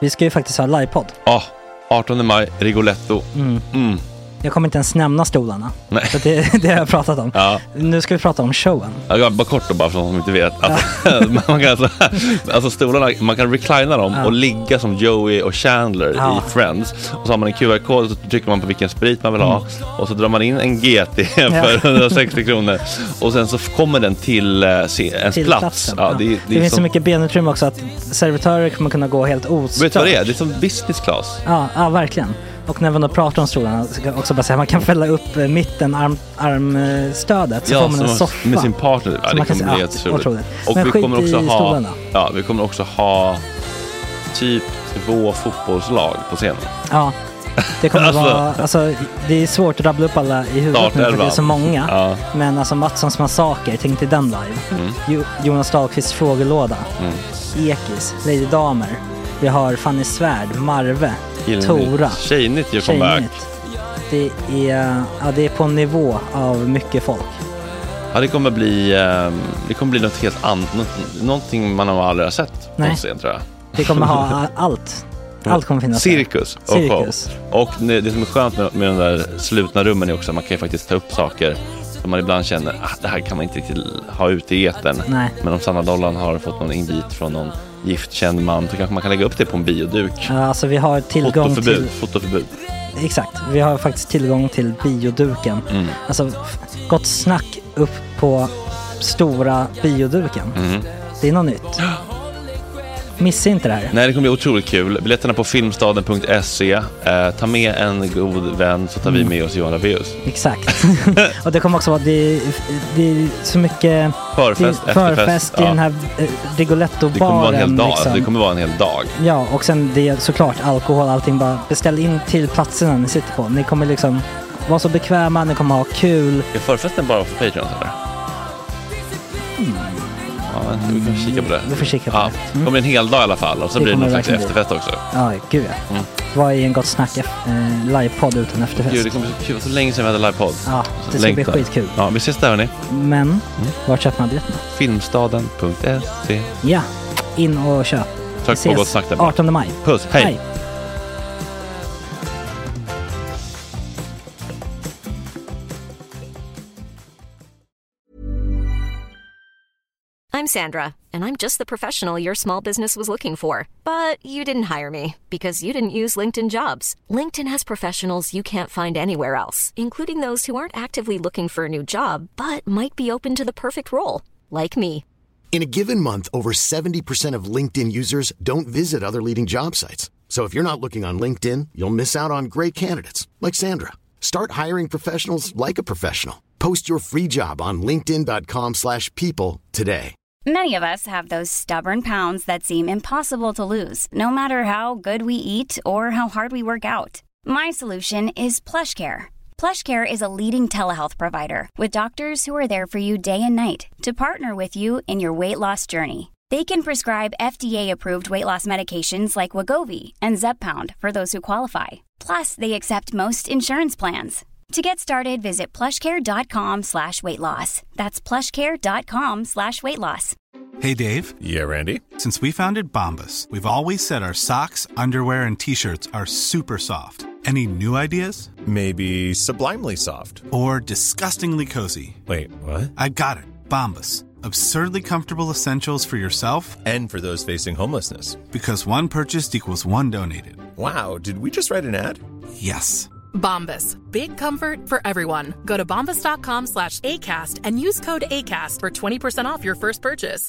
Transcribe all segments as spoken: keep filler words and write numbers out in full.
Vi ska ju faktiskt ha livepodd. Ja, oh, artonde maj, Rigoletto. Mm. Mm. Jag kommer inte ens nämna stolarna. Nej. För det, det har jag pratat om. Ja. Nu ska vi prata om showen. Ja, bara kort då, bara för de som inte vet. Alltså, man kan alltså, alltså stolarna, man kan reclina dem ja. och ligga som Joey och Chandler ja. i Friends. Och så har man en Q R-kod och så trycker man på vilken sprit man vill ha. Mm. Och så drar man in en G T för hundrasextio kronor. Och sen så kommer den till uh, ens till plats. Ja, ja. Det, det, det finns som... så mycket benutrymme också att servitörer kommer kunna gå helt ostört. Vet du vad det är? Det är som business class. Ja, ja verkligen. Och när man då pratar om stolarna så kan också bara säga att man kan fälla upp mitten arm, armstödet så ja, får man en soffa med sin partner. Ja, det kommer bli helt otroligt. Och men vi kommer också ha stolarna. Ja, vi kommer också ha typ två fotbollslag på scenen. Ja. Det kommer alltså, vara alltså det är svårt att rabbla upp alla i huvudet nu för det är så många. Ja. Men alltså Mattssons massaker, tänk till den live. Mm. Jo, Jonas Dahlqvists frågelåda. Mm. Ekis, Lady Damer. Vi har Fanny Svärd, Marve, Gillnytt. Tora. Tjejnytt gör comeback. Det är, ja, det är på en nivå av mycket folk. Ja, det kommer bli det kommer bli något helt annat, något, någonting man har aldrig har sett på scen, tror jag. Det kommer ha allt. Allt kommer finnas. Cirkus och Cirkus. Och det som är skönt med, med de där slutna rummen är också att man kan ju faktiskt ta upp saker som man ibland känner att det här kan man inte riktigt ha ute i etern. Nej. Men om Sanna Dollan har fått någon invit från någon giftkänd man så kanske man kan lägga upp det på en bioduk. Ja, alltså vi har tillgång fotoförbud, till... Fotoförbud. Exakt, vi har faktiskt tillgång till bioduken. Mm. Alltså, gott snack upp på stora bioduken. Mm. Det är något nytt. Missa inte det här. Nej, det kommer bli otroligt kul. Biljetterna på filmstaden punkt se. Eh, ta med en god vän så tar mm. vi med oss Johan Rabaeus. Exakt. Och det kommer också vara det, det är så mycket förfest, det, förfest i ja. den här eh, Rigoletto-baren. Det kommer vara en hel dag. Liksom. Det kommer vara en hel dag. Ja, och sen det är såklart alkohol, allting. Bara beställ in till platserna ni sitter på. Ni kommer liksom vara så bekväma, ni kommer ha kul. Är förfesten bara för Patreon eller? Mm. Ja, vi kan kika på det. Vi får kika på ja, det. Mm. Det kommer en hel dag i alla fall. Och så det blir det någon slags efterfest också. Ja, gud ja. Mm. Vad är en gott snack eh, livepodd utan efterfest? Gud, det kommer så kul. Så länge sedan vi hade livepodd. Ja, det ska Längtar. bli skitkul. Ja, vi ses där hörni. Men, mm. var köper man biljetterna? filmstaden punkt se. Ja, in och köp. Tack på gott snack där. artonde maj. Puss, hej. hej. I'm Sandra, and I'm just the professional your small business was looking for. But you didn't hire me because you didn't use LinkedIn Jobs. LinkedIn has professionals you can't find anywhere else, including those who aren't actively looking for a new job, but might be open to the perfect role, like me. In a given month, over seventy percent of LinkedIn users don't visit other leading job sites. So if you're not looking on LinkedIn, you'll miss out on great candidates, like Sandra. Start hiring professionals like a professional. Post your free job on linkedin dot com slash people today. Many of us have those stubborn pounds that seem impossible to lose, no matter how good we eat or how hard we work out. My solution is PlushCare. PlushCare is a leading telehealth provider with doctors who are there for you day and night to partner with you in your weight loss journey. They can prescribe F D A-approved weight loss medications like Wegovy and Zepbound for those who qualify. Plus, they accept most insurance plans. To get started, visit plushcare.com slash weight loss. That's plushcare.com slash weight loss. Hey, Dave. Yeah, Randy. Since we founded Bombas, we've always said our socks, underwear, and T-shirts are super soft. Any new ideas? Maybe sublimely soft. Or disgustingly cozy. Wait, what? I got it. Bombas. Absurdly comfortable essentials for yourself and for those facing homelessness. Because one purchased equals one donated. Wow, did we just write an ad? Yes. Bombas. Big comfort for everyone. Go to bombas.com slash ACAST and use code ACAST for twenty percent off your first purchase.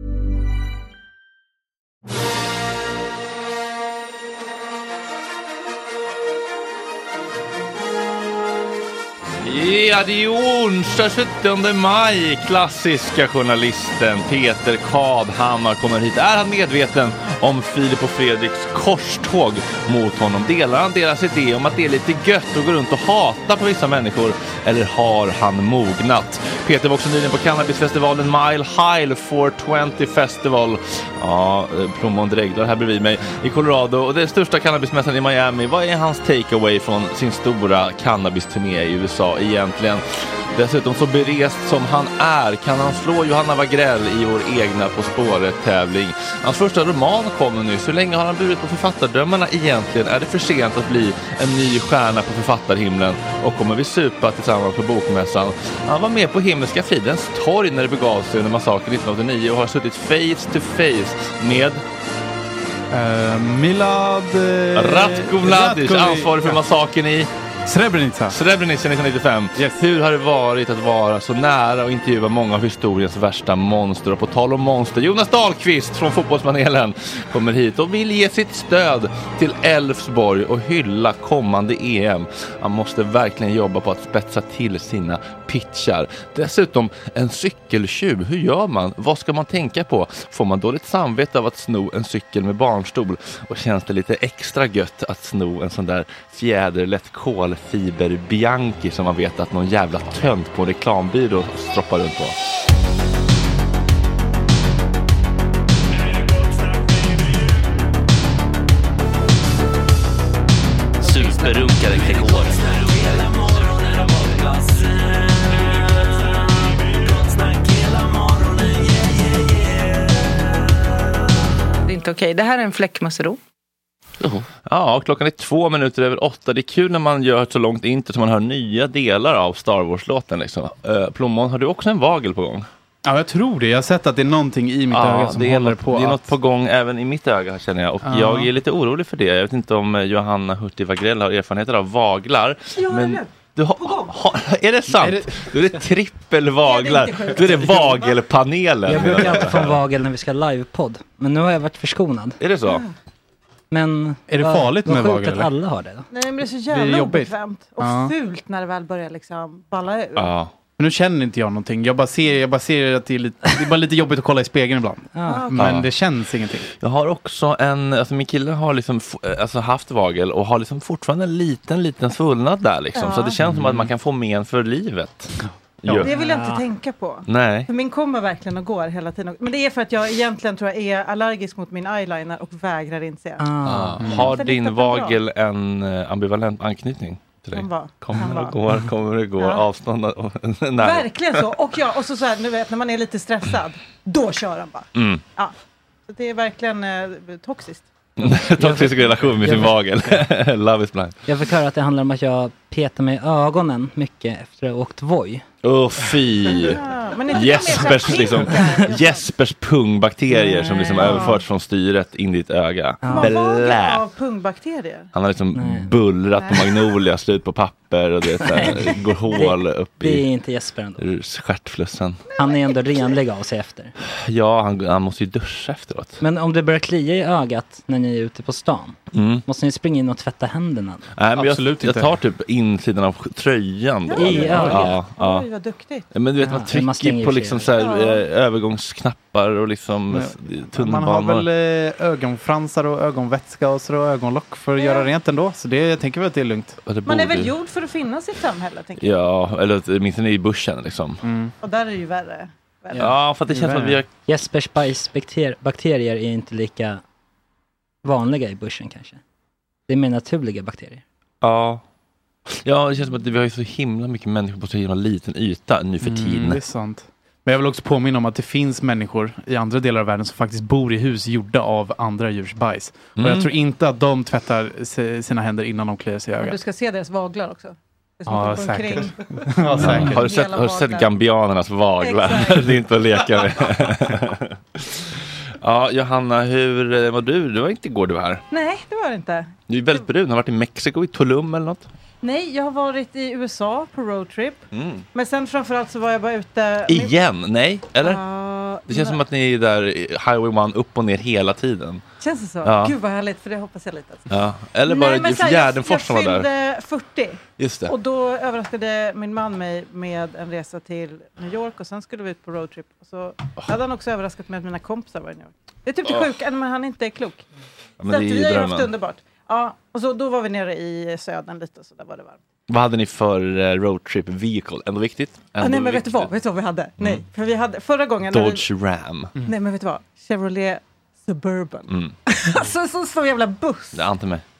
Ja, det är onsdag sjuttonde maj. Klassiska journalisten Peter Kadhammar kommer hit. Är han medveten om Filip och Fredriks korståg mot honom? Delar han deras idé om att det är lite gött att gå runt och hata på vissa människor? Eller har han mognat? Peter var också nyligen på cannabisfestivalen Mile High four twenty Festival. Ja, plommon dreglar här bredvid mig i Colorado. Och det är största cannabismässan i Miami. Vad är hans takeaway från sin stora cannabisturné i U S A egentligen? Dessutom så berest som han är kan han slå Johanna Wagrell i vår egna På spåret-tävling. Hans första roman kommer nu. Så länge har han burit på författardrömmarna egentligen? Är det för sent att bli en ny stjärna på författarhimlen? Och kommer vi supa tillsammans på bokmässan? Han var med på Himmelska fridens torg när det begav sig under massakern nittonhundraåttionio och har suttit face to face med uh, Milad uh, Ratko Mladic, ansvarig för massakern i Srebrenica. Srebrenica nittonhundranittiofem. Yes. Hur har det varit att vara så nära och intervjua många av historiens värsta monster? Och på tal om monster, Jonas Dahlqvist från Fotbollspanelen kommer hit och vill ge sitt stöd till Elfsborg och hylla kommande E M. Han måste verkligen jobba på att spetsa till sina pitchar. Dessutom en cykeltjuv. Hur gör man? Vad ska man tänka på? Får man dåligt samvete av att sno en cykel med barnstol? Och känns det lite extra gött att sno en sån där fjäderlätt kol fiber Bianchi som man vet att någon jävla tönt på reklambyrå stroppar runt på. Superrunkare Gregor. Det är inte okej. Det här är en fläckmussero. Oh. Ja, klockan är två minuter över åtta. Det är kul när man gör så långt inte så man hör nya delar av Star Wars-låten. Liksom. Uh, Plommon, har du också en vagel på gång? Ja, jag tror det. Jag har sett att det är någonting i mitt ja, öga som håller något, på. Det är att... något på gång även i mitt öga, känner jag. Och ja. jag är lite orolig för det. Jag vet inte om Johanna Hurtig Wagrell har erfarenheter av vaglar. Ja, men... Du ha, ha, är det sant? Är det... Då är det trippelvaglar. Ja, då är det vagelpanelen. Jag brukar alltid få en vagel när vi ska livepodd. Men nu har jag varit förskonad. Är det så? Mm. Men är det farligt med vagel? Att alla har det då? Nej, men det är så jävla det obekvämt. Och ja. fult när det väl börjar liksom balla ur. Ja. Men nu känner inte jag någonting. Jag bara ser, jag bara ser att det är, lite, det är bara lite jobbigt att kolla i spegeln ibland. Ja. Men ja. det känns ingenting. Jag har också en, alltså min kille har liksom alltså haft vagel och har liksom fortfarande en liten, liten svullnad där liksom. Ja. Så det känns mm. som att man kan få men för livet. Ja. Det vill jag inte tänka på. Nej. För min kommer verkligen och går hela tiden. Men det är för att jag egentligen tror jag är allergisk mot min eyeliner och vägrar inse. Ah. Mm. Har din vagel bra. en ambivalent anknytning till dig? Var. Kommer och går, kommer och går, ja. avstånd och verkligen så. Och ja, och så, så här, nu vet, när man är lite stressad, då kör han bara. Mm. Ja. Så det är verkligen eh, toxiskt. Toxisk relation med sin vagel. Love is blind. Jag fick höra att det handlar om att jag petar mig i ögonen mycket efter att ha åkt Voi. Åh oh, fy! Ja, Jespers, liksom, Jespers pungbakterier Nej. som liksom ja. överförts från styret in i ditt öga. Ja. Man var av pungbakterier. Han har liksom Nej. bullrat på magnolia, slut på papper och det där, går hål upp i... Det är inte Jesper ändå. Stjärtflussen. Han är ändå renlig av sig efter. Ja, han, han måste ju duscha efteråt. Men om det börjar klia i ögat när ni är ute på stan, mm. måste ni springa in och tvätta händerna? Nej, men Absolut jag, jag tar typ insidan av tröjan. Då. I ögat? Ja, ja. Oj, vad duktigt. Men du vet, man trycker man på liksom så här, ja. övergångsknappar och liksom tunnelbanor. Man har väl ögonfransar och ögonvätska och så ögonlock för att ja. göra rent ändå. Så det jag tänker väl att det är lugnt. Det man är väl gjord för att finnas i samhället, tänker jag. Ja, eller minst i bussen liksom. Mm. Och där är det ju värre. värre. Ja, för att det känns som att vi har... Jespers bajsbakterier är inte lika vanliga i bussen kanske. Det är mer naturliga bakterier. Ja. Ja, det känns som att vi har ju så himla mycket människor på så himla liten yta nu för tiden. Mm, det är sant. Men jag vill också påminna om att det finns människor i andra delar av världen som faktiskt bor i hus gjorda av andra djurs bajs. Mm. Och jag tror inte att de tvättar sina händer innan de kliar sig i ögat. Du ska se deras vaglar också. Ja, säkert. ja, säkert. Har du sett, har du sett gambianernas vaglar? Det är inte att leka med. Ja, Johanna, hur var du? Det var inte igår du var här. Nej, det var det inte. Du är väldigt brun. Har varit i Mexiko, i Tulum eller något? Nej, jag har varit i U S A på roadtrip. Mm. Men sen framförallt så var jag bara ute... Igen? Med... Nej, eller? Uh, det känns nej. som att ni är där Highway one upp och ner hela tiden. Känns det så? Ja. Gud vad härligt, för det hoppas jag lite. Alltså. Ja. Eller bara Nej, Gärdenfors som var där. Jag fyllde fyrtio. Just det. Och då överraskade min man mig med en resa till New York. Och sen skulle vi ut på roadtrip. Och så oh. hade han också överraskat med att mina kompisar var i New York. Det är typ det oh. sjuka, men han är inte klok. Ja, men så det är vi har haft underbart. Ja, och så då var vi nere i södern lite, så där var det varmt. Vad hade ni för uh, roadtrip vehicle? Ändå viktigt? Ändå ah, nej, men viktigt. vet du vad? Vet du vad vi hade? Mm. Nej, för vi hade förra gången... Dodge vi, Ram. Mm. Nej, men vet du vad? Chevrolet Suburban. Mm. Alltså, så stor jävla buss. Det är inte mig.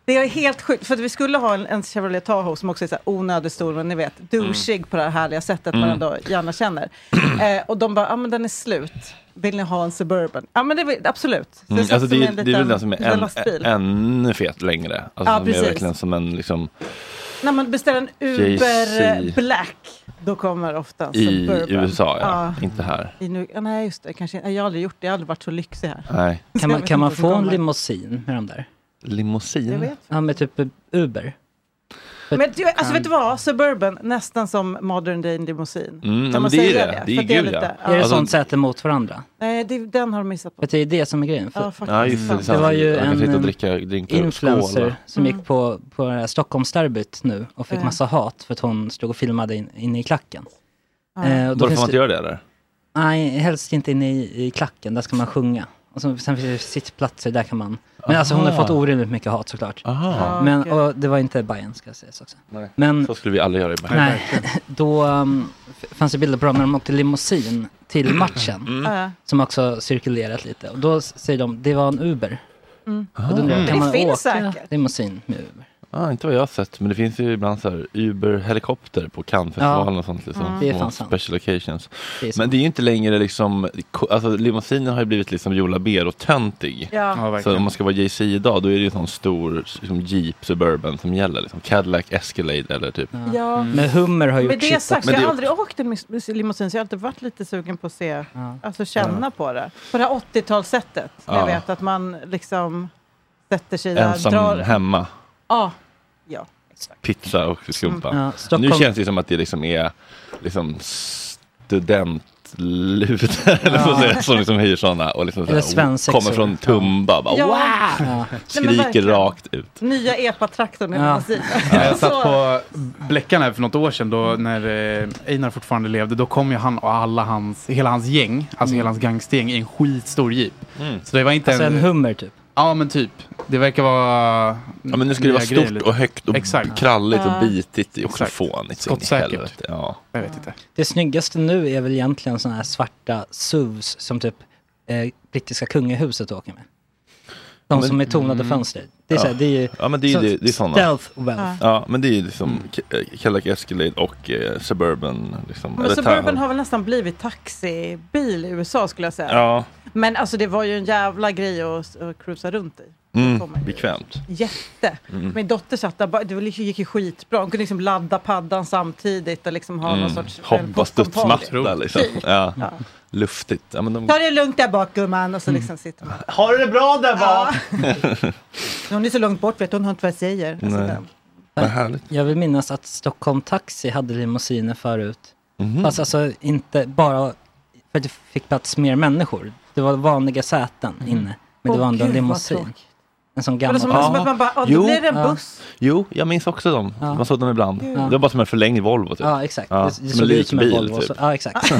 Det är helt sjukt, för att vi skulle ha en, en Chevrolet Tahoe som också är så här onödigt stor, och ni vet, douchig mm. på det här härliga sättet mm. man ändå gärna känner. eh, och de bara, ja ah, men den är slut. Vill ni ha en Suburban? Ja men det är absolut. Mm. Alltså det, är, det är väl den som är ännu en, en fet längre. Alltså ja, som precis. är verkligen som en liksom... När man beställer en Uber J C Black, då kommer ofta en Suburban. I U S A, ja. ja. Inte här. I nu, ja, nej, just det. Kanske, jag har aldrig gjort det. Jag har aldrig varit så lyxig här. Nej. Kan man, kan man få en limousin med de där? Limousin? Jag vet. Ja, med typ Uber. Men alltså kan... vet du vad? Suburban, nästan som modern day limousin. Mm, kan man det säga är det? Det, det är, är, lite, ja. är det sånt sätt emot varandra? Nej, det, den har de missat på. För det är det som är grejen. För, ja, ja, just det, det, det var ju en dricka, influencer skåla. som mm. gick på, på det här Stockholmsderbyt nu och fick mm. massa hat för att hon stod och filmade in, inne i klacken. Mm. Eh, Varför får man inte göra det eller? Nej, helst inte inne i, i klacken. Där ska man sjunga. Och så, sen finns det sittplatser, där kan man... Men Aha. alltså hon har fått orimligt mycket hat såklart. Aha. Men, okay. och det var inte Bayern ska sägas också. Nej. Men, så skulle vi aldrig göra i Bayern. Nej, då um, fanns det bilder på dem när de åkte limousin till matchen. Mm. Som också cirkulerat lite. Och då säger de, det var en Uber. Mm. Och då mm. kan man det finns åka säkert. limousin med Uber. Ah, inte vad jag har sett, men det finns ju ibland så här Uber-helikopter på Cannes-festivalen ja. och sånt liksom. Mm. Det är special occasions. Det men det är ju inte längre liksom, alltså limousinen har ju blivit liksom Jola Beer och töntig. Ja. Ja, så om man ska vara J C idag, då är det ju en sån stor liksom, Jeep Suburban som gäller, liksom Cadillac Escalade eller typ. Ja. Ja. Mm. Men Hummer har ju men det är sagt, men jag det... har aldrig åkt en limousin, så jag har alltid varit lite sugen på att se, ja. alltså känna ja. på det. På det här åttiotalssättet. Ja. Jag vet att man liksom sätter sig där. Ensam drar... hemma. Ja, ja. Pizza och skumpa. Mm. Ja, Stockholm... Nu känns det som att det liksom är liksom studentluder ja. som liksom hyr sådana och liksom såhär, kommer från Tumba bara, ja. wow! Ja. Skriker Nej, rakt ut. Nya epa-traktorn ja. ja. Jag satt på Bläckan här för något år sedan då, när Einar fortfarande levde, då kom ju han och alla hans, hela hans gäng, alltså mm. hela hans gangstgäng i en skitstor jeep. Mm. Så det var inte alltså en, en hummer typ. Ja, men typ. Det verkar vara... Ja, men nu skulle det vara stort grejer. och högt och Exakt. kralligt ja. och bitigt. Det är också fånigt. Skottsäkert. Ja. Jag vet inte. Det snyggaste nu är väl egentligen såna här svarta S U Vs som typ eh, brittiska kungahuset åker med. De men, som är tonade mm. fönster. Det är ja. så här, det är ju ja, men det är, det, det är såna. Stealth wealth. Ja. ja, men det är ju liksom mm. Cadillac Escalade och eh, Suburban. Liksom, men Suburban har väl nästan blivit taxibil i U S A skulle jag säga. Ja. Men alltså det var ju en jävla grej att, att cruisa runt i. Mm, bekvämt. Jätte. Mm. Min dotter satt där, det gick ju skitbra. Hon kunde liksom ladda paddan samtidigt och liksom ha mm. någon sorts... Hoppa studsmatta liksom. Ja. Ja. Luftigt. Ja, men de... Ta det lugnt där bak, gumman. Och så liksom sitter man. Har du det bra där bak? Ja. Hon är så långt bort, vet hon har inte vad jag säger. Alltså, vad härligt. Jag vill minnas att Stockholm Taxi hade limousiner förut. Mm. Fast alltså inte bara för att det fick plats mer människor. Det var vanliga säten mm. inne. Men oh, det var ändå en limousin. En sån gammal... Som, som att man bara, oh, då blir det en buss. Ja. Jo, jag minns också dem. Ja. Man såg dem ibland. Ja. Det var bara som en förlängd Volvo typ. Ja, exakt. Ja. Det, det såg ut som en Volvo. Typ. Ja, exakt.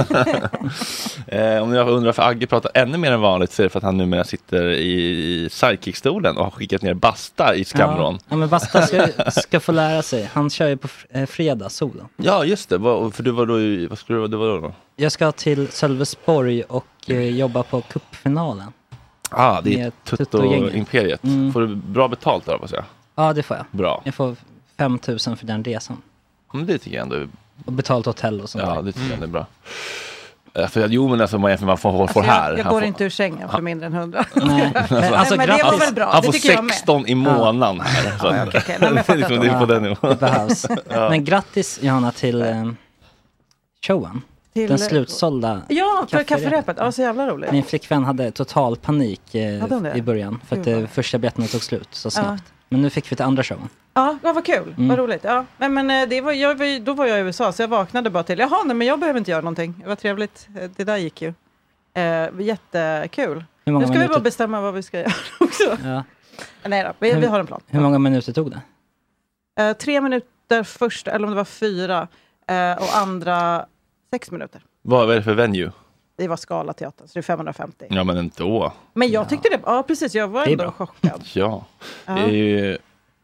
eh, om jag undrar för Agge pratar ännu mer än vanligt så är det för att han numera sitter i sidekickstolen och har skickat ner Basta i Skamron. Ja, ja men Basta ska, ska få lära sig. Han kör ju på fredag, solen. Ja, just det. För du var då i, vad skulle du vara då? Jag ska till Sölvesborg och eh, jobba på cupfinalen. Ah, det är Tutto-imperiet. Mm. Får du bra betalt där, vad säger jag? Ja, det får jag. Bra. Jag får fem tusen för den resan. Men det tycker jag ändå... Och betalt hotell och sånt. Ja, det tycker mm. jag är bra. För, jo, men alltså, man får, man får alltså, här. Jag, jag går får, inte ur sängen för mindre än hundra. Nej. alltså, alltså, men det var väl bra. Han det får sexton i månaden här. Så. Ja, okay, okay. Nej, men det, liksom, det är på den nivån. Det behövs. Ja. Men grattis, Johanna, till eh, showen. Till, den slutsålda ja, för kafferepet. Ja, så jävla roligt. Min flickvän hade total panik eh, i början. För att det första biljetterna tog slut så snabbt. Ja. Men nu fick vi till andra showen. Ja, vad var kul. Mm. Vad roligt. Ja. Men, men det var, jag, då var jag i U S A så jag vaknade bara till. Jaha, nej, men jag behöver inte göra någonting. Det var trevligt. Det där gick ju. Eh, jättekul. Nu ska minuter? vi bara bestämma vad vi ska göra också. Ja. Nej då, vi, hur, vi har en plan. Hur många minuter tog det? Eh, tre minuter först, eller om det var fyra. Eh, och andra... Sex minuter. Vad är det för venue? Det var Skala teatern, så det är femhundrafemtio. Ja, men inte då. Men jag tyckte det, ja precis, jag var ändå chockad. Ja, det är ju...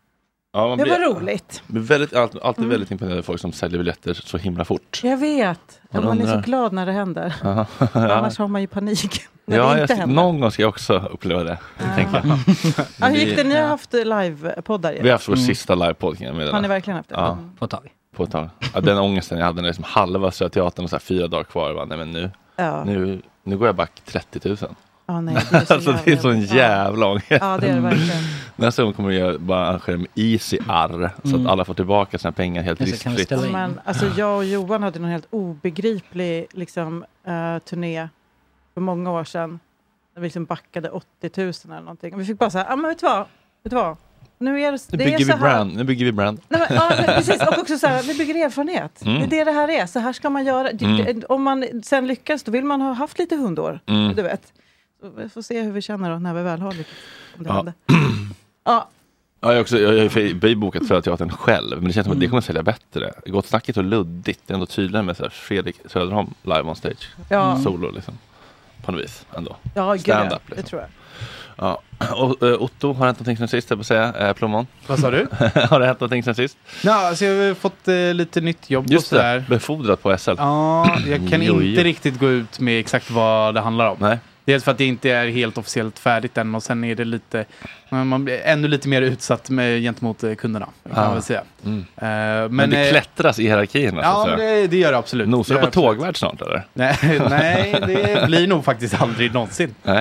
Ja, man det blir, var roligt. Väldigt, alltid alltid Mm. väldigt imponerade folk som säljer biljetter så himla fort. Jag vet. Man, man är undrar. så glad när det händer. Ja. Annars har man ju panik. När Ja, det inte jag, någon gång ska jag också uppleva det. Ja. Tänker jag. Ja, hur gick det? Ni har haft live-poddar. Vi har haft vår mm. sista livepodd. Har ni verkligen haft det? Ja. Mm. På ett tag. På ett tag. Ja, den ångesten jag hade när liksom halva Södra Teatern och så här fyra dagar kvar. Va? Nej, men nu, ja. nu, nu går jag back trettio tusen. Ja, nej, det är så alltså det är sån jävla ångest. Ja, det är det verkligen. Nästa gång kommer jag bara arrangera med Easy R mm. så att alla får tillbaka sina pengar helt riskfritt. Men alltså jag och Johan hade en helt obegriplig liksom, uh, turné för många år sedan. När vi liksom backade åttio tusen eller någonting. Och vi fick bara säga, ja ah, men vet du vad? Vet du vad? Nu, är det, nu, det bygger är så vi brand. nu bygger vi brand. Nej, men, ja, men, precis. Och också så här, vi bygger erfarenhet. Mm. Det är det det här är. Så här ska man göra. Mm. Om man sen lyckas, då vill man ha haft lite hundår. Mm. Du vet. Vi får se hur vi känner då när vi väl har lyckats. Om det ja. händer. Ja. Ja, jag har också, jag har bokat Södra Teatern själv, men det känns som att det kommer sälja bättre. Gott snacket och luddigt. Det är ändå tydligare med så här Fredrik Söderholm live on stage. Ja. Solo liksom. På något vis ändå. Ja, stand-up. Liksom. Det tror jag. Ja. Och, uh, Otto, har det hänt någonting sen sist, jag får säga? Eh, Plommon. Vad sa du? Har det hänt någonting sen sist? Ja, alltså jag har fått uh, lite nytt jobb. Just och det, befordrat på S L. Ja, jag kan jo, inte jo. riktigt gå ut med exakt vad det handlar om. Nej. Dels för att det inte är helt officiellt färdigt än och sen är det lite, man blir ännu lite mer utsatt med, gentemot kunderna, kan ah. man väl säga. Mm. Uh, men, men det klättras i hierarkierna. Ja, men det, det gör det absolut. Nosar du på absolut. tågvärd snart eller? Nej, nej, det blir nog faktiskt aldrig någonsin. Nej.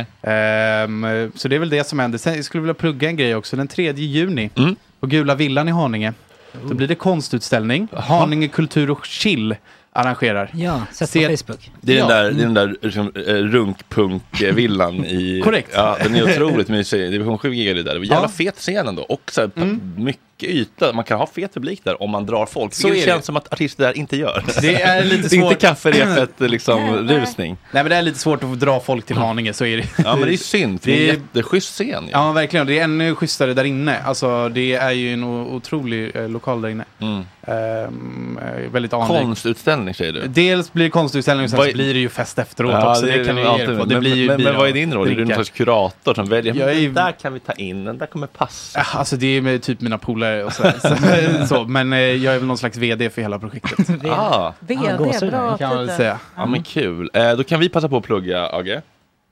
Um, så det är väl det som händer. Sen jag skulle vilja plugga en grej också. Den tredje juni mm. på Gula Villan i Haninge. Då blir det konstutställning. Aha. Haninge Kultur och Chill arrangerar. Ja, sätt på Se- Facebook. Det är ja. den där, det är den där liksom, runkpunk-villan i... Korrekt. Ja, den är otroligt mysig. Division sju gigar det där. Det var jävla ja. fet scen ändå. Och så här, mm. mycket yta. Man kan ha fet publik där om man drar folk. Så det känns det. som att artister där inte gör. Det är lite svårt. Det är inte kafferepet liksom rusning. Nej, men det är lite svårt att dra folk till Haninge, så är det. Ja, men det är synd. För det är en jätteschysst scen. Ja. ja, verkligen. Det är ännu schysstare där inne. Alltså, det är ju en otrolig eh, lokal där inne. Mm. Um, väldigt anrik. Konstutställning säger du? Dels blir det konstutställning och sen så blir det ju fest efteråt ja, också. Det, det kan du ge på. Det men, blir ju men, men vad är din roll? Är du någon slags kurator som väljer? Jag är, den där kan vi ta in, den där kommer passa. Ja, alltså det är med typ mina polare och så, så, så. Men eh, jag är väl någon slags vd för hela projektet. ah. vd, ah, bra kan man väl säga. Ja, men kul. Eh, då kan vi passa på att plugga, Age.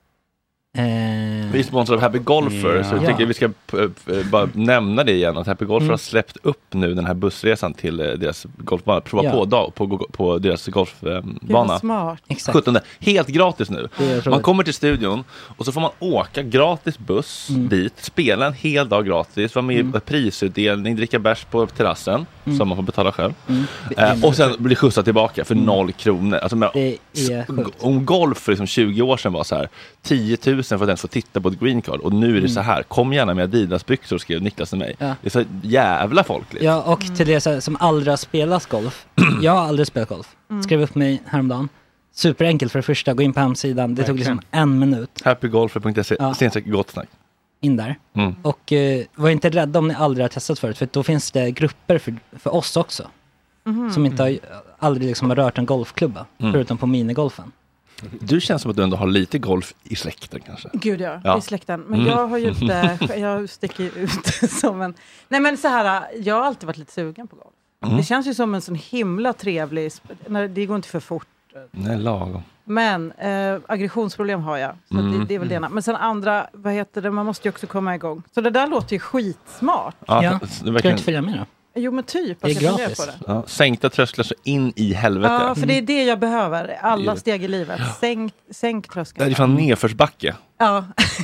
Eh, vi är sponsrade av Happy Golfer, yeah. så jag tycker vi ska p- p- bara nämna det igen, att Happy Golfer mm. har släppt upp nu den här bussresan till eh, deras golfbana, prova ja. på dag på, på, på deras golfbana. Eh, smart. sjuttonde Helt gratis nu. Man kommer till studion och så får man åka gratis buss mm. dit, spela en hel dag gratis, vara med mm. i prisutdelning, dricka bärs på terrassen mm. som man får betala själv. Mm. Eh, och sen bli skjutsad tillbaka för mm. noll kronor. Alltså, men, det är om golf för liksom tjugo år sedan var så här tio tusen för att den får titta på ett green card, och nu är det mm. så här, kom gärna med Adidas-byxor, skrev Niklas till mig. Ja. Det är så jävla folkligt. Ja, och till det så här, som aldrig har spelat golf. Jag har aldrig spelat golf. Mm. Skrev upp mig häromdagen. Superenkelt för det första, gå in på hemsidan. Det tog liksom en minut. happygolfer punkt se, ja. Stensäk gott snack. In där. Mm. Och uh, var inte rädda om ni aldrig har testat förut, för då finns det grupper för, för oss också. Mm. Som inte har, aldrig liksom har rört en golfklubba, mm. förutom på minigolfen. Du känns som att du ändå har lite golf i släkten kanske. Gud ja, ja. i släkten. Men mm. jag har ju inte, jag sticker ut som en... Nej men så här, jag har alltid varit lite sugen på golf. Mm. Det känns ju som en sån himla trevlig... Det går inte för fort. Nej, lagom. Men äh, aggressionsproblem har jag. Så mm. det, det är väl det ena. Men sen andra, vad heter det, man måste ju också komma igång. Så det där låter ju skitsmart. Ja, ja. Ska du inte följa med då? Jo men typ. Det är gratis. På det. Ja, sänkta trösklar så in i helvete. Ja, för det är det jag behöver. Alla steg i livet. Sänk, sänk trösklar. Det är fan nedförsbacke. Ja,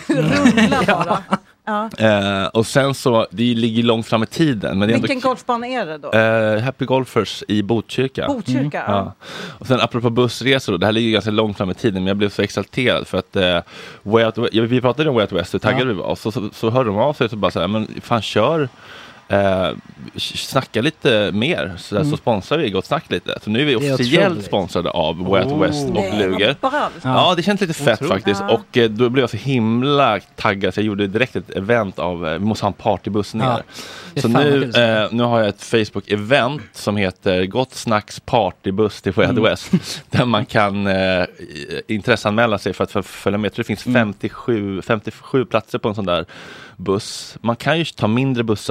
rulla bara. Ja. Eh, och sen så, det ligger långt fram i tiden. Men det är Vilken ändå, golfbana är det då? Eh, Happy Golfers i Botkyrka. Botkyrka, mm. ja. Och sen apropå bussresor då, det här ligger ganska långt fram i tiden, men jag blev så exalterad för att eh, Way Out, vi pratade om Way Out West, hur taggade ja. vi var. Och så, så, så hörde de av sig och så bara så här, men fan kör... Eh, snacka lite mer så, där, mm. så sponsrar vi Gott Snack lite. Så nu är vi officiellt otroligt. sponsrade av Way Out oh. West och Luger. Ja. ja, det känns lite fett otroligt. faktiskt. Ja. Och eh, då blev jag så himla taggad så jag gjorde direkt ett event av, eh, vi måste ha en partybuss ner. Ja. Så nu, eh, nu har jag ett Facebook-event som heter Gott Snacks partybuss till Way Out mm. West. Där man kan eh, intresseanmäla sig för att för, följa med. Jag tror det finns mm. femtiosju, femtiosju platser på en sån där buss. Man kan ju ta mindre bussar som är lite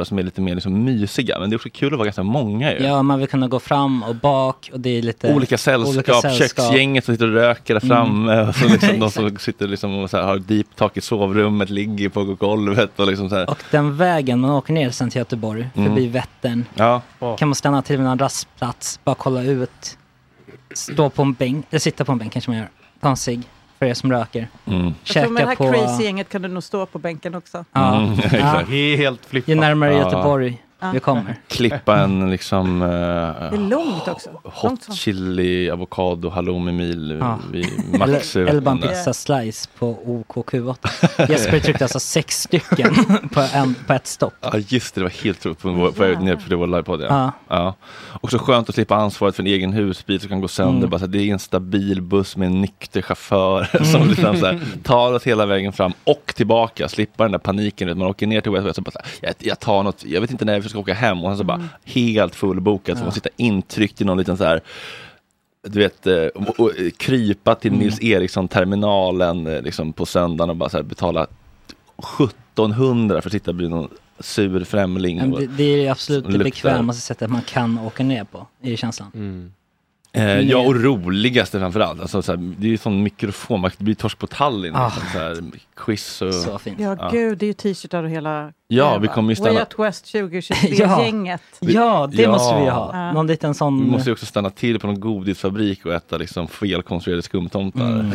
mer liksom mysiga. Men det är också kul att vara ganska många ju. Ja, man vill kunna gå fram och bak och det är lite... Olika sällskap, olika sällskap. Köksgänget som sitter och röker där framme. Mm. Och så liksom de som sitter liksom och så här, har deep talk i sovrummet, ligger på golvet. Och, liksom så här. Och den vägen man åker ner sen till Göteborg, mm. förbi Vättern. Ja. Kan man stanna till en rastplats, bara kolla ut. Stå på en bänk, eller sitta på en bänk kanske man gör. Ta en cigg. För er som röker. Mm. Jag tror med det här på... crazy-gänget kan du nog stå på bänken också. Ja, mm, ja. Helt flippat. Ju närmare Göteborg ja. vi kommer. Klippa en liksom... Uh, det är långt också. Hot långt chili, avokado, halloumi mil ja. vid Max. Elban pizza slice på O K Q åtta. Jesper tryckte alltså sex stycken på, en, på ett stopp. Ja, just det. Det var helt tråkigt på vår, på ner för det var livepodd. Ja. Ja. Ja. Och så skönt att slippa ansvaret för en egen husbil som kan gå sönder. Mm. Bara så här, det är en stabil buss med en nykter chaufför mm. som liksom så här, tar oss hela vägen fram och tillbaka. Slippa den där paniken. Man åker ner till West West och bara så här, jag, jag tar något, jag vet inte när jag ska åka hem. Och sen så bara mm. helt fullbokat. Så ja. man sitter intryckt i någon liten så här, du vet, och, och, krypa till mm. Nils Eriksson-terminalen liksom på söndagen och bara så här, betala sjuttonhundra för att sitta bredvid någon sur främling. Men det, det är ju absolut det bekvämaste sättet man kan åka ner på, i känslan. Mm. Eh, ja, och roligaste framförallt. Alltså, så här, det är ju sån mikrofon, man blir torsk på Tallinn. Ah. Liksom, så här, quiz och... Så fint. Ja, ja, gud, det är ju t-shirtar och hela... Ja, vi kommer ju stanna... Way Out West tjugo tjugotre-gänget. ja. ja, det ja. måste vi ju ha. Ja. Någon liten sån... Vi måste ju också stanna till på någon godisfabrik och äta liksom felkonstruerade skumtomtar. Mm.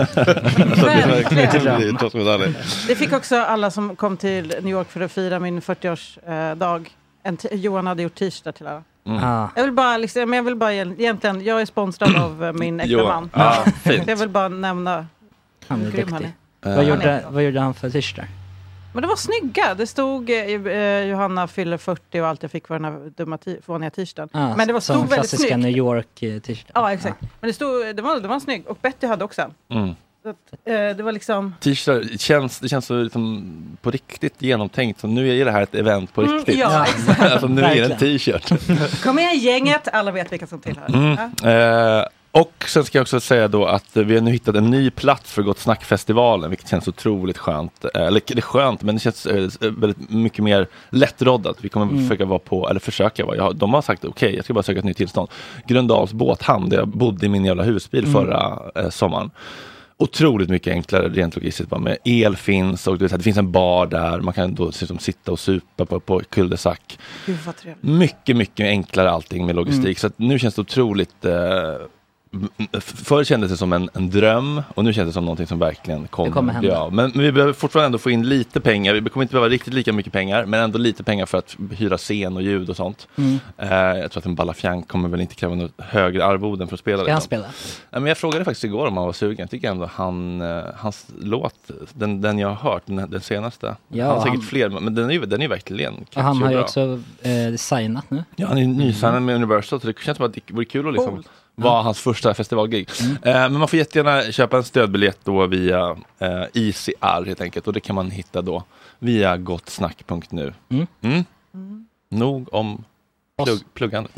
det, det fick också alla som kom till New York för att fira min fyrtioårsdag. En t- Johan hade gjort t-shirtar till alla. Mm. Ah. Jag vill bara liksom, jag vill bara egentligen, jag är sponsrad av min äkta man. Ah, jag vill bara nämna han är duktig. Uh. Vad, gjorde, vad gjorde han för t-shirtar? Men det var snygga. Det stod eh, Johanna fyller fyrtio och allt jag fick var den här dumma t- fåniga t-shirten. Ah, men det var stod väldigt snyggt. New York t-shirten. Ja, exakt. Ah. Men det stod det var det var snygg och Betty hade också en. Mm. Så att, eh, det var liksom t-shirtar känns det känns så liksom på riktigt genomtänkt. Så nu är det här ett event på riktigt. Mm, ja, exakt. Alltså nu är det en t-shirt. Kom igen gänget, alla vet vilka som tillhör. Mm. Ja. Eh, och sen ska jag också säga då att vi har nu hittat en ny plats för Gott Snack-festivalen, vilket känns otroligt skönt. Eller det är skönt, men det känns väldigt mycket mer lättroddat. Vi kommer mm. försöka vara på, eller försöka vara. Jag, de har sagt okej, okay, jag ska bara söka ett nytt tillstånd. Gröndals båthamn, där jag bodde i min jävla husbil mm. förra eh, sommaren. Otroligt mycket enklare rent logistiskt, bara med el finns och det finns en bar där man kan då liksom sitta och supa på, på cul-de-sac. Mycket, mycket enklare allting med logistik. Mm. Så att nu känns det otroligt... Eh, förr kändes det som en, en dröm och nu känns det som någonting som verkligen kommer, kommer hända. Ja, men, men vi behöver fortfarande ändå få in lite pengar. Vi kommer inte behöva riktigt lika mycket pengar, men ändå lite pengar för att hyra scen och ljud och sånt. Mm. Uh, jag tror att en Balafian kommer väl inte kräva något högre arvoden för att spela. Ska han spela? Uh, men jag frågade faktiskt igår om han var sugen. Jag tycker ändå han, uh, hans låt, den, den jag har hört, den, den senaste. Ja, han har säkert han, fler, men den är ju den är verkligen han har ju också uh, signat nu. Ja, han är nysignad mm. med Universal, så det känns som att det vore kul att liksom... var ja. hans första festivalgig. Mm. Eh, men man får jättegärna köpa en stödbiljett då via eh, I C R helt enkelt. Och det kan man hitta då via gottsnack punkt nu. Mm. Mm. Mm. Nog om plugg, pluggandet.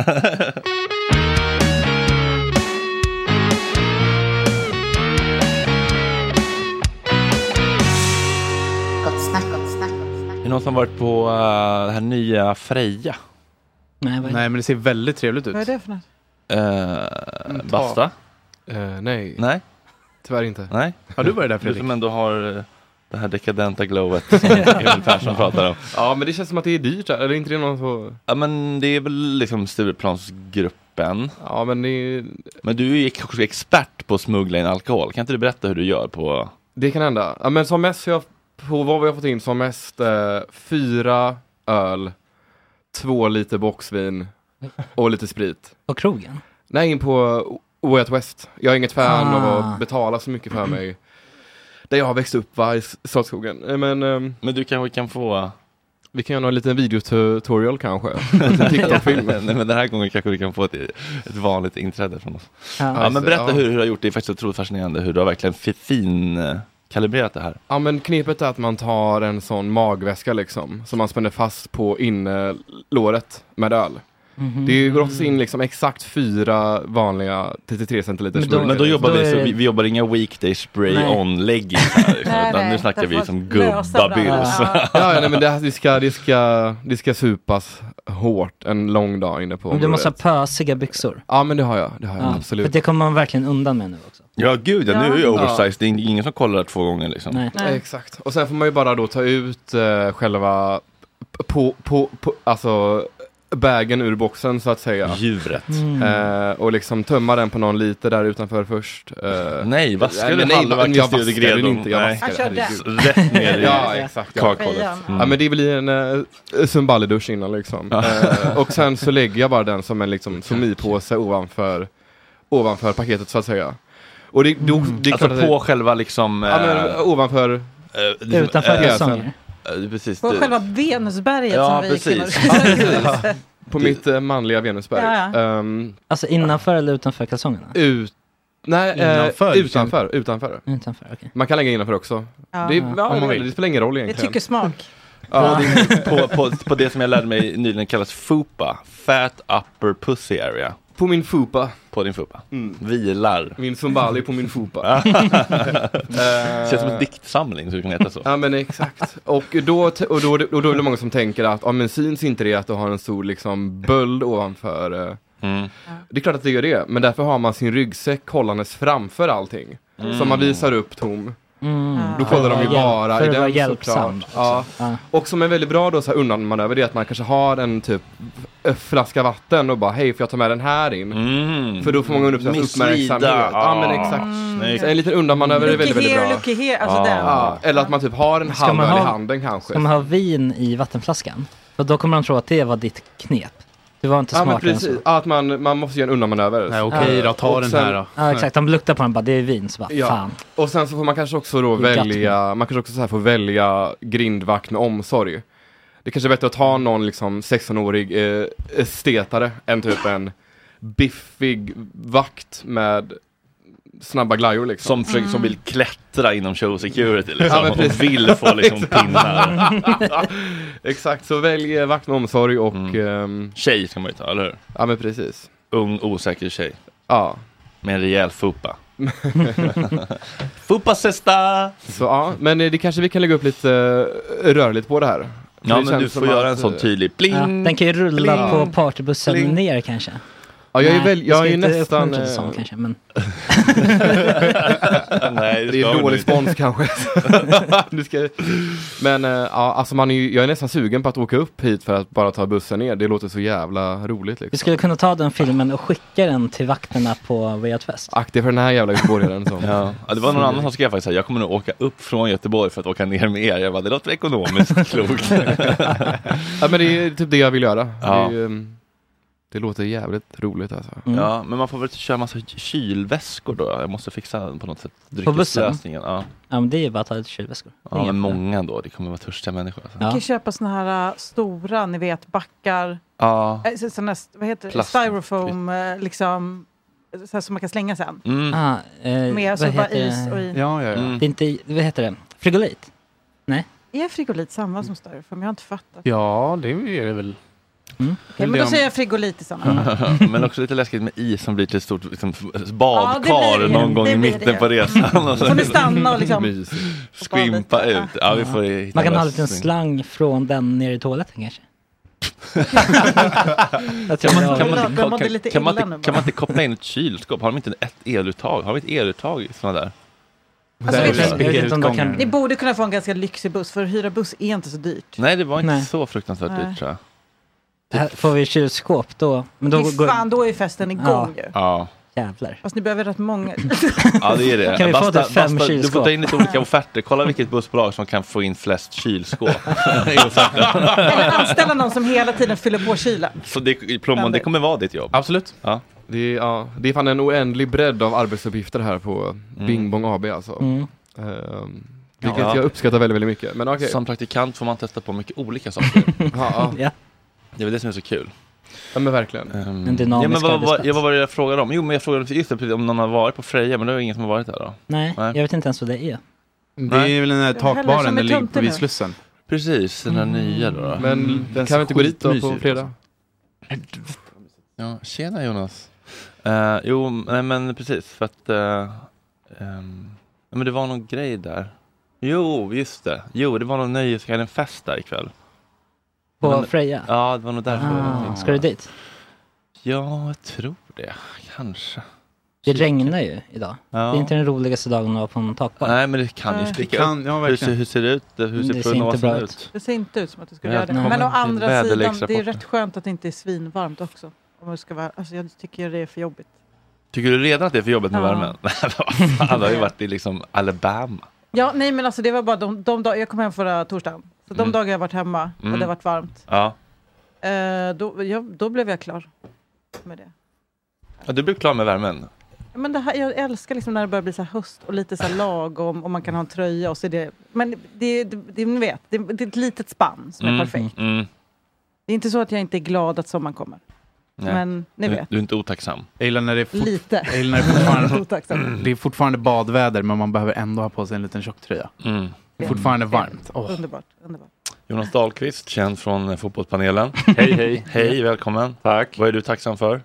Är det någon som varit på uh, det här nya Freja? Nej, nej, men det ser väldigt trevligt ut. Vad är det för något? Uh, Basta? Uh, nej. Nej. Tyvärr inte. Nej. Har du varit där, Fredrik? Du som ändå har uh, det här dekadenta glowet som Emil Persson pratar om. Ja, men det känns som att det är dyrt. Eller är inte det någon så... Ja, men det är väl liksom Stureplansgruppen. Ja, men det är... Men du är ju också expert på att smuggla in alkohol. Kan inte du berätta hur du gör på... Det kan hända. Ja, men som mest jag på vad vi har fått in som mest eh, fyra öl, två liter boxvin och lite sprit. På krogen? Nej, in på Way Out West. Jag är inget fan ah. av att betala så mycket för mig. Där jag har växt upp va, i Slottsskogen. Men, um, men du kanske kan få... Vi kan göra en liten videotutorial kanske. TikTok-film. men, men den här gången kanske du kan få ett, ett vanligt inträde från oss. Ja, ja men berätta ja. hur, hur du har gjort. Det är faktiskt otroligt fascinerande hur du har verkligen fin... kalibrerat det här. Ja, men knepet är att man tar en sån magväska liksom som man spänner fast på inlåret med öl. Mm-hmm. Det går också in liksom exakt fyra vanliga trettiotre centiliter men, då, men då jobbar då vi, så vi, vi jobbar inga weekday spray on leggings här. Liksom. nej, nej, nu snackar vi som gubbabills. Ja, ja nej, men det, det, ska, det, ska, det ska supas hårt en lång dag inne på området. Du måste ha pösiga byxor. Ja, men det har jag, det har jag ja, absolut. För det kommer man verkligen undan med nu också. Ja, gud, ja, nu är jag oversized. Ja. Det är ingen som kollar två gånger liksom. Nej. Nej. Exakt. Och sen får man ju bara då ta ut uh, själva på, på, på, alltså bägen ur boxen så att säga. Djuret. Mm. Uh, och liksom tömma den på någon liter där utanför först. Uh, nej, vaskar du nej, halva jag vaskar den inte. Jag nej. vaskar det. Rätt ner i ja, exakt. Ja. Mm. Ja, men det blir en uh, Zumballi-dusch innan liksom. uh, och sen så lägger jag bara den som en liksom somipåse ovanför, ovanför paketet så att säga. Och det, då, det är alltså klart på att, själva liksom... Ja, men ovanför... Uh, utanför kalsonger. Uh, precis. På själva Venusberget ja, som vi precis. kvinnor. På mitt uh, manliga Venusberg. Ja, ja. Um, alltså innanför eller utanför kalsongerna? Ut, nej, innanför, uh, utanför. Utanför. utanför okay. Man kan lägga innanför också. Ja. Det, ja, ja, det spelar ingen roll egentligen. Det tycker smak. Ja. Ja. på, på, på det som jag lärde mig nyligen kallas FUPA. Fat Upper Pussy Area. På min fupa. På din fupa. Mm. Vilar. Min Zumballi på min fupa. Känns som en diktsamling så du kan heta så. Ja men exakt. Och då, och då, och då är det många som tänker att ja, men syns inte det att du har en stor liksom böld ovanför. Mm. Det är klart att det gör det. Men därför har man sin ryggsäck hållandes framför allting. Mm. Som man visar upp tom. Mm. Då kollar de ju bara i den såklart. Ja. Ja. Och som är väldigt bra då så här undanmanöver det är att man kanske har en typ flaska vatten och bara hej får jag ta med den här in. Mm. För då får man upp sin uppmärksamhet. Ja ah, men exakt. Mm. Så en liten undanmanöver är väldigt väldigt bra. Looky here, alltså ah. den. Ja. Eller att man typ har en halvöl i handen kanske. Ska man ha vin i vattenflaskan? För då kommer de tro att det var ditt knep. Det var inte ja, smart men precis. Att man, man måste göra en undanmanöver. Nej, okej okay, då, ta och den sen, här då. Ja, exakt. De luktar på den bara, det är vin. Så bara, ja. Fan. Och sen så får man kanske också då välja, man kanske också så här får välja grindvakt med omsorg. Det kanske är bättre att ta någon liksom sextonårig eh, estetare än typ en biffig vakt med snabba glajor liksom. Som, försöker, mm. som vill klättra inom show security liksom. Ja, och vill få liksom pinnar. Exakt, så välj vakt med omsorg och mm. um, tjej ska man ju ta, eller hur? Ja men precis. Ung, osäker tjej. Ja. Med en rejäl fupa. Fupa sesta! Så ja, men det kanske vi kan lägga upp lite uh, rörligt på det här. Ja det men du får göra att, en sån tydlig bling. Ja, den kan ju rulla bling, på partybussen bling. Ner kanske. Ja, jag är väl jag är nästan äh... sån, kanske, men nej, det, det är dålig spons kanske. du ska... Men äh, ja, alltså man är ju, jag är nästan sugen på att åka upp hit för att bara ta bussen ner. Det låter så jävla roligt liksom. Vi skulle kunna ta den filmen och skicka den till vakterna på Way Fest. Aktiv för den här jävla göteborgaren som. ja. ja, det var någon annan som skrev faktiskt här, jag kommer nog åka upp från Göteborg för att åka ner med er. Jag bara, det låter ekonomiskt klokt. Ja, men det är typ det jag vill göra. Ja. Det är ju, det låter jävligt roligt alltså. Mm. Ja, men man får väl köra massa kylväskor då. Jag måste fixa på något sätt dryckeslösningen. Ja. Ja, men det är ju bara att ta lite kylväskor. Ja, men många då. Det kommer vara törstiga människor. Alltså. Ja. Man kan köpa såna här uh, stora, ni vet, backar. Ja. Äh, såna, vad heter det? Styrofoam, uh, liksom, så här som man kan slänga sen. Mm. Ah, eh, med så bara is och i. Ja, ja, ja. Mm. Det är inte, vad heter det? Frigolit? Nej. Är frigolit samma som styrofoam? Jag har inte fattat. Ja, det är det väl. Mm. Okay, men då säger jag frigolit i sådana. Men också lite läskigt med is som blir till ett stort liksom, badkar ja, någon gång i mitten det. På resan. Får ni stanna och liksom skimpa ut. Ja, vi får ja. Man kan ha en liten slang från den ner i toaletten kanske. Kan man inte koppla in ett kylskåp? Har de inte ett eluttag? Har vi ett eluttag i sådana där? Alltså, vi kan... Ni borde kunna få en ganska lyxig buss, för att hyra buss är inte så dyrt. Nej, det var inte Nej. så fruktansvärt dyrt tror jag. Här får vi kylskåp då. Men då, går... fan, då är festen igång ja. ju. Ja. Jävlar. Fast ni behöver rätt många. Ja, det är det. Kan vi basta, få det fem basta, kylskåp? Du får ta in lite olika offerter. Kolla vilket bussbolag som kan få in flest kylskåp. Eller anställa någon som hela tiden fyller på kylen. Så det, plommon, det kommer vara ditt jobb. Absolut. Ja. Det är, ja, det är fan en oändlig bredd av arbetsuppgifter här på mm. Bing Bong A B alltså. Mm. Um, vilket ja. jag uppskattar väldigt, väldigt mycket. Men okay. Som praktikant får man testa på mycket olika saker. ja, ja. Det är väl det som är så kul. Ja men verkligen. Um, en dynamisk ja, men vad, vad, jag, vad var det jag frågade om? Jo men jag frågade just det, om någon har varit på Freja. Men det är ingen som har varit där då. Nej, Nej. jag vet inte ens vad det är. Det Nej. är väl den här takbaren där ligger på Vislussen. Precis, den där mm. nya då, då. Men mm. den kan vi inte gå dit då på fredag? Ja, tjena Jonas. Uh, jo, nej men precis. För att... Uh, um, men det var någon grej där. Jo, just det. Jo, det var någon nöjesfest där ikväll. På men, Freja? Ja, det var nog därför. Ah, ska du dit? Ja, jag tror det. Kanske. Det regnar ju idag. Ja. Det är inte den roligaste dagen att vara på en takbar. Nej, men det kan ju sticka upp. Ja, hur, ser, hur ser det ut? Hur ser, det ser inte bra ut? ut? Det ser inte ut som att det skulle göra det. Men å andra sidan, det är rätt skönt att det inte är svinvarmt också. Om det ska vara, alltså jag tycker det är för jobbigt. Tycker du redan att det är för jobbigt med ja. värmen? Han har ju varit i liksom Alabama. Ja, nej men alltså det var bara de, de dagar, jag kom hem förra torsdagen. Så de mm. dagar jag varit hemma och mm. det varit varmt. Ja. Eh, då, ja, då blev jag klar med det. Ja, du blev klar med värmen? Men det här, jag älskar liksom när det börjar bli så här höst och lite så här lagom och man kan ha en tröja och så är det, men det, det, det, ni vet, det, det är ett litet spann som mm. är perfekt. Mm. Det är inte så att jag inte är glad att sommaren kommer. Nej. Men ni vet. Du, du är inte otacksam. Eller när det är fort, lite. Eller när det, är fortfarande, otacksam. Det är fortfarande badväder men man behöver ändå ha på sig en liten tjocktröja. Mm. Det är fortfarande mm. varmt. Oh. Underbart, underbart. Jonas Dahlqvist, känd från fotbollspanelen. Hej, hej. Hej, välkommen. Tack. Vad är du tacksam för?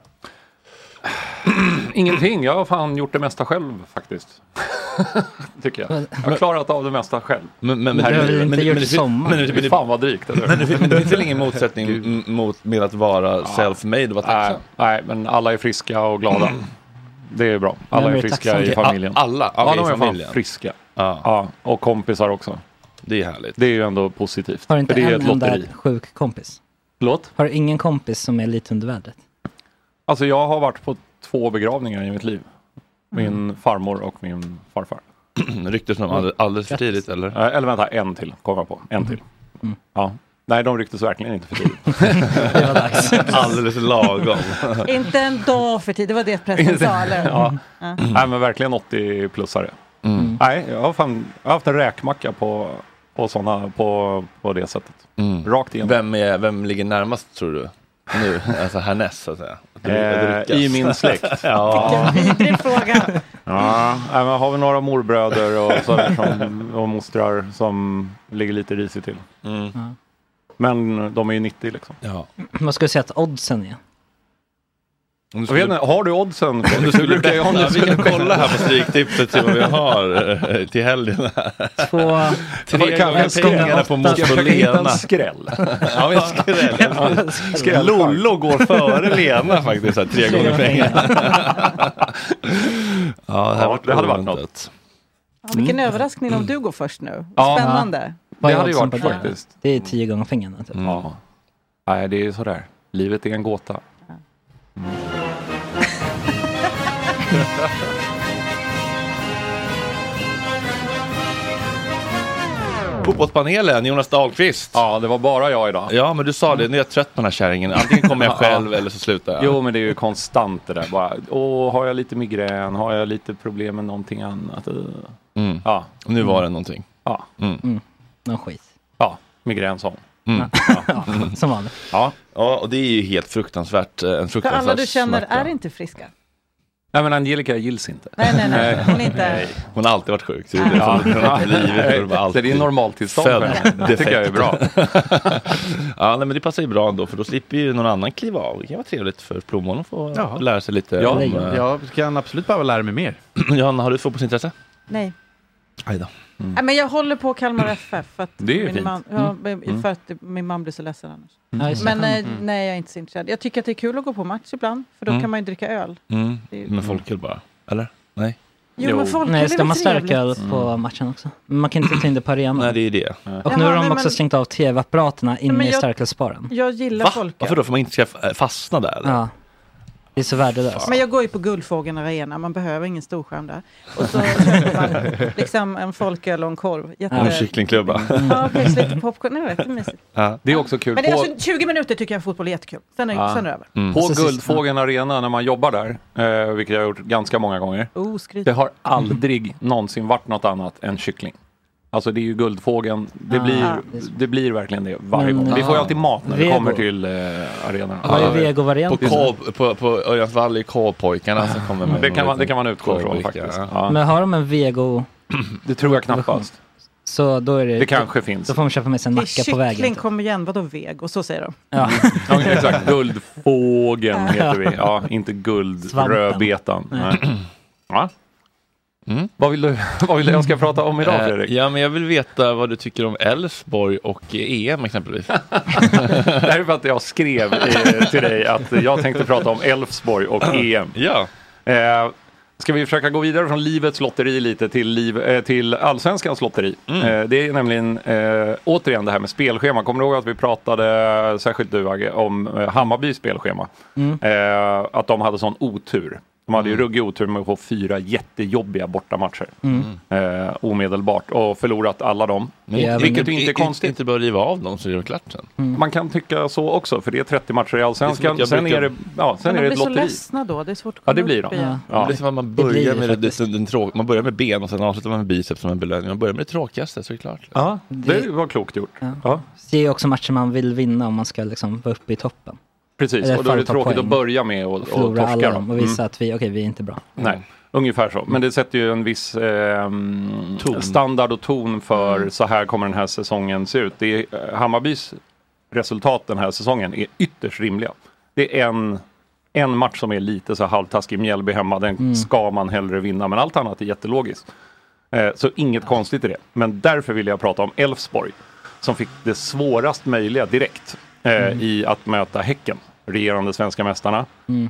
Ingenting, jag har fan gjort det mesta själv faktiskt. Tycker jag. Jag har klarat av det mesta själv. Men, men, men, det har men, inte men, gjort men, sommar. Men, men, men, fan vad drygt. Men, men, men det finns väl ingen motsättning mot, med att vara ja. self-made och vara tacksam? Nej, nej, men alla är friska och glada. Mm. Det är bra. Alla är, är friska i familjen. Alla? Ja, i de är familjen. fan friska. Ja. Ja, och kompisar också. Det är härligt. Det är ju ändå positivt. Har du inte det är en enda sjuk kompis? Förlåt? Har du ingen kompis som är lite under vädret? Alltså jag har varit på två begravningar i mitt liv. Min mm. farmor och min farfar. Ryktes de alldeles, alldeles för tidigt eller? Eller vänta, en till kommer jag på. En mm. till. Mm. Ja. Nej, de ryktes verkligen inte för tidigt. Det var dags. Alldeles lagom. Inte en dag för tidigt, det var det prästen sa, eller? Ja. ja. Nej, men verkligen åttio-plussare. Mm. Nej, jag har, fan, jag har haft en räkmacka på, på sådana på, på det sättet. Mm. Rakt igenom. Vem, är, vem ligger närmast tror du? Nu, alltså härnäst så att säga. Eh, I min släkt. Ja. Vilken vidrig fråga. Ja, men har vi några morbröder och, så som, och mostrar som ligger lite risigt till. Mm. Ja. Men de är ju nittio liksom. Ja. Vad ska du säga att oddsen är? Om skulle... inte, har du oddsen? Om du skulle, okay, om du skulle kolla här på Stryktipset till vad vi har till helgen. Två, tre kanske pengarna på Moster Lena. En skräll. Ja, en skräll. Ja, skräll. Lollo går före Lena faktiskt, här, tre gånger pengarna. Ja, det, här ja, det hade varit något. Ja, vilken mm. överraskning om du går först nu. Spännande. Ja, det hade ju varit faktiskt. Det är tio gånger pengarna. Typ. Mm. Ja. Nej, det är ju sådär. Livet är en gåta. Mm. Fotbollspanelen, Jonas Dahlqvist. Ja, det var bara jag idag. Ja, men du sa det, nu är jag trött på den här kärringen. Antingen kommer jag själv eller så slutar jag. Jo, men det är ju konstant det där. Bara, åh, har jag lite migrän? Har jag lite problem med någonting annat? Mm. Ja. Och nu var det någonting. Ja. Mm. Mm. Någon skit. Ja, migrän som. Mm. Ja. Som vanligt. Ja. Ja, och det är ju helt fruktansvärt. En fruktansvärt för alla du känner smärta. är inte friska. Nej, men Angelica gills inte. Nej, nej, nej. Hon är inte... Nej. Hon har alltid varit sjuk. Så det, är ja. det, livet, det, alltid det är normaltillstånd. Det tycker jag är bra. Ja, nej, men det passar ju bra ändå. För då slipper ju någon annan kliva av. Det kan vara trevligt för plommon att få ja. lära sig lite. Ja, om, jag kan absolut behöva lära mig mer. Johanna, har du fotbollsintresse? Nej. Aj då. Mm. Nej, men jag håller på Kalmar F F för att, det är ju min, fint. man, ja, mm. för att min man blir så ledsen annars. Mm. Men mm. nej, jag är inte så intresserad. Jag tycker att det är kul att gå på match ibland. För då mm. kan man ju dricka öl. Mm. Är, men folköl bara? Eller? Nej. Jo, jo. Men folköl nej, är ska man trevligt. stärka öl på mm. matchen också? Men man kan inte ta in det på arenan. Nej, det är det. Och Jaha, nu har de nej, också men... stängt av tv-apparaterna inne jag, i stärkelsparen. Jag gillar Va? folköl. Varför då? För man inte ska fastna där? Eller? Ja. Det är så värdelöst. Men jag går ju på Guldfågeln Arena. Man behöver ingen storskärm där. Och så köper man liksom en folköl och en korv. Jätte... En kycklingklubba. Mm. Ja, precis. Lite popcorn. Nej, det är mysigt. Ja. Det är också kul. Men det är alltså, tjugo minuter tycker jag fotboll är jättekul. Sen är, ja. sen är det över. Mm. På så Guldfågeln Arena när man jobbar där, eh, vilket jag har gjort ganska många gånger. Oh, det har aldrig någonsin varit något annat än kyckling. Alltså det är ju Guldfågeln. Det, ah, blir, det blir verkligen det varje gång. Vi får ju alltid mat när vi kommer till eh, arenan. Vad är Vego-varianten? På, på, på Örjans Vall i K-pojkarna som kommer med. Det kan man, det kan man utgå från faktiskt. Ja. Men har de en Vego? Det tror jag knappast. Så då är det... Det kanske finns. Då får man köpa med sig en macka på vägen. Kyckling kommer igen, vadå veg? Och så säger de. Ja. Ja, exakt. Guldfågeln heter vi. Ja, inte guldrödbetan. Ja. Mm. Vad vill du vad vill jag ska prata om idag, Fredrik? Ja, men jag vill veta vad du tycker om Elfsborg och E M exempelvis. Det här är för att jag skrev eh, till dig att jag tänkte prata om Elfsborg och E M. Ja. Eh, ska vi försöka gå vidare från livets lotteri lite till, liv, eh, till allsvenskans lotteri. Mm. Eh, det är nämligen eh, återigen det här med spelschema. Kommer du ihåg att vi pratade, särskilt du Agge, om eh, Hammarbys spelschema? Mm. Eh, att de hade sån otur. De hade ju ruggig otur med att få fyra jättejobbiga bortamatcher. Mm. Eh, omedelbart. Och förlorat alla dem. Mm. Vilket inte är konstigt. Inte bara riva av dem så är det klart sen. Mm. Man kan tycka så också. För det är trettio matcher i allsvenskan. Sen brukar... är det, ja, sen är det ett lotteri. Men de blir så ledsna då. Det är svårt att komma ja, det blir de. Ja. Ja. Det är som att man börjar med, det, det, den trå- man börjar med ben och sen avslutar man med biceps som en belöning. Man börjar med det tråkigaste så är det klart. Ja, det var klokt gjort. Ja. Ja. Det är också matcher man vill vinna om man ska liksom vara uppe i toppen. Precis, och då är det tråkigt att börja med och, och torska alla dem. Och visa mm. att vi, okay, vi är inte bra. Nej, ungefär så. Men det sätter ju en viss eh, standard och ton för mm. så här kommer den här säsongen se ut. Det är, Hammarbys resultat den här säsongen är ytterst rimliga. Det är en, en match som är lite så halvtaskig. Mjällby hemma, den mm. ska man hellre vinna. Men allt annat är jättelogiskt. Eh, så inget konstigt i det. Men därför vill jag prata om Elfsborg. Som fick det svårast möjliga direkt. Mm. i att möta Häcken, regerande svenska mästarna. Mm.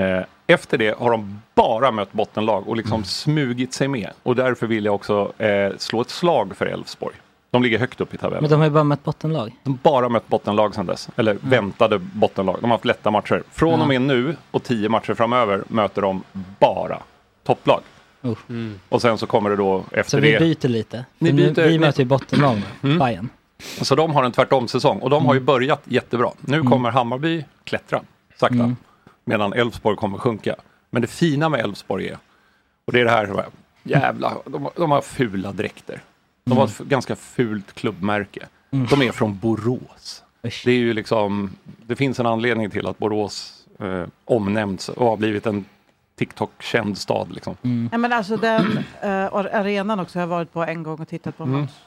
Efter det har de bara mött bottenlag och liksom mm. smugit sig med. Och därför vill jag också eh, slå ett slag för Elfsborg. De ligger högt upp i tabellen. Men de har ju bara mött bottenlag. De har bara mött bottenlag sedan dess. Eller mm. väntade bottenlag. De har haft lätta matcher. Från mm. och med nu och tio matcher framöver möter de bara topplag. Uh. Mm. Och sen så kommer det då efter det... Så vi byter lite. Ni byter, nu, vi möter ju bottenlag nu, mm. Bayern. Så de har en tvärtom-säsong. Och de mm. har ju börjat jättebra. Nu mm. kommer Hammarby klättra sakta. Mm. Medan Elfsborg kommer sjunka. Men det fina med Elfsborg är... Och det är det här som är... Jävla... De, de har fula dräkter. De mm. har ett ganska fult klubbmärke. Mm. De är från Borås. Usch. Det är ju liksom... Det finns en anledning till att Borås eh, omnämns och har blivit en TikTok-känd stad. Liksom. Mm. Ja, men alltså den äh, arenan också har jag varit på en gång och tittat på en mm. match.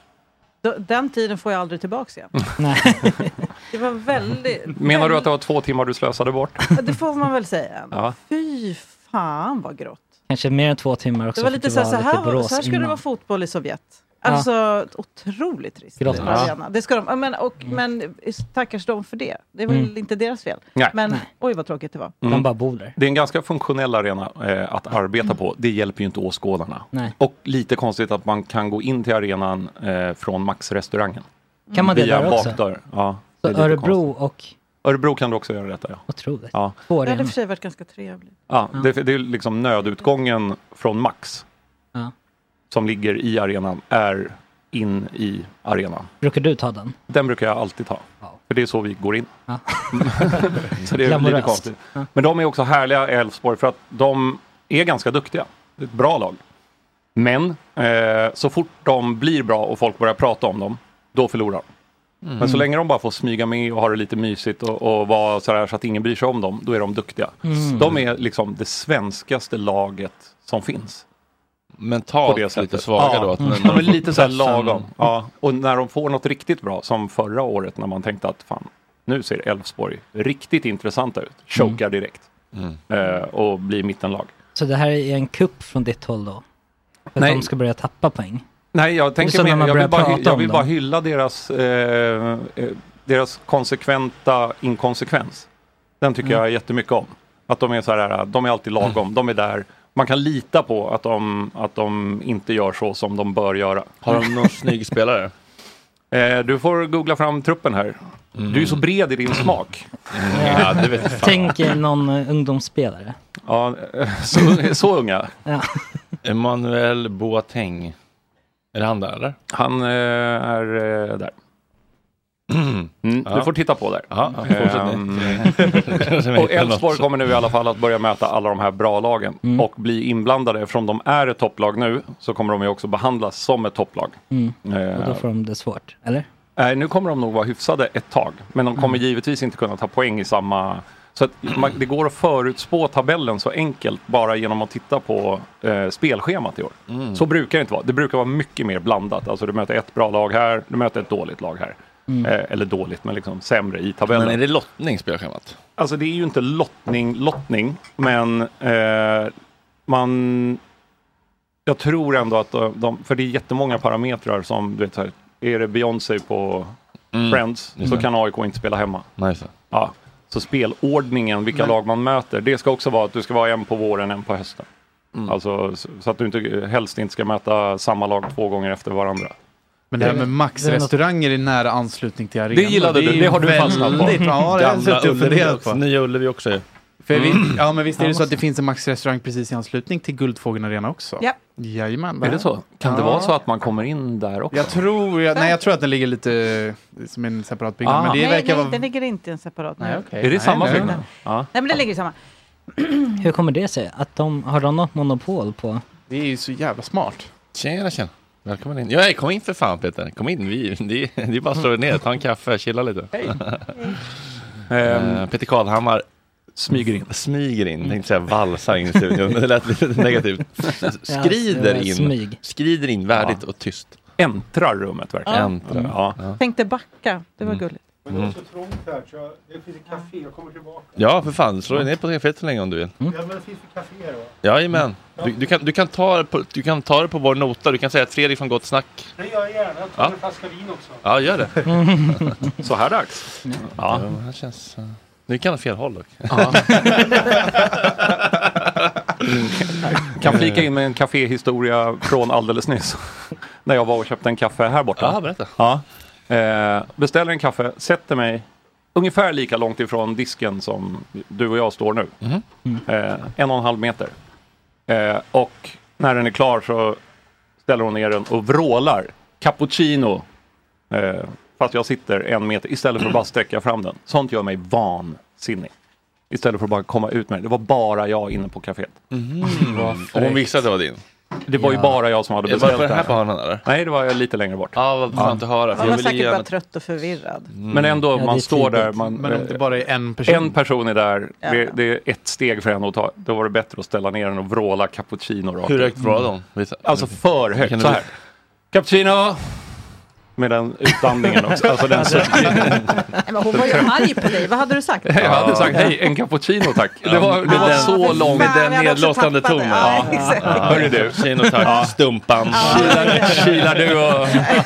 Den tiden får jag aldrig tillbaka igen. Nej. Det var väldigt... Menar du att det var två timmar du slösade bort? Det får man väl säga. Ja. Fy fan vad grått. Kanske mer än två timmar också. Det var lite så, så, här, var, så här skulle det vara fotboll i Sovjet. Alltså ja. Otroligt trist. Ja. Det ska de, men, och, mm. men tackars dem för det. Det är väl mm. inte deras fel. Nej. Men Nej. Oj vad tråkigt det var. Mm. De bara bor där. Det är en ganska funktionell arena eh, att arbeta mm. på. Det hjälper ju inte åskådarna. Nej. Och lite konstigt att man kan gå in till arenan eh, från Max-restaurangen. Mm. Kan man det där också? Bakdörr. Ja, så Örebro och... Örebro kan du också göra detta, ja. Otroligt. Ja. Det hade för sig varit ganska trevligt. Ja, ja. Det, det är liksom nödutgången från Max. Ja. Som ligger i arenan är in i arenan. Brukar du ta den? Den brukar jag alltid ta. Ja. För det är så vi går in. Ja. Så det är Glamoröst. Lite konstigt. Ja. Men de är också härliga i Elfsborg för att de är ganska duktiga. Det är ett bra lag. Men eh, så fort de blir bra och folk börjar prata om dem, då förlorar de. Mm. Men så länge de bara får smyga med och ha det lite mysigt och, och vara sådär så att ingen bryr sig om dem, då är de duktiga. Mm. De är liksom det svenskaste laget som finns. Mentalt lite svaga ja. då. Att mm. De är lite så här lagom. Ja. Och när de får något riktigt bra, som förra året när man tänkte att fan, nu ser Elfsborg riktigt intressanta ut. Chokar mm. direkt. Mm. Eh, och blir mittenlag. Så det här är en kupp från ditt håll då? För att de ska börja tappa poäng? Nej, jag tänker med, jag vill, bara, jag vill bara hylla deras, eh, deras konsekventa inkonsekvens. Den tycker mm. jag jättemycket om. Att de är så här, de är alltid lagom, mm. de är där. Man kan lita på att de, att de inte gör så som de bör göra. Har de någon snygg spelare? Eh, du får googla fram truppen här. Mm. Du är så bred i din smak. Mm. Ja, det vet fan. Tänk någon ungdomsspelare. Ja, så, så unga. Ja. Emmanuel Boateng. Är det han där eller? Han eh, är eh, där. Mm, ja. Du får titta på där. Ja, um, och Elfsborg kommer nu i alla fall att börja möta alla de här bra lagen mm. och bli inblandade. Eftersom de är ett topplag nu så kommer de ju också behandlas som ett topplag. Mm. Uh, och då får de det svårt, eller? Nej, uh, nu kommer de nog vara hyfsade ett tag. Men de kommer mm. givetvis inte kunna ta poäng i samma... Så att man, det går att förutspå tabellen så enkelt bara genom att titta på eh, spelschemat i år. Mm. Så brukar det inte vara. Det brukar vara mycket mer blandat. Alltså du möter ett bra lag här, du möter ett dåligt lag här. Mm. Eh, eller dåligt, men liksom sämre i tabellen. Men är det lottning spelschemat? Alltså det är ju inte lottning, lottning men eh, man... Jag tror ändå att de, de... För det är jättemånga parametrar som, du vet så här, är det Beyoncé på mm. Friends så kan A I K inte spela hemma. Nice. Ja. Så spelordningen, vilka men... lag man möter, det ska också vara att du ska vara en på våren, en på hösten. Mm. Alltså så, så att du inte, helst inte ska möta samma lag två gånger efter varandra. Men det här med Max-restauranger i nära anslutning till arenan. Det gillade du, det har du fastnat på. Ja, det har jag funderat på. Nya Ullevi också är. För mm. vi, ja, men visst är det så att det finns en Max-restaurang precis i anslutning till Guldfågeln Arena också? Ja. Jajamän. Är det så? Kan ja. det vara så att man kommer in där också? Jag tror, jag, nej jag tror att den ligger lite som en separat byggnad. Ah. Men det nej, verkar nej, vara... den ligger inte i en separat. Nej, okay. Är det nej, samma nej, byggnad? Nej. Ja. nej, men den ligger i samma. Hur kommer det sig? Att de, har de något monopol på? Det är ju så jävla smart. Tjena, tjena. Välkommen in. Ja, kom in för fan Peter. Kom in. Vi, det, det är bara att slå ner, ta en kaffe, chilla lite. Hej. uh, Peter Kadhammar smyger in. Smyger in. Tänkte säga valsar in i studion. Men det lät lite negativt. Skrider in. Smyg. Skrider in värdigt ja. och tyst. Äntrar rummet verkligen. Ja. Äntrar. Mm. Ja. Ja. Tänkte backa. Det var mm. gulligt. Men det är så trångt här så jag, det finns ett café, jag kommer tillbaka. Ja, för fan. Slå dig ner på caféet så länge om du vill. Mm. Ja, men det finns ett café då. Jajamän. Du, du, kan, du, kan ta det på, du kan ta det på vår nota. Du kan säga att Fredrik från Gott Snack. Det gör jag gärna. Jag tar ja. en flaska vin också. Ja, gör det. Så här dags. Ja, ja det här känns... Uh... Nu kan det fel håll dock. Ja. Kan flika in med en kaféhistoria från alldeles nyss. När jag var och köpte en kaffe här borta. Ja, berätta. Ja. Eh, beställer en kaffe, sätter mig ungefär lika långt ifrån disken som du och jag står nu. Mm. Mm. Eh, en och en halv meter. Eh, och när den är klar så ställer hon ner den och vrålar cappuccino. Eh, fast jag sitter en meter istället för att bara sträcka fram den. Sånt gör mig vansinnig. Istället för att bara komma ut med det. Det var bara jag inne på kaféet. Mm. Och hon visste att det var din? Det var ja. ju bara jag som hade beställt det. Var det här på hörnan eller? Nej, det var jag lite längre bort. Ja, vad fan att höra. Man var säkert bara trött och förvirrad. Mm. Men ändå, ja, man står där. Man, men om det bara är en person. En person är där. Ja. Det, det är ett steg för henne att ta. Då var det bättre att ställa ner den och vråla cappuccino rakt. Hur högt vrålade hon? Mm. Alltså för högt. Så här. Cappuccino! Med den utandningen också. Alltså den så... Men hon var ju arg på dig. Vad hade du sagt? Jag hade sagt, hej, en cappuccino tack. Det var, det var den, så långt. Med den nedlåtande tonen. Ja, ja. Ja. Hörru du. Cappuccino tack. Ja. Stumpan. Kilar, kilar du och...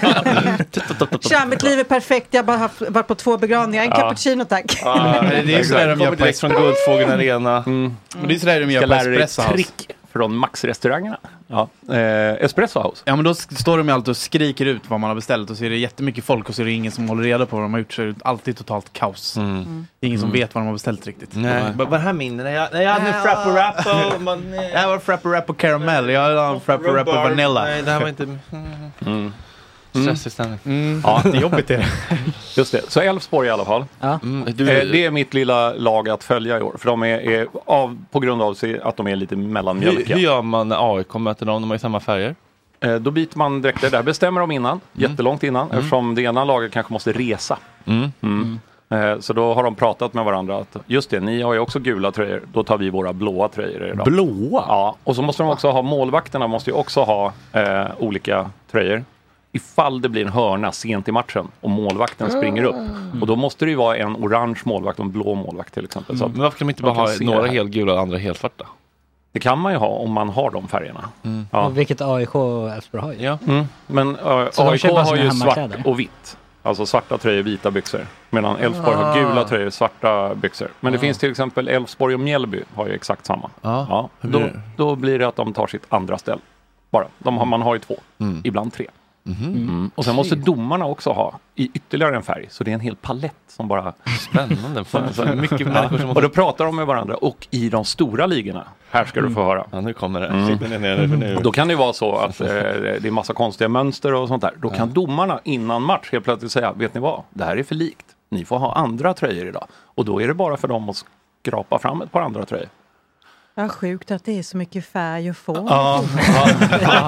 Tja, mitt liv är perfekt. Jag har bara haft, varit på två begravningar. En ja. cappuccino tack. Ja, det är sådär de gör på från Guldfågeln Arena. Mm. Men det är sådär de gör på Espresso House. Från Max-restaurangerna. Ja. Eh, Espresso House. Ja, men då står de alltid och skriker ut vad man har beställt. Och så är det jättemycket folk och så är det ingen som håller reda på vad de har gjort. Så är det alltid totalt kaos. Mm. Mm. Det är ingen som mm. vet vad de har beställt riktigt. Nej. Vad var det här min? När jag, när jag hade en Frappo Rappo. Man, det här var Frappo Rappo Caramel. Jag hade en Frappo Rappo Vanilla. Nej, det här var inte... Mm. Stressig mm. Ja, det är jobbigt det. Just det. Så Elfsborg i alla fall. Ja. Mm. Du, eh, det är mitt lilla lag att följa i år. För de är, är av, på grund av att de är lite mellanmjölkiga. Hur, hur gör man när A I K möter dem? De har ju samma färger. Eh, då byter man dräkter. Där bestämmer de innan. Mm. Jättelångt innan. Mm. Eftersom det ena laget kanske måste resa. Mm. Mm. Mm. Så då har de pratat med varandra att just det, ni har ju också gula tröjor. Då tar vi våra blåa tröjor idag. Blåa? Ja, och så måste de också ha, målvakterna måste ju också ha eh, olika tröjor. Ifall det blir en hörna sent i matchen och målvakten springer upp. Och då måste det ju vara en orange målvakt och en blå målvakt till exempel. Så men varför kan man inte bara ha några helgula och andra helfarta? Det kan man ju ha om man har de färgerna. Mm. Ja. Vilket A I K och Elfsborg har ju. Ja. Mm. Men uh, A I K har ju svart och vitt. Alltså svarta tröjor, vita byxor. Medan Elfsborg ah. har gula tröjor, svarta byxor. Men det ah. finns till exempel Elfsborg och Mjällby har ju exakt samma. Ah. Ja. Då, då blir det att de tar sitt andra ställ. Bara. De har, man har ju två, mm. ibland tre. Mm-hmm. Mm. Och sen måste domarna också ha i ytterligare en färg. Så det är en hel palett som bara... Spännande. Så mycket ja. Och då pratar de med varandra. Och i de stora ligorna, här ska mm. du få höra. Ja, nu kommer det. Mm. Sitter ner för nu. Då kan det vara så att eh, det är massa konstiga mönster och sånt där. Då kan ja. domarna innan match helt plötsligt säga, vet ni vad? Det här är för likt. Ni får ha andra tröjor idag. Och då är det bara för dem att skrapa fram ett par andra tröjor. Vad sjukt att det är så mycket färg att få. Ja, ja.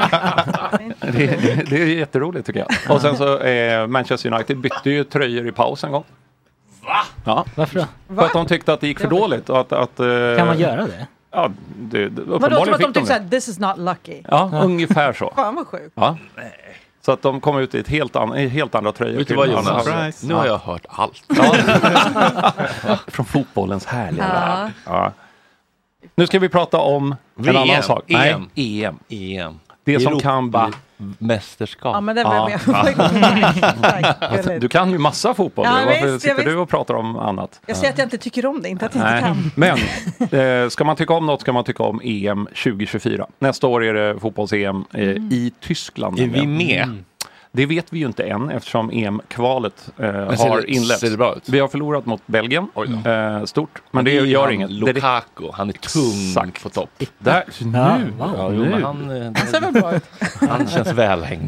det, det, det är jätteroligt tycker jag. Och sen så eh, Manchester United bytte ju tröjor i paus en gång. Va? Ja. Varför då? För Va? att de tyckte att det gick för dåligt. Och att, att, uh, kan man göra det? Ja, det, det, vadå, som att de tyckte såhär, this is not lucky? Ja, ja. ungefär så. Fan vad sjukt. Ja. Så att de kom ut i ett helt, an, i helt andra tröjor. Vet du vad Jonas? Nu har jag hört allt. Ja. Från fotbollens härliga ja. värld. Ja. Nu ska vi prata om V M, en annan sak. E M. Nej, E M. E M. Det Europa. som kan bli mästerskap. Ja, men det var ja. Du kan ju massa fotboll. Ja, varför visst, sitter du och pratar om annat? Jag säger att jag inte tycker om det, inte att jag inte kan. Men eh, ska man tycka om något ska man tycka om E M tjugo tjugofyra. Nästa år är det fotbolls-E M eh, mm. i Tyskland. Är vi med? Mm. Det vet vi ju inte än eftersom E M-kvalet eh, har inletts. Vi har förlorat mot Belgien. Eh, stort. Men det gör inget. Lukaku, han är tung Exakt. På topp. Där, ja, nu. Wow, ja, nu. Men han, han, han känns välhängd.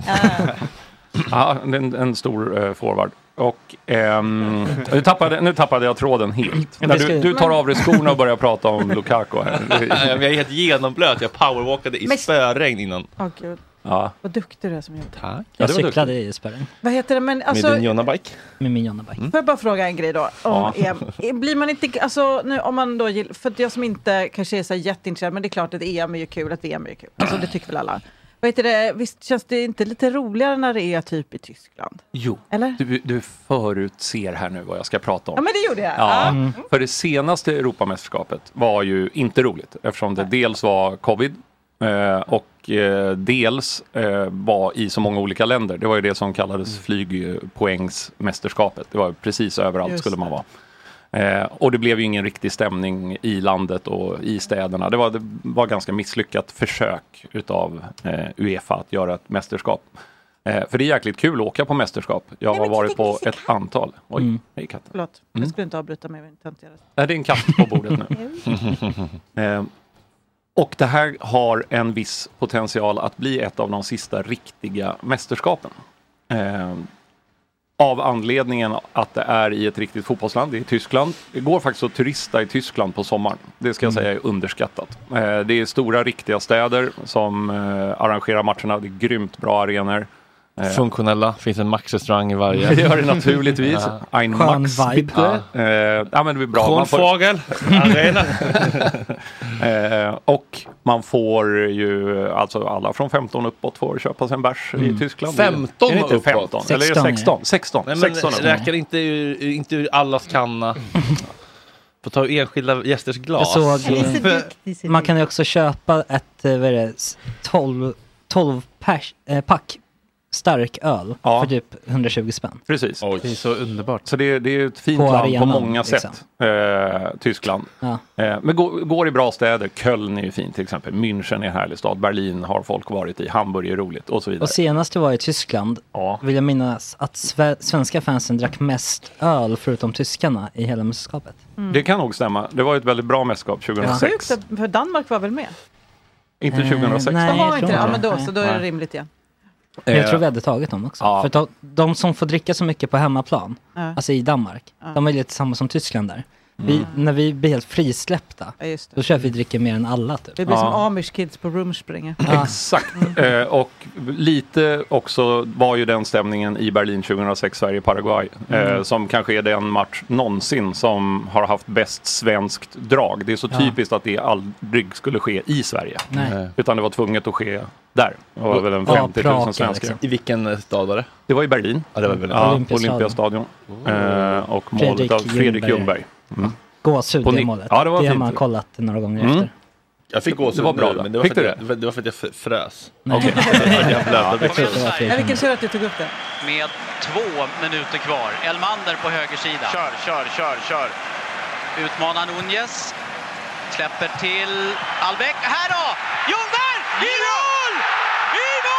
Ja, en, en stor uh, forward. Och um, nu, tappade, nu tappade jag tråden helt. När du, du tar av dig skorna och börjar prata om Lukaku här. Jag är helt genomblöt. Jag powerwalkade i spöregn innan. Åh oh, gud. Ja. Vad duktig du är som gjorde. Tack. Jag ja, cyklade i spärren. Vad heter det? Men, alltså, med din Jonna-bike? Med min Jonna-bike. Mm. Får jag bara fråga en grej då? Om ja. E M. Blir man inte, alltså nu om man då, för jag som inte kanske är så jätteintresserad, men det är klart att E M är ju kul, att V M är ju kul. Alltså det tycker väl alla. Vad heter det? Visst känns det inte lite roligare när det är typ i Tyskland? Jo, eller? Du, du förutser här nu vad jag ska prata om. Ja, men det gjorde jag. Ja, mm. För det senaste Europamästerskapet var ju inte roligt eftersom det Nej. dels var covid eh, och eh, dels eh, var i så många olika länder. Det var ju det som kallades mm. flygpoängsmästerskapet. Det var precis överallt Just skulle man vara. Eh, och det blev ju ingen riktig stämning i landet och i städerna. Det var, det var ganska misslyckat försök utav eh, UEFA att göra ett mästerskap. Eh, för det är jäkligt kul att åka på mästerskap. Jag Nej, har varit på ett antal. Oj, mm. hej katten. Förlåt, mm. jag skulle inte avbryta mig. Nej, det är en katt på bordet nu. eh, och det här har en viss potential att bli ett av de sista riktiga mästerskapen. Eh, Av anledningen att det är i ett riktigt fotbollsland, det är i Tyskland. Det går faktiskt att turista i Tyskland på sommaren. Det ska jag säga är underskattat. Eh, det är stora riktiga städer som eh, arrangerar matcherna. Det är grymt bra arenor. Eh, Funktionella, finns en Max-restaurang i varje. Det gör det naturligtvis. Ja. Ein Max, bitte. Ja. Eh, ja, men det blir bra. Kronfågel, arena. eh, och man får ju, alltså alla från femton uppåt får köpa sig en bärs mm. i Tyskland. femton är det inte femton? sexton, eller är det sexton? sexton. Nej, men sexton räcker inte ur, inte ur allas kanna. Får ta enskilda gästers glas. Jag såg, man kan ju också köpa ett vad är det, tolv pers, eh, pack stark öl ja. för typ hundratjugo spänn. Precis. Oj. Det är så underbart. Så det, det är ett fint på land arenan, på många liksom. sätt. Eh, Tyskland. Ja. Eh, men går, går i bra städer. Köln är ju fint till exempel. München är en härlig stad. Berlin har folk varit i. Hamburg är roligt och så vidare. Och senast du var i Tyskland ja. vill jag minnas att sve- svenska fansen drack mest öl förutom tyskarna i hela mästerskapet. Mm. Det kan nog stämma. Det var ett väldigt bra mästerskap tjugohundrasex. Ja. För Danmark var väl med? Inte tjugohundrasex. Eh, nej, var inte det. Ja, men då, så då är det rimligt igen. Men jag tror vi hade tagit dem också. Ja. För de, de som får dricka så mycket på hemmaplan, ja. alltså i Danmark, ja. de är lite samma som Tyskland där. Vi, mm. När vi blir helt frisläppta, ja, då tror jag vi dricker mer än alla. Typ. Det blir ja. som Amish kids på Rumspringa. Ja. Exakt. Mm. Eh, och lite också var ju den stämningen i Berlin tjugohundrasex, Sverige-Paraguay. Mm. Eh, som kanske är den match någonsin som har haft bäst svenskt drag. Det är så ja. typiskt att det aldrig skulle ske i Sverige. Nej. Utan det var tvunget att ske där. Det var väl en femtio tusen svenskar. Liksom. I vilken stad var det? Det var i Berlin. Ja, det var väl ja, Olympiastadion. Olympiastadion. Mm. Eh, och målet Fredrik av Fredrik Ljungberg. Mm. Gåshud det målet. Ja, det, var det har man kollat några gånger mm. efter. Jag fick gåshud. Det var bra nu, då. Men det var, fick för du att jag, det var för att jag frös. Okej. Okay. Ja, vilken tur att du tog upp det. Med två minuter kvar. Elmander på höger sida. Kör, kör, kör, kör. Utmanar Nunez. Släpper till Albeck. Här då! Ljungberg! I mål! I mål!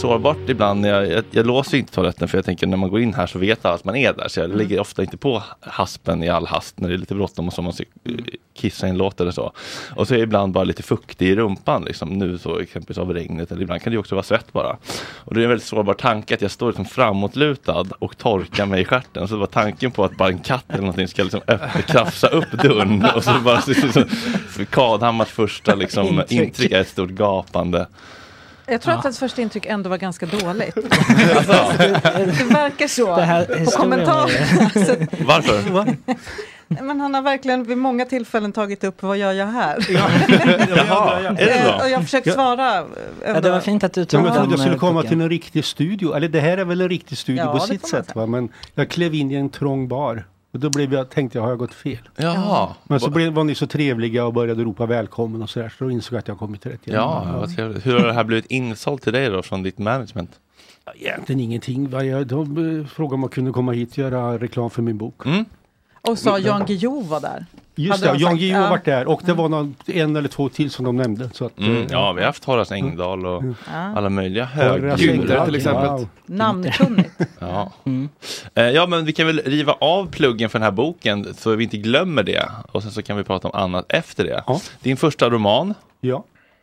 sårbart ibland. Jag, jag, jag låser inte toaletten för jag tänker när man går in här så vet alla att man är där. Så jag mm. lägger ofta inte på haspen i all hast när det är lite bråttom och så man ska kissa i en låt eller så. Och så är jag ibland bara lite fuktig i rumpan liksom. Nu så exempelvis av regnet eller ibland kan det också vara svett bara. Och det är en väldigt sårbar tanke att jag står liksom framåtlutad och torkar mig i stjärten. Så det var tanken på att bara en katt eller någonting ska liksom öppna, krafsa upp dörren och så bara så, så, så, Kadhammars första liksom, intryck. intryck är ett stort gapande. Jag tror ja. att hans första intryck ändå var ganska dåligt. Alltså, det, det verkar så. Det här på kommentarer. Varför? Men han har verkligen vid många tillfällen tagit upp vad gör jag här? Ja. Jaha, är det bra? Och jag har försökt svara. Ja, det var fint att du tog ja, jag skulle komma till en riktig studio. Eller det här är väl en riktig studio ja, på sitt sätt. Va? Men jag klev in i en trång bar. Och då blev jag, tänkte jag, har jag gått fel? Jaha. Men så blev, var ni så trevliga och började ropa välkommen och sådär. Så då insåg jag att jag kommit till rätt. Ja, ja, vad trevligt. Hur har det här blivit insålt till dig då från ditt management? Ja, egentligen ingenting. Jag, de frågade om jag kunde komma hit och göra reklam för min bok. Mm. Och sa Jan Guillou var där. Just det, Jan Guillou har varit där. Och det var någon, en eller två till som de nämnde. Så att, mm, ja, vi har haft Horace Engdahl och mm. alla möjliga högljudare till exempel. Wow. Namnkunnigt. ja. Mm. Eh, ja, men vi kan väl riva av pluggen för den här boken så vi inte glömmer det. Och sen så kan vi prata om annat efter det. Ja. Din första roman. Ja.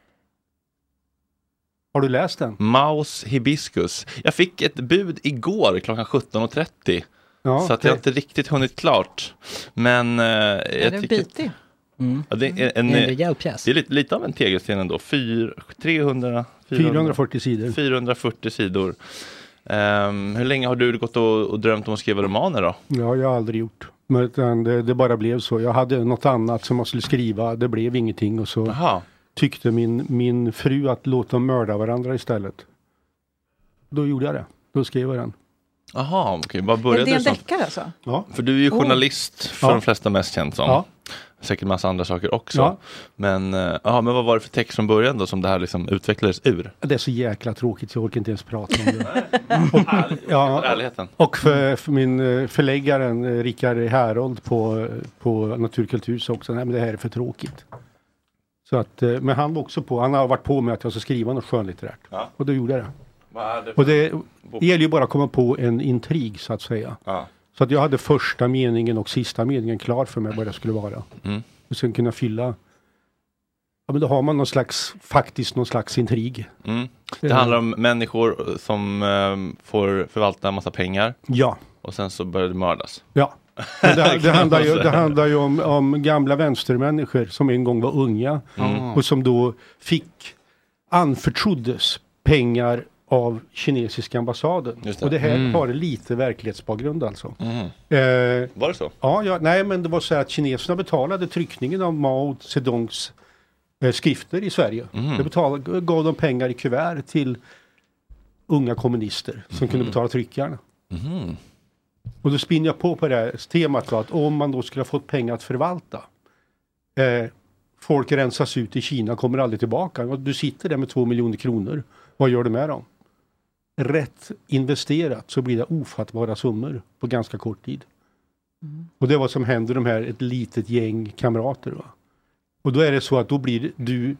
Har du läst den? Maus Hibiscus. Jag fick ett bud igår klockan sjutton och trettio. Ja, så att okay. jag inte riktigt hunnit klart. Men eh, jag är det tycker... bitig? Mm. Ja, det är en, en, en rejäl pjäs. Det är lite, lite av en tegelsten ändå. Fyr, trehundra, fyrahundrafyrtio sidor. fyrahundrafyrtio sidor. Um, hur länge har du gått och, och drömt om att skriva romaner då? Ja, jag har aldrig gjort. Men det, det bara blev så. Jag hade något annat som jag skulle skriva. Det blev ingenting. Och så Aha. tyckte min, min fru att låta dem mörda varandra istället. Då gjorde jag det. Då skrev jag den. Jaha, okej. Vad började det är en du deckare alltså? Ja. För du är ju journalist oh. för ja. de flesta mest känd som. Ja. Säkert massa andra saker också. Ja. Men, uh, aha, men vad var det för text från början då som det här liksom utvecklades ur? Det är så jäkla tråkigt så jag orkar inte ens prata om det. och, ja, och för, för min förläggaren Rickard Herold på, på Naturkultur så också, nej men det här är för tråkigt. Så att, men han var också på, han har varit på med att jag ska skriva något skönlitterärt. Ja. Och då gjorde jag det. Det och det, det gäller ju bara att komma på en intrig så att säga. Ja. Så att jag hade första meningen och sista meningen klar för mig vad det skulle vara. Mm. Och sen kunna fylla. Ja, men då har man någon slags, faktiskt någon slags intrig. Mm. Det mm. handlar om människor som um, får förvalta en massa pengar. Ja. Och sen så börjar det mördas. Ja. Det, det, handlar ju, det handlar ju om, om gamla vänstermänniskor som en gång var unga. Mm. Och som då fick anförtroddes pengar av kinesiska ambassaden. Det. Och det här mm. har lite verklighetsbakgrund alltså. Mm. Eh, var det så? Ja, ja, nej men det var så att kineserna betalade tryckningen av Mao Zedongs eh, skrifter i Sverige. Mm. Det betalade, gav de pengar i kuvert till unga kommunister som mm. kunde betala tryckarna. Mm. Och då spinner jag på på det här temat då, att om man då skulle ha fått pengar att förvalta eh, folk rensas ut i Kina, kommer aldrig tillbaka. Du sitter där med två miljoner kronor. Vad gör du med dem? Rätt investerat så blir det ofattbara summor på ganska kort tid. Mm. Och det är vad som händer de här ett litet gäng kamrater. Va? Och då är det så att då blir du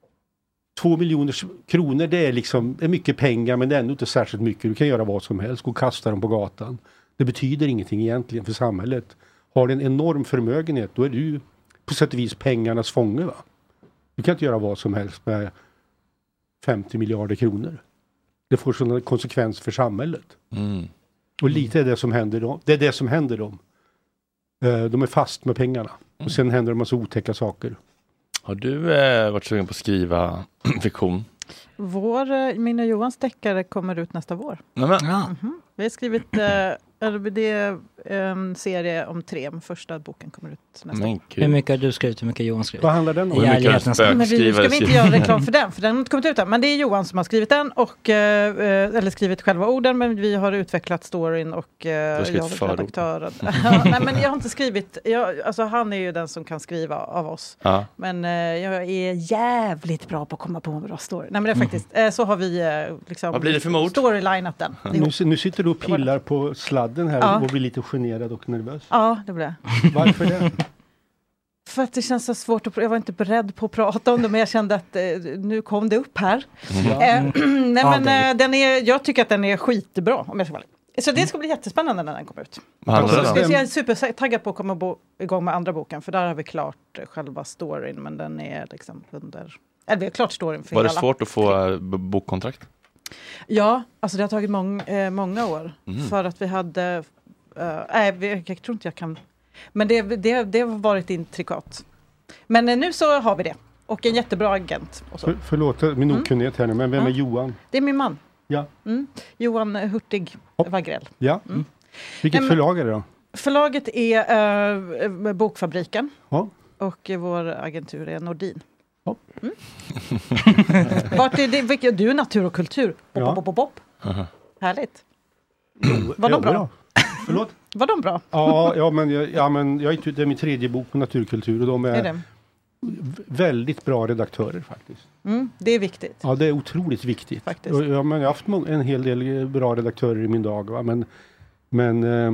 två miljoner kronor, det är liksom är mycket pengar men det är ändå inte särskilt mycket. Du kan göra vad som helst, gå och kasta dem på gatan. Det betyder ingenting egentligen för samhället. Har du en enorm förmögenhet då är du på sätt och vis pengarnas fånge. Va? Du kan inte göra vad som helst med femtio miljarder kronor. Det får sådana konsekvenser för samhället. Mm. Och lite är det som händer dem. Det är det som händer dem. De är fast med pengarna. Mm. Och sen händer det en massa otäcka saker. Har du eh, varit sugen på att skriva fiktion? Vår, min och Johans deckare kommer ut nästa vår. Nämen. Ja. Mm-hmm. Vi har skrivit eh, det är en serie om tre. Första boken kommer ut nästa år. Hur mycket har du skrivit? Hur mycket har Johan skrivit? Vad handlar den om? Hur mycket har men vi ska vi inte göra reklam för den, för den har inte kommit ut än. Men det är Johan som har skrivit den, och, eh, eller skrivit själva orden, men vi har utvecklat storyn och eh, jag har redaktören. ja, nej, men jag har inte skrivit, jag, alltså han är ju den som kan skriva av oss. Ja. Men eh, jag är jävligt bra på att komma på en bra story. Nej men det är faktiskt, eh, så har vi eh, liksom vad blir det för mord? Storylinat den. Nu, nu sitter du och pillar på sladden här ja. och blir lite generad och nervös. Ja, det blir det. Varför det? För att det känns så svårt att, jag var inte beredd på att prata om det, men jag kände att eh, nu kom det upp här. Mm. Eh, nej, men eh, den är, jag tycker att den är skitbra, om jag ska vara. Så det ska bli jättespännande när den kommer ut. Och så, jag är supertaggad på att komma bo, igång med andra boken, för där har vi klart själva storyn, men den är liksom under... Eller vi har klart storyn för Var det hela. svårt att få b- bokkontrakt? Ja, alltså det har tagit mång, eh, många år. Mm. För att vi hade... Nej, uh, jag, jag tror inte jag kan... Men det, det, det har varit intrikat. Men uh, nu så har vi det. Och en jättebra agent. Och så. För, förlåt min okunnighet här nu, men vem ja. är Johan? Det är min man. Ja. Mm. Johan Hurtig Wagrell. Ja. Mm. Vilket um, förlag är det då? Förlaget är uh, Bokfabriken. Ja. Och uh, vår agentur är Nordin. Ja. Mm. Vart är det, vilka, du är natur och kultur. Bop, ja. bop, bop, bop. Uh-huh. Härligt. Jo, var de bra? bra? Förlåt? Var de bra? Ja, ja men, jag, ja, men jag, det är min tredje bok på naturkultur och de är, är det? väldigt bra redaktörer faktiskt. Mm, det är viktigt. Ja, det är otroligt viktigt. Faktiskt. Och, ja, men jag har haft må- en hel del bra redaktörer i min dag. Va? Men... men eh...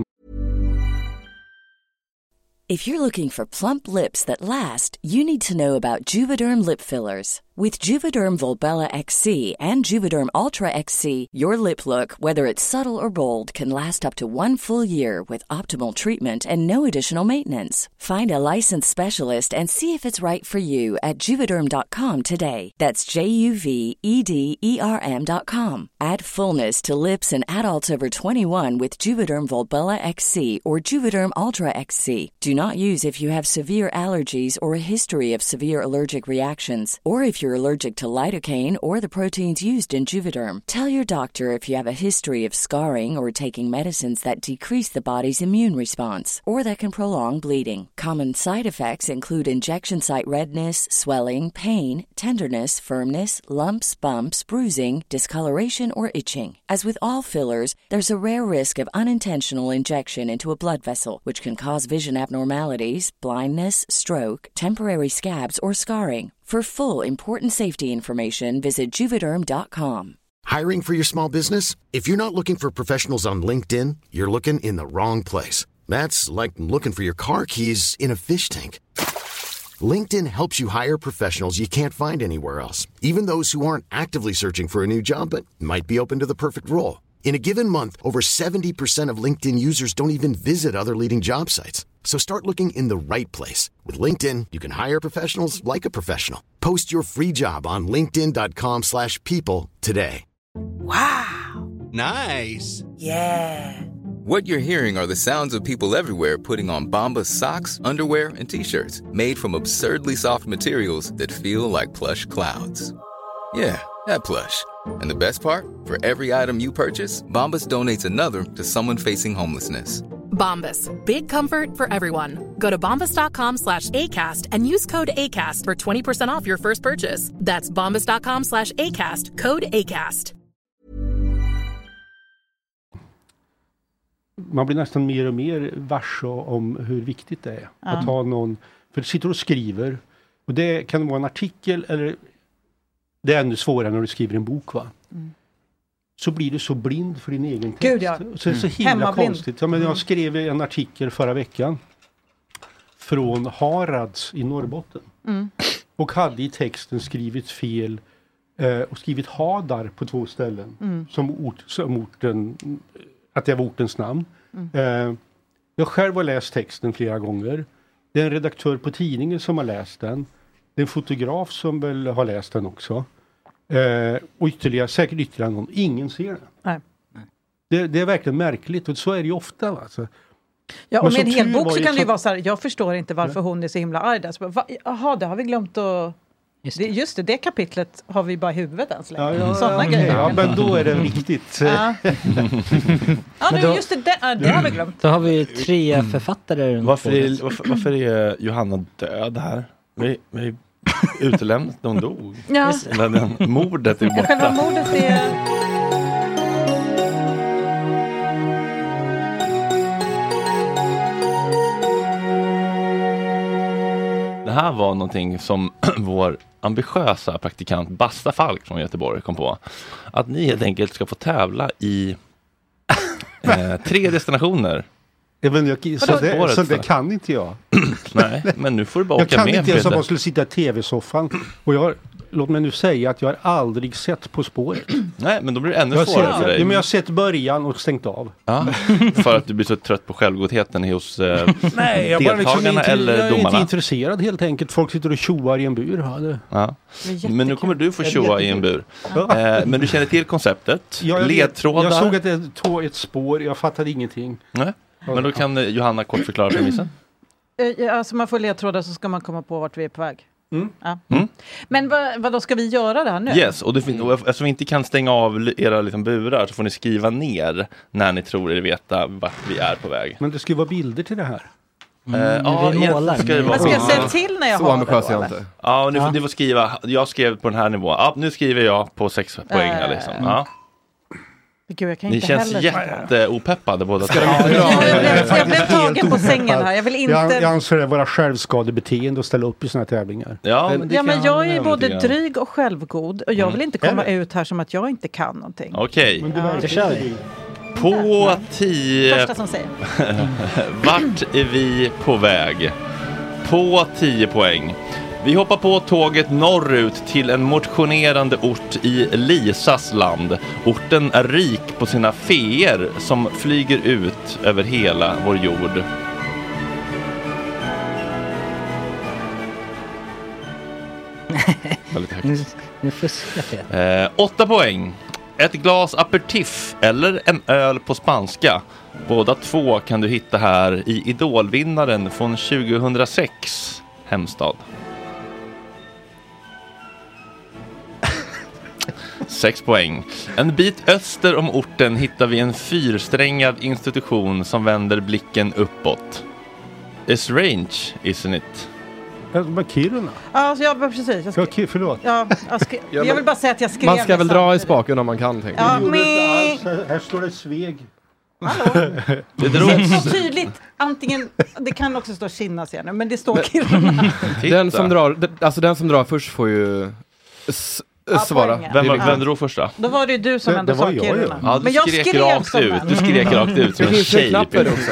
If you're looking for plump lips that last, you need to know about Juvederm lip fillers. With Juvederm Volbella X C and Juvederm Ultra X C, your lip look, whether it's subtle or bold, can last up to one full year with optimal treatment and no additional maintenance. Find a licensed specialist and see if it's right for you at juvederm dot com today. That's J U V E D E R M dot com. Add fullness to lips in adults over twenty-one with Juvederm Volbella X C or Juvederm Ultra X C. Do not use if you have severe allergies or a history of severe allergic reactions, or if you're allergic to lidocaine or the proteins used in Juvederm. Tell your doctor if you have a history of scarring or taking medicines that decrease the body's immune response or that can prolong bleeding. Common side effects include injection site redness, swelling, pain, tenderness, firmness, lumps, bumps, bruising, discoloration, or itching. As with all fillers, there's a rare risk of unintentional injection into a blood vessel, which can cause vision abnormalities, blindness, stroke, temporary scabs, or scarring. For full, important safety information, visit Juvederm dot com. Hiring for your small business? If you're not looking for professionals on LinkedIn, you're looking in the wrong place. That's like looking for your car keys in a fish tank. LinkedIn helps you hire professionals you can't find anywhere else, even those who aren't actively searching for a new job but might be open to the perfect role. In a given month, over seventy percent of LinkedIn users don't even visit other leading job sites. So start looking in the right place. With LinkedIn, you can hire professionals like a professional. Post your free job on linkedin dot com slash people today. Wow. Nice. Yeah. What you're hearing are the sounds of people everywhere putting on Bombas socks, underwear, and T-shirts made from absurdly soft materials that feel like plush clouds. Yeah, that plush. And the best part? For every item you purchase, Bombas donates another to someone facing homelessness. Bombas. Big comfort for everyone. Go to bombas dot com slash ACAST and use code ACAST for twenty percent off your first purchase. That's bombas dot com slash ACAST. Code ACAST. Man blir nästan mer och mer varse om hur viktigt det är. Ja. Att ha någon, för du sitter och skriver. Och det kan vara en artikel eller det är ännu svårare när du skriver en bok, va? Mm. Så blir du så blind för din egen text. Gud, ja. Så det är så himla Hemmablind. Konstigt. Ja, men jag skrev en artikel förra veckan från Harads i Norrbotten. Mm. Och hade i texten skrivit fel eh, och skrivit Hadar på två ställen. Mm. Som, ort, som orten, att det var ortens namn. Mm. Eh, jag själv har läst texten flera gånger. Det är en redaktör på tidningen som har läst den. Det är en fotograf som väl har läst den också. Eh, och ytterligare, säkert ytterligare någon. Ingen ser det. Nej. Det, det är verkligen märkligt och så är det ju ofta. Alltså. Ja, och med en hel bok så kan det ju vara så här, jag förstår inte varför hon är så himla arg där. Så, va, jaha, det har vi glömt att... Just det. Det, just det, det kapitlet har vi bara i huvudet än så länge. Ja, ja, sådana ja, grejer. Ja, men då är det viktigt. Ja, ja nu, just det, det, det har vi glömt. Då har vi tre mm. författare. Varför är, varför, varför är Johanna död här? Vi, vi utelämnat, de dog. Ja. Men den, mordet är borta. Själva mordet är... Det här var någonting som vår ambitiösa praktikant Basta Falk från Göteborg kom på. Att ni helt enkelt ska få tävla i eh, tre destinationer. Det var, jag, så det, så det kan inte jag. Nej, men nu får du bara jag åka med. Jag kan inte ens om man skulle sitta i tv-soffan. Och jag har, låt mig nu säga att jag har aldrig sett På spåret. Nej, men då blir det ännu jag svårare sett, för dig. Ja, men jag har sett början och stängt av. Ja, för att du blir så trött på självgodheten hos eh, Nej, jag deltagarna liksom inte, eller jag är domarna. inte intresserad helt enkelt. Folk sitter och tjoar i en bur. Ja, det. Ja. Men nu kommer du få tjoa i en bur. Ja. Eh, men du känner till konceptet. Ja, jag ledtrådar. Jag såg att det tog ett spår. Jag fattade ingenting. Nej. Men då kan eh, Johanna kort förklara premissen. Ja, alltså man får ledtrådar så ska man komma på vart vi är på väg. Mm. Ja. Mm. Men vad, vad då ska vi göra det här nu? Yes, och, det fin- och eftersom vi inte kan stänga av era liksom, burar så får ni skriva ner när ni tror er veta vart vi är på väg. Men det ska ju vara bilder till det här. Mm, uh, ja, vi målar. Ska vad ska jag säga till när jag så har ambitiös det då, jag inte. Ja, ni får, ni får skriva. Jag skrev på den här nivån. Ja, nu skriver jag på sex poäng. Äh, liksom. Ja. Gud, jag kan Ni inte känns jätteopeppade båda två. Ja, jag blev, jag blev tagen på sängen här. Jag vill inte... Jag, jag anser det vara självskadebeteende att ställa upp i såna här tävlingar. Ja, men, ja, men jag är både dryg och självgod. Och jag vill inte komma mm. ut här som att jag inte kan någonting. Okej. Okay. Ja. Det kör vi. På tio... Första som säger. Vart är vi på väg? På tio poäng. Vi hoppar på tåget norrut till en motionerande ort i Lisas land. Orten är rik på sina feer som flyger ut över hela vår jord. Nu, nu fuskar jag. Eh, åtta poäng. Ett glas aperitif eller en öl på spanska. Båda två kan du hitta här i Idolvinnaren från tjugohundrasex, Hemstad. Sex poäng. En bit öster om orten hittar vi en fyrsträngad institution som vänder blicken uppåt. Strange, isn't it? Alltså, Kiruna? Ja, ja precis. Jag, skri- ja, förlåt. Ja, jag, skri- ja, jag vill bara säga att jag skrev man ska väl dra samtidigt. i spaken om man kan, tänker jag. Ja, men... Här står det Sveg. Hallå? Det är så tydligt. Antingen, det kan också stå Kina senare, men det står men, Kiruna. Den som drar, alltså den som drar först får ju s- ja, svara. Vem, vem ja. drog första? Då var det ju du som det, ändå det sa jag, Kiruna. Ja, du men jag skrek skrev rakt som ut. en. Du skrek rakt ut som en tjej. Också.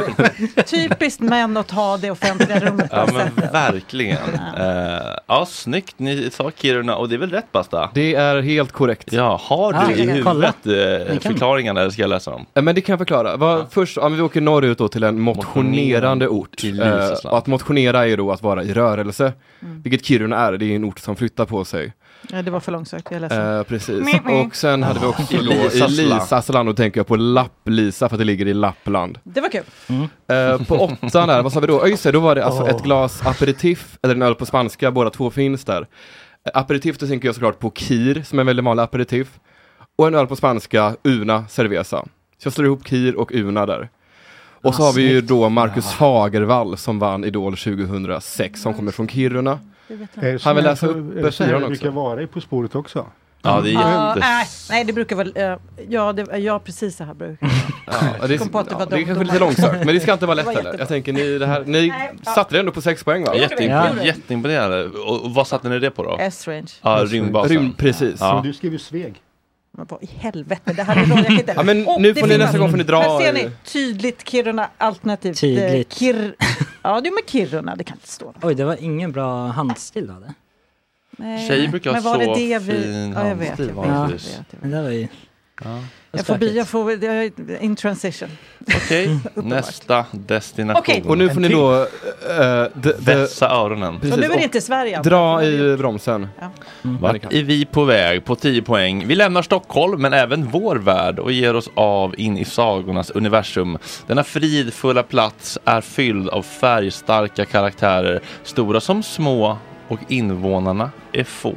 Typiskt män att ta det offentliga rummet. Ja, men verkligen. Ja. Uh, ja, snyggt. Ni sa Kiruna och det är väl rätt, Basta? Det är helt korrekt. Ja, har du ah, i huvudet uh, förklaringarna eller ska jag läsa dem? Men det kan jag förklara. Var, ja. Först, om vi åker norrut då till en motionerande ort. Uh, och att motionera är då att vara i rörelse. Mm. Vilket Kiruna är. Det är en ort som flyttar på sig. Ja, det var för långsökt, jag är ledsen. Uh, precis. Och sen hade vi också då, i Lisas land, och tänker jag på Lapp-Lisa för att det ligger i Lappland. Det var kul. Mm. Uh, på åttan där, vad sa vi då? Ja, just det, då var det alltså oh. ett glas aperitif, eller en öl på spanska, båda två finns där. Uh, aperitif, då tänker jag såklart på kir, som är en väldigt vanlig aperitif. Och en öl på spanska, una cerveza. Så jag slår ihop kir och una där. Och ah, så har vi ju då Marcus ja. Fagervall som vann Idol tjugohundrasex, som kommer från Kiruna. Han vill läsa upp fyran också. Det brukar vara i På spåret också. Ja, det är jätte... uh, nej, nej, det brukar väl... Uh, ja, det, ja, precis så här brukar ja, det. Kom på att det, var ja, det är kanske lite långsökt, men det ska inte vara lätt heller. Jag tänker, ni, det här, ni nej, satte det ändå på sex poäng, va? Jätteimponerande. Ja. Jätteimponerande. Och, och vad satte ni det på då? S-range. Ja, rymdbasen. Rymd, precis. Ja. Så du skrev ju Sveg. Men vad i helvete, det här är jag inte. Ja, men oh, nu får ni nästa gång får ni dra. Här ser ni, tydligt Kiruna alternativt. Tydligt. Kir... Ja, det är med Kiruna, det kan inte stå. Oj, det var ingen bra handstil av det. Nej. Tjejer brukar men ha var så det det vi... fin ja, jag vet, handstil. jag vet, ja, jag vet, jag vet. Det var ju... Ja. Jag får, jag får jag, in transition. Okej, okay. Nästa destination. Okay. Och nu får ni då uh, d- vässa öronen. Så nu är det inte Sverige. Dra i bromsen. Ja. Mm. Vart är vi på väg på tio poäng? Vi lämnar Stockholm men även vår värld och ger oss av in i sagornas universum. Denna fridfulla plats är fylld av färgstarka karaktärer, stora som små, och invånarna är få.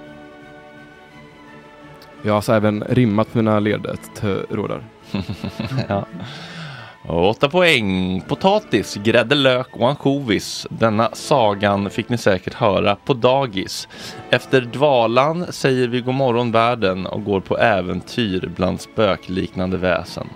Jag har så även rimmat mina ledtrådar. Ja. Åtta poäng. Potatis, grädde, lök och ansjovis. Denna sagan fick ni säkert höra på dagis. Efter dvalan säger vi god morgon världen och går på äventyr bland spökliknande väsen.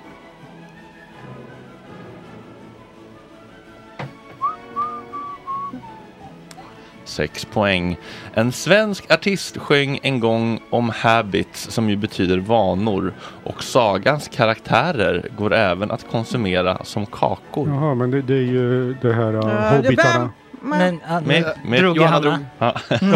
sex poäng. En svensk artist sjöng en gång om habits, som ju betyder vanor, och sagans karaktärer går även att konsumera som kakor. Jaha, men det, det är ju det här uh, hobbitarna. Men, uh, med, med drog Johanna Johanna. Ja.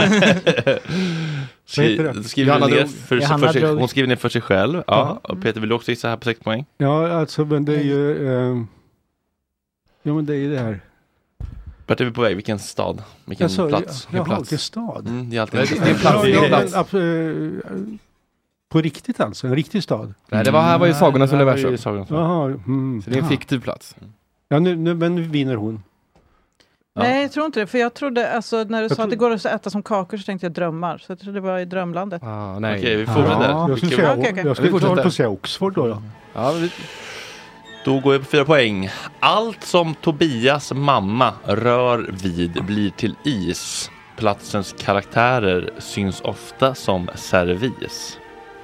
Skri, skriver ner för, för sig, hon skriver ner för sig själv. Ja. Och Peter, vill du också gissa här på sex poäng? Ja, alltså, men det är ju... Eh, ja, men det är ju det här. Vart är vi på väg? Vilken stad? Vilken alltså, plats? Jaha, plats? vilken stad? Mm, det är alltid det är plats. Ja, ja, men, äh, på riktigt alltså? En riktig stad? Nej, det var här var ju Sagornas mm, universum. Jaha. Mm, så det är en fiktiv plats. Ja, nu, nu, men nu vinner hon. Ja. Nej, jag tror inte det. För jag trodde, alltså, när du jag sa tro... att det går att äta som kakor så tänkte jag drömmar. Så jag trodde det var i drömlandet. Ah, nej. Okej, vi fortsätter. Ja, jag skulle säga, okay, okay. Jag skulle fortsätta på att säga Oxford då. Då, ja, vi... då går jag på fyra poäng. Allt som Tobias mamma rör vid blir till is. Platsens karaktärer syns ofta som servis.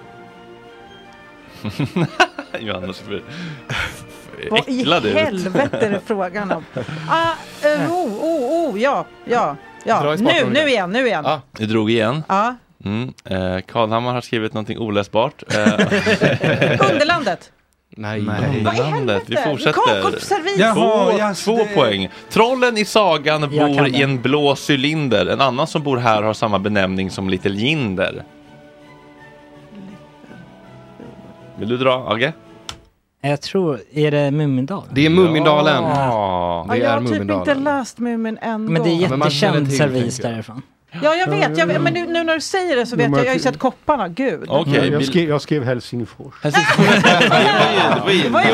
Johanna skulle... Vad i helvete är det frågan om? Ah, uh, oh, oh, oh, ja, ja, ja. Nu, nu igen, nu igen. Ah, du drog igen. Ja. Mm. Eh, Karlhammar har skrivit någonting oläsbart. Eh. Underlandet. Nej, Nej. Underlandet. Vi fortsätter. Jaha, två yes, två det... poäng. Trollen i sagan bor i en blå cylinder. En annan som bor här har samma benämning som Little Jinder. Vill du dra, Agge? Jag tror, är det Mumindal? Det är Mumindalen. Ja, det är jag har typ inte läst Mumin en gång. Men det är jättekänd servis därifrån. Ja, jag vet. Jag, men nu, nu när du säger det så vet jag. Jag har ju sett kopparna. Gud. Okay, jag, jag, skrev, jag skrev Helsingfors. Helsingfors. Det var ju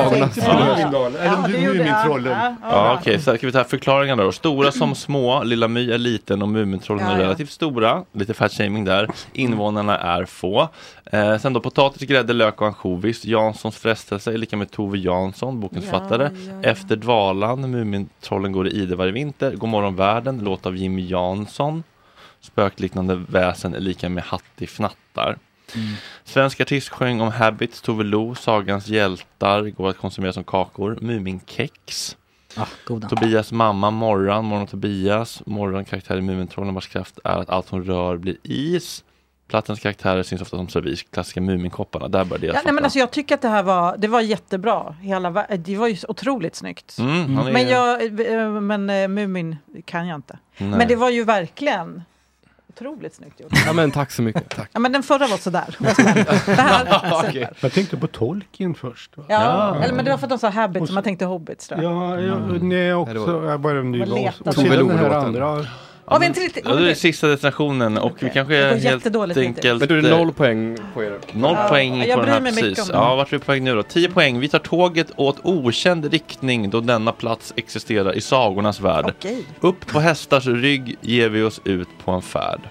Mumintrollen. Ja, okej. Så ska vi ta förklaringarna då. Stora som små. Lilla My är liten och Mumintrollen är relativt stora. Lite fat-shaming där. Invånarna är få. Eh, sen då potatis, grädde, lök och ansjovis. Janssons frestelse är lika med Tove Jansson, bokens ja, författare. Ja, ja. Efter dvalan, Mumintrollen går i ide varje vinter. God morgon världen, låt av Jimmy Jansson. Spökliknande väsen är lika med Hattie Fnattar. Mm. Svensk artist sjöng om habits, Tove Lo, sagans hjältar går att konsumera som kakor. Muminkex. Ah, goda. Tobias mamma, Morran, Morran och Tobias. Morran, karaktär i Mumintrollen vars kraft är att allt hon rör blir is. Plattens karaktärer syns ofta som servis, klassiska Muminkopparna. Där började jag ja, nej, men alltså jag tycker att det här var, det var jättebra. Hela, det var ju otroligt snyggt. Mm, mm. Är... Men, jag, men uh, Mumin kan jag inte. Nej. Men det var ju verkligen otroligt snyggt gjort. Ja, men tack så mycket. Tack. Ja, men den förra var sådär. Det här, okay. Jag tänkte på Tolkien först. Va? Ja, ja, eller men det var för att de sa habits som man tänkte hobbits. Tror jag. Ja, ja mm. nej också. Jag bara nu var och sedan den här andra. Ja, men, ja, det är den sista destinationen och okay. vi kanske är helt enkelt... Men du är noll poäng på er. Noll ja, poäng på den här precis. Ja, vart är vi på väg nu då? Tio poäng. Vi tar tåget åt okänd riktning då denna plats existerar i sagornas värld. Okay. Upp på hästars rygg ger vi oss ut på en färd.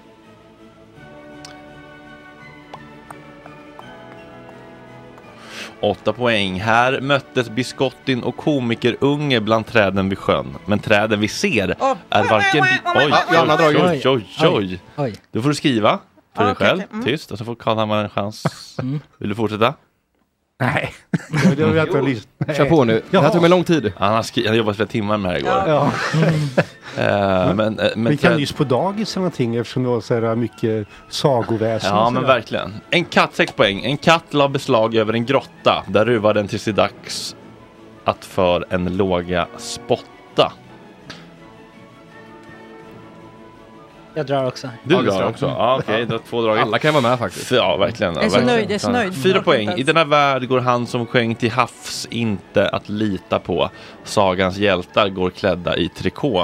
Åtta poäng. Här möttes biskottin och komikerunge bland träden vid sjön. Men träden vi ser oh. är varken... Oj, oj, oj, oj, oj, oj. Då får du skriva för dig själv. Mm. Tyst. Och så får Karlhammar en chans. Mm. Vill du fortsätta? Nej. Jag vet inte. Kör på nu. Det här tog mig lång tid. Han har, skri- han har jobbat flera timmar med det här igår. Ja. Uh, men, uh, men vi kan nyss på dagis eller någonting eftersom det var så här mycket sagoväsen. Ja, men verkligen. En katt, sex poäng. En katt la beslag över en grotta. Där ruvar den till sig dags att för en låga spotta. Jag drar också. Du drar, drar också? Ja, okej. Okay. Du har två drag. Alla kan vara med faktiskt. Ja, verkligen. Jag är så verkligen. nöjd, jag är så nöjd. Fyra poäng. I denna värld går han som sjöng till havs inte att lita på. Sagans hjältar går klädda i trikå.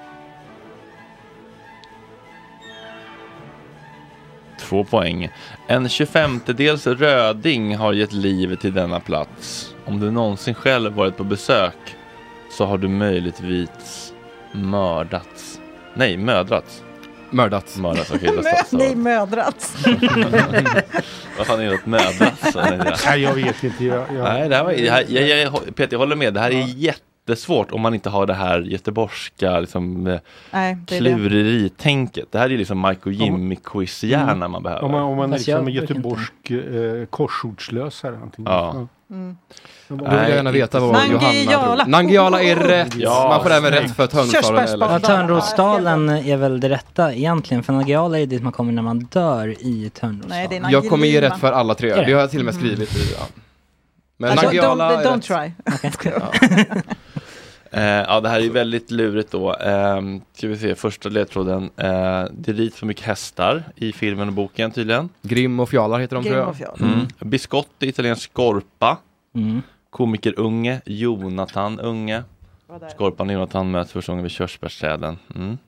Två poäng. En tjugofemtedels röding har gett liv till denna plats. Om du någonsin själv varit på besök så har du möjligtvis mördats. Nej, mödrats. Mördats. Mördats, okej. Okay, Nej, mödrats. Vad fan är det mödrats? Nej, jag vet inte. Jag, jag... Nej, det här var, det här, jag, jag, Peter, jag håller med. Det här är jättesvårt om man inte har det här göteborgska liksom, klureritänket. Det här är liksom Mike och Jimmy-quiz-hjärna mm. man behöver. Om man, om man liksom är göteborgsk eh, korsordslösare. Ja. Mm. Då vill jag gärna veta vad Nangijala. Johanna tror. Nangijala är rätt. Ja, man får även rätt för Törnrosdalen. Ja, Törnrosdalen är väl det rätta egentligen. För Nangijala är dit man kommer när man dör i Törnrosdalen. Nej, jag kommer ge rätt för alla tre. Det har jag till och med skrivit i. Ja. Men alltså, Nangijala don't, don't try. Okay. Ja. Uh, ja, det här är väldigt lurigt då. Uh, ska vi se, första ledtråden. Uh, det är rit för mycket hästar i filmen och boken tydligen. Grimm och Fjalar heter de, Grimm tror jag. jag. Mm. Biscotti, italiensk skorpa. Mm. Komiker Unge, Jonathan Unge. Skorpan och Jonathan möts första gången vid körsbärsträden. Mm.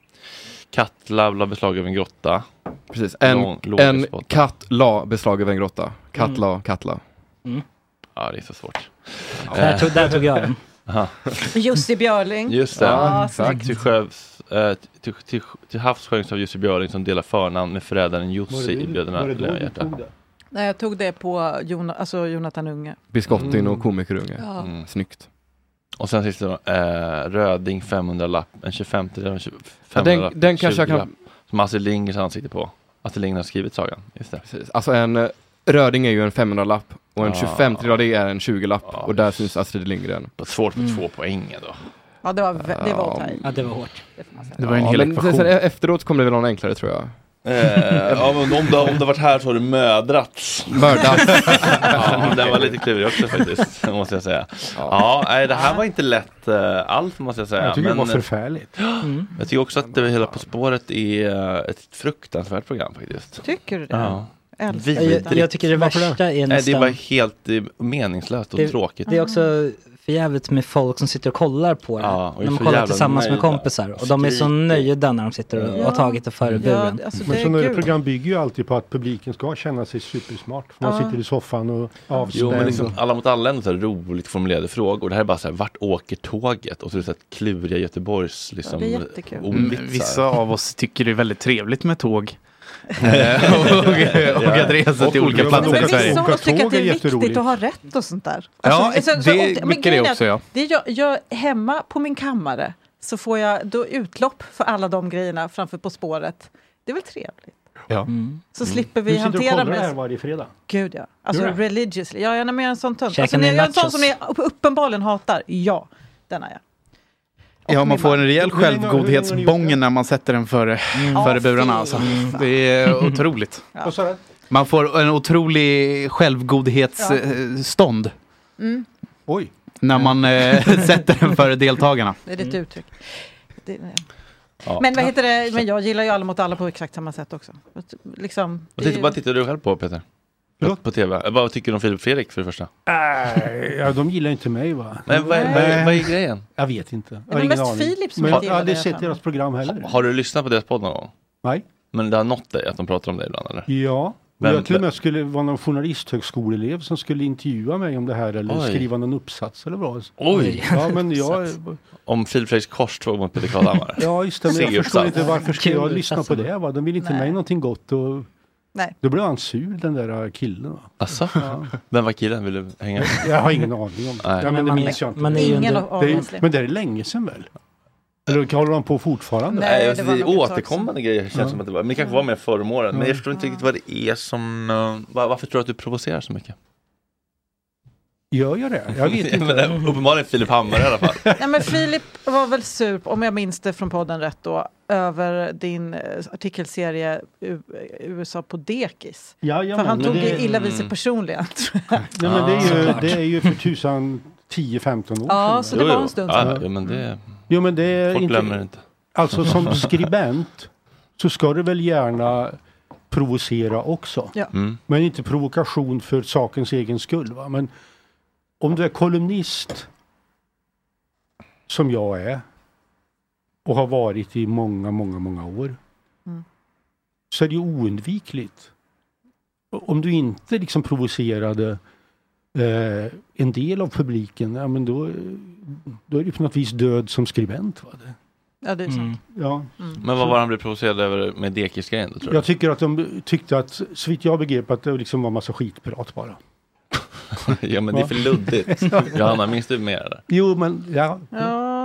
Katt la beslag över en grotta. Precis, en, Lång, en katt la beslag över en grotta. Katt la, mm. katt la. Mm. Ja, det är så svårt. Ja. Där, tog, där tog jag den. Jussi Björling. Just det. Ja, exakt. Till, sjövs, äh, till, till, till havs sjöngs av Jussi Björling som delar förnamn med förrädaren Jussi i Bröderna Lejonhjärta. Nej, jag tog det på Jon- alltså Jonathan Unge. Biskottin Mm. och komiker Unge. Ja. Mm. Snyggt. Och sen sist då, äh, Röding femhundra-lapp. En tjugofemte eller ja, den, den kanske jag kan... Som Astrid Lindgrens ansikte på. Astrid Lindgren har skrivit sagan. Just det. Precis. Alltså en... Röding är ju en femhundra-lapp och en ja. tjugofemte det är en tjugo-lapp ja. Och där syns Astrid Lindgren. Svårt med mm. två poäng då. Ja, det var, det var ja. ja, det var hårt. Det, det var en ja, hel ekvation. Sen efteråt kommer det väl någon enklare, tror jag. Eh, ja, men om, du, om du varit här så har du mödrats. Mördats. Ja, den var lite klurig också faktiskt, måste jag säga. Ja, ja nej, det här var inte lätt uh, allt, måste jag säga. Jag tycker men, det var förfärligt. Mm. Jag tycker också att det hela På spåret är uh, ett fruktansvärt program faktiskt. Tycker du det? Ja. Jag, jag tycker det värsta är nästan... Nej, det är bara helt det meningslöst och det, tråkigt. Det är också för jävligt med folk som sitter och kollar på det. Ja, när man kollar tillsammans nöjda. Med kompisar. Och de är så nöjda när de sitter och ja. Har tagit det före buren. Ja, alltså, men sådana program bygger ju alltid på att publiken ska känna sig supersmart. För man ja. Sitter i soffan och avspänd. Jo, men liksom, alla mot alla är så här roligt formulerade frågor. Och det här är bara så här, vart åker tåget? Och så är det så här kluriga Göteborgs liksom, ja, det är mm, vissa av oss tycker det är väldigt trevligt med tåg. och, och, och att resa till olika platser i Sverige. Vissa tycker att det är viktigt att ha rätt och sånt där. Ja, alltså, det är mycket det också, ja. Det jag, jag hemma på min kammare så får jag då utlopp för alla de grejerna framför På spåret. Det är väl trevligt. Ja. Mm. Så mm. slipper vi du hantera med... Du sitter och här varje fredag? Gud, ja. Alltså religiously. Ja, jag är med en sån tönt. Alltså, jag är en sån som jag uppenbarligen hatar. Ja, den är jag. Ja, man får en rejäl självgodhetsbång när man sätter den före, mm. före burarna. Alltså. Mm. Det är otroligt. Ja. Man får en otrolig självgodhetsstånd. Ja. Mm. Oj. När man äh, sätter den före deltagarna. Det är ett mm. uttryck. Det, ja. Men vad heter det? Men jag gillar ju alla mot alla på exakt samma sätt också. Liksom, vad, tittar, vad tittar du själv på, Peter? På, på T V. Vad tycker du om Filip och Fredrik för det första? Äh, ja, de gillar inte mig, va? Men vad, vad, vad, vad är grejen? Jag vet inte. Jag har ingen aning. Filip som men jag har aldrig sett deras program heller. Har, har du lyssnat på deras podd någon gång? Nej. Men det har nått dig att de pratar om det ibland, eller? Ja. Men, jag till och med skulle vara någon journalisthögskoleelev som skulle intervjua mig om det här eller oj. Skriva någon uppsats eller vad. Oj! Ja, men jag... om Filip Fredriks korståg mot Peter Karlhammar. Ja, just det. Men jag förstår inte varför ska jag lyssna på det, va? De vill inte mig någonting gott och... Nej. Då blev han sur, den där killen. Asså? Ja. Vem var killen? Vill du hänga? Jag har ingen aning om det. Ja, men det minns jag inte. Man är ju ingen under... det är, men det är länge sedan väl? Eller håller de på fortfarande? Nej, det, det är återkommande grejer. Det känns ja. Som att det var. Men det kanske var mer förra om åren. Men jag förstår inte riktigt vad det är som... Uh, varför tror du att du provocerar så mycket? Gör jag det? Jag vet inte. Men uppenbarligen Filip Hammar i alla fall. Nej, men Filip var väl sur, om jag minns det från podden rätt då, över din artikelserie U- USA på dekis. Ja, ja, för han tog det... illa vid sig personligen. Nej, men det är ju, det är ju för tusan tio femton år ja, så det var en stund sedan. Ja, men det, jo, men det är folk inte, glömmer inte. Alltså som skribent så ska du väl gärna provocera också. Ja. Mm. Men inte provokation för sakens egen skull, va? Men om du är kolumnist som jag är och har varit i många, många, många år mm. så är det ju oundvikligt. Om du inte liksom provocerade eh, en del av publiken, ja, men då, då är det på något vis död som skribent. Va? Det. Ja, det är sant. Mm. Ja. Mm. Men vad var han blev provocerad över med dekisgrejen då, tror jag? Jag tycker att de tyckte att, så vitt jag begrep, att det liksom var massa skitprat bara. Ja, men det är för luddigt. Johanna, minns du mer där? Jo, men ja. Ja,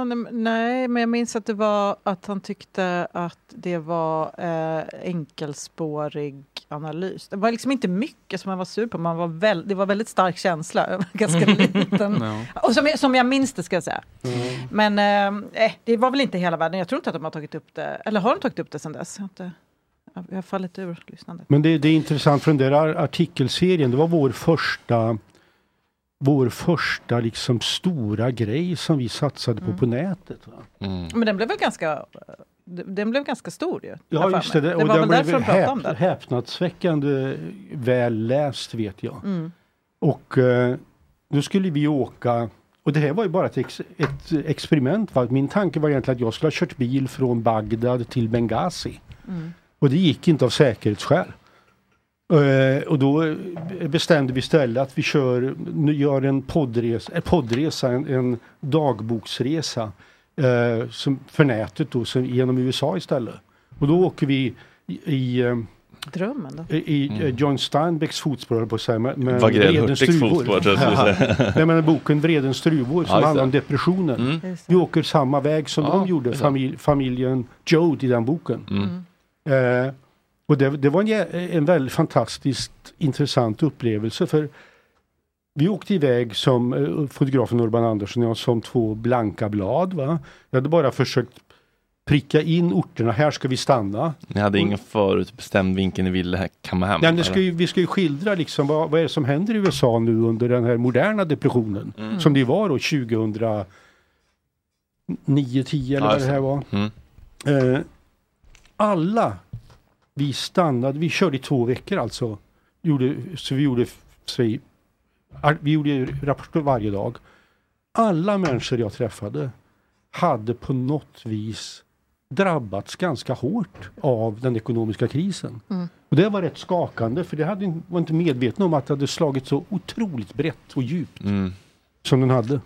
Ja, nej, men jag minns att det var att han tyckte att det var eh, enkelspårig analys. Det var liksom inte mycket som man var sur på. Man var väl, det var väldigt stark känsla. Ganska liten. No. Och som, som jag minns det, ska jag säga. Mm. Men eh, det var väl inte hela världen. Jag tror inte att de har tagit upp det. Eller har de tagit upp det sedan dess? Jag har, inte, jag har fallit ur lyssnandet. Men det, det är intressant, för den där artikelserien, det var vår första vår första liksom stora grej som vi satsade på mm. på nätet. Va? Mm. Men den blev väl ganska den blev ganska stor ju. Ja, just det. Det, och det var väl därför de pratade om det. Häpnadsväckande väl läst, vet jag. Mm. Och eh, då skulle vi åka, och det här var ju bara ett, ex, ett experiment. Va? Min tanke var egentligen att jag skulle ha kört bil från Bagdad till Benghazi. Mm. Och det gick inte av säkerhetsskäl. Uh, och då bestämde vi istället att vi kör, gör en poddresa, en, poddresa, en, en dagboksresa uh, som för nätet då, som, genom U S A istället. Och då åker vi i, i drömmen då? I, i mm. John Steinbecks fotspår på sig med, med Vredens struvor. Nej, men boken Vredens struvor som ja, handlar om depressionen. Mm. Vi åker samma väg som ja, de gjorde, familj, familjen Jode i den boken. Mm. Uh, Och det, det var en, en väldigt fantastiskt intressant upplevelse, för vi åkte iväg som uh, fotografen Urban Andersson och jag som två blanka blad. Va? Jag hade bara försökt pricka in orterna, här ska vi stanna. Ni hade och, ingen förutbestämd vinkel ni ville komma hem? Nej, det ska ju, vi ska ju skildra liksom vad, vad är det som händer i U S A nu under den här moderna depressionen. Mm. Som det var då tjugohundranio tio eller ja, vad det här var. Mm. Uh, alla Vi stannade, vi körde i två veckor alltså. Gjorde, så vi gjorde, så vi, vi gjorde rapporter varje dag. Alla människor jag träffade hade på något vis drabbats ganska hårt av den ekonomiska krisen. Mm. Och det var rätt skakande, för det hade, var inte medvetna om att det hade slagit så otroligt brett och djupt mm. som den hade.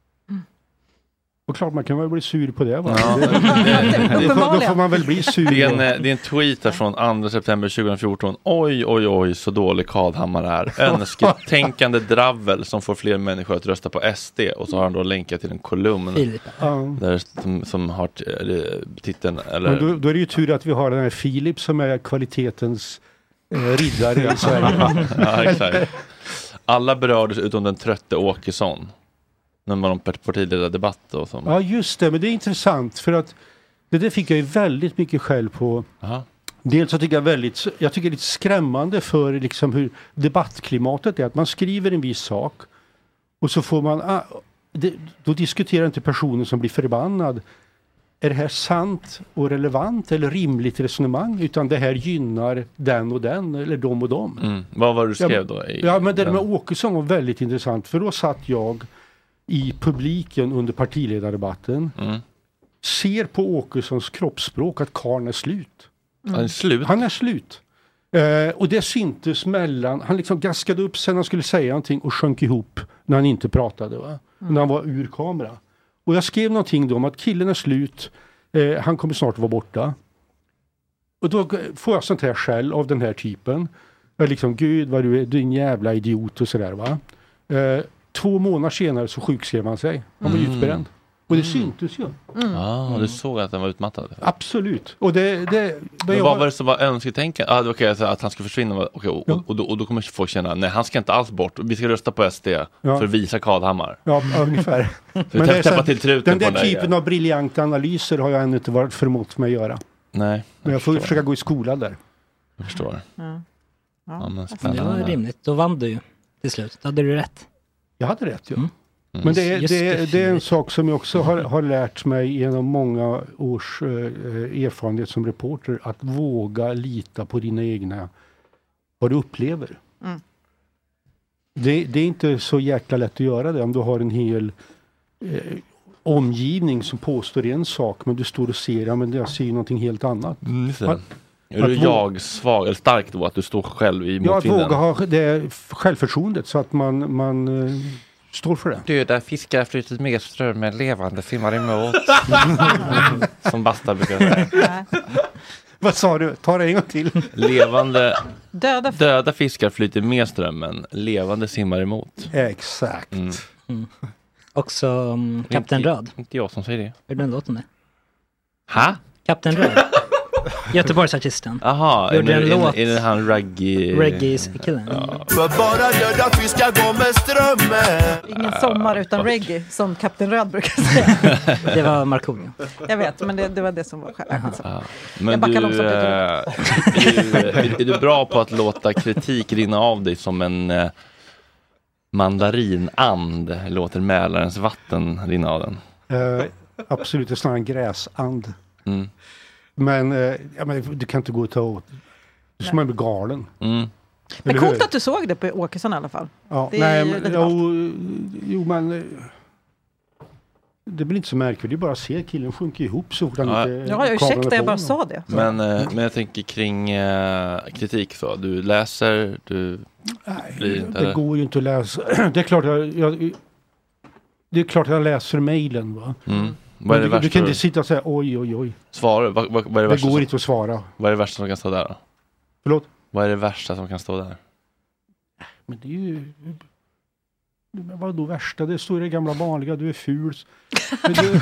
Och klart man kan väl bli sur på det, va? Ja, det, det, det, då får man väl bli sur. Det är en, det är en tweet här från andra september tjugohundrafjorton. Oj, oj, oj, så dålig Kadhammar är. Önsketänkande dravel som får fler människor att rösta på S D. Och så har han då länkat till en kolumn där, som, som har titeln. Eller... Då, då är det ju tur att vi har den här Filip som är kvalitetens eh, riddare i Sverige. Ja, exakt. Alla berördes utom den trötte Åkesson. När man har partiledardebatt och sånt. Ja, just det. Men det är intressant, för att det där fick jag ju väldigt mycket skäll på. Aha. Dels så tycker jag väldigt, jag tycker det är lite skrämmande för liksom hur debattklimatet är. Att man skriver en viss sak och så får man, ah, det, då diskuterar inte personen som blir förbannad. Är det här sant och relevant eller rimligt resonemang? Utan det här gynnar den och den eller de och dem. Mm. Vad var det du skrev då? I, ja, men det den... med Åkesson var väldigt intressant. För då satt jag i publiken under partiledardebatten, mm. ser på Åkessons kroppsspråk att karln är slut. Mm. Han är slut? Han är slut. Eh, och det syntes mellan, han liksom gaskade upp sen han skulle säga någonting och sjönk ihop när han inte pratade, va? Mm. När han var ur kamera. Och jag skrev någonting då om att killen är slut, eh, han kommer snart vara borta. Och då får jag sånt här skäll av den här typen. Jag liksom, gud vad du är, du är en jävla idiot och sådär, va? Eh, Två månader senare så sjukskrev han sig. Han var mm. utbränd. Och det syntes ju. Mm. Ja, du såg att han var utmattad. Absolut. Och det, det, det Men vad var det som var önsketänkande? Ah, okay, alltså att han ska försvinna. Okay, och, ja. och, då, och då kommer folk känna, nej, han ska inte alls bort. Vi ska rösta på S D ja. för att visa Kadhammar. Ja, ungefär. Men det är så, till truten den där typen av briljanta analyser har jag ännu inte varit förmått med att göra. Nej. Jag men jag får förstår. försöka gå i skola där. Jag förstår. Ja. Ja. Ja, men det var rimligt. Då vann du ju till slut. Då hade du rätt. Jag hade rätt, ja. Mm. Mm. Men det är, det, det är en sak som jag också har, har lärt mig genom många års eh, erfarenhet som reporter. Att våga lita på dina egna, vad du upplever. Mm. Det, det är inte så jäkla lätt att göra det om du har en hel eh, omgivning som påstår en sak. Men du står och ser, ja, men jag ser någonting helt annat. Mm, att, är du jag svag eller stark då att du står själv i motvinden? Ja, att våga ha det självförtroendet så att man, man uh, står för det. Döda fiskar flyter med ström med levande simmar emot. Som Basta brukar säga. Vad sa du? Ta det en gång till. Levande döda, döda fiskar flyter med strömmen. Levande simmar emot. Exakt. Mm. Mm. Också um, Kapten inte, Röd. Inte jag som säger det. Är den låten det? Ha? Kapten Röd. Göteborgsartisten. Jaha, gjorde en, en, en låt. Är det han reggae... Reggae-killen. Ja. För bara döda fiskar gå med strömmen. Ingen sommar utan reggae, som Kapten Röd brukar säga. Det var Markoolio. Jag vet, men det, det var det som var själv. Ja. Men du, äh, är, är du bra på att låta kritik rinna av dig som en äh, mandarinand? Låter Mälarens vatten rinna av den? Uh, absolut, det är snarare en gräsand. Mm. Men, eh, ja, men du kan inte gå och ta åt. Du ska man bli galen. Mm. Men coolt att du såg det på Åkesson i alla fall. Ja, det nej, men, jo, jo, men det blir inte så märkligt. Det är bara att se killen sjunka ihop så fort han ja. inte... Ja, jag ursäkta, jag bara sa det. Men, eh, men jag tänker kring eh, kritik så. Du läser, du... Nej, blir inte, det eller? går ju inte att läsa. Det är klart jag... jag det är klart jag läser mejlen, va? Mm. Vad är det du, du kan inte du... sitta och säga oj, oj, oj. Svara, vad, vad, vad är det, det värsta går som... inte att svara. Vad är det värsta som kan stå där då? Förlåt? Vad är det värsta som kan stå där? Men det är ju... Vad då värsta? Det står i det gamla vanliga, du är ful. Men du...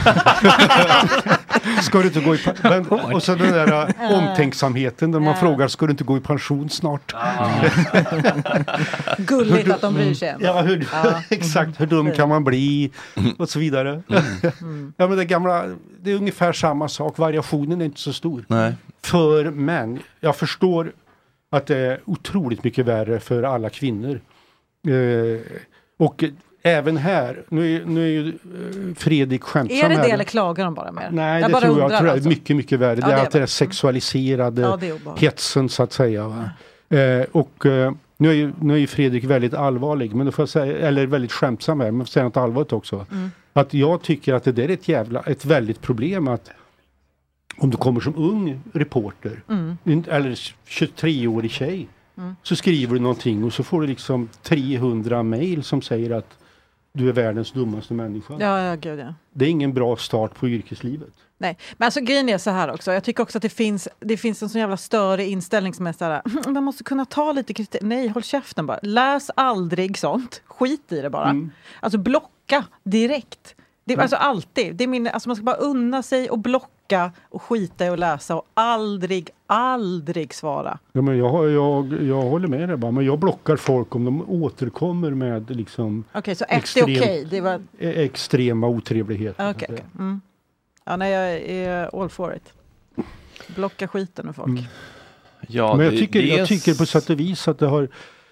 ska du inte gå i men, och så den där uh, omtänksamheten där man uh. frågar, ska du inte gå i pension snart? Uh. Gulligt att de bryr sig. Ja, hur, uh. exakt. Hur dum kan man bli? Och så vidare. Mm. Ja, men det gamla, det är ungefär samma sak. Variationen är inte så stor. Nej. För män, jag förstår att det är otroligt mycket värre för alla kvinnor. Uh, Och även här, nu är, nu är ju Fredrik skämtsam. Är det det här. eller klagar de bara mer? Nej, jag det bara tror jag, undrar, tror jag alltså. är mycket, mycket värre. Ja, det är det att det är sexualiserade ja, det är hetsen så att säga. Va? Eh, och eh, nu är ju nu är ju Fredrik väldigt allvarlig, men då får jag säga, eller väldigt skämtsam här, men får säga något allvarligt också. Mm. Att jag tycker att det där är ett jävla, ett väldigt problem att om du kommer som ung reporter, mm. eller tjugotre-årig tjej, mm. så skriver du någonting och så får du liksom trehundra mejl som säger att du är världens dummaste människa. Ja, ja, gud, ja. Det är ingen bra start på yrkeslivet. Nej, men alltså grejen är så här också. Jag tycker också att det finns, det finns en sån jävla större inställning som är så här, man måste kunna ta lite kritik. Nej, håll käften bara. Läs aldrig sånt. Skit i det bara. Mm. Alltså blocka direkt. Det, mm. Alltså alltid. Det är min, alltså man ska bara unna sig och blocka och skita i att läsa och aldrig, aldrig svara. Ja, men jag, jag, jag håller med dig bara. Men jag blockar folk om de återkommer med liksom... Okej, okay, så ett extrem, är okej? Okay. Var... Extrema otrevligheter. Okej, okay, okay. mm. Ja, nej, jag är all for it. Blocka skiten med folk. Mm. Ja, men jag tycker, det är... jag tycker på sätt och vis att det har...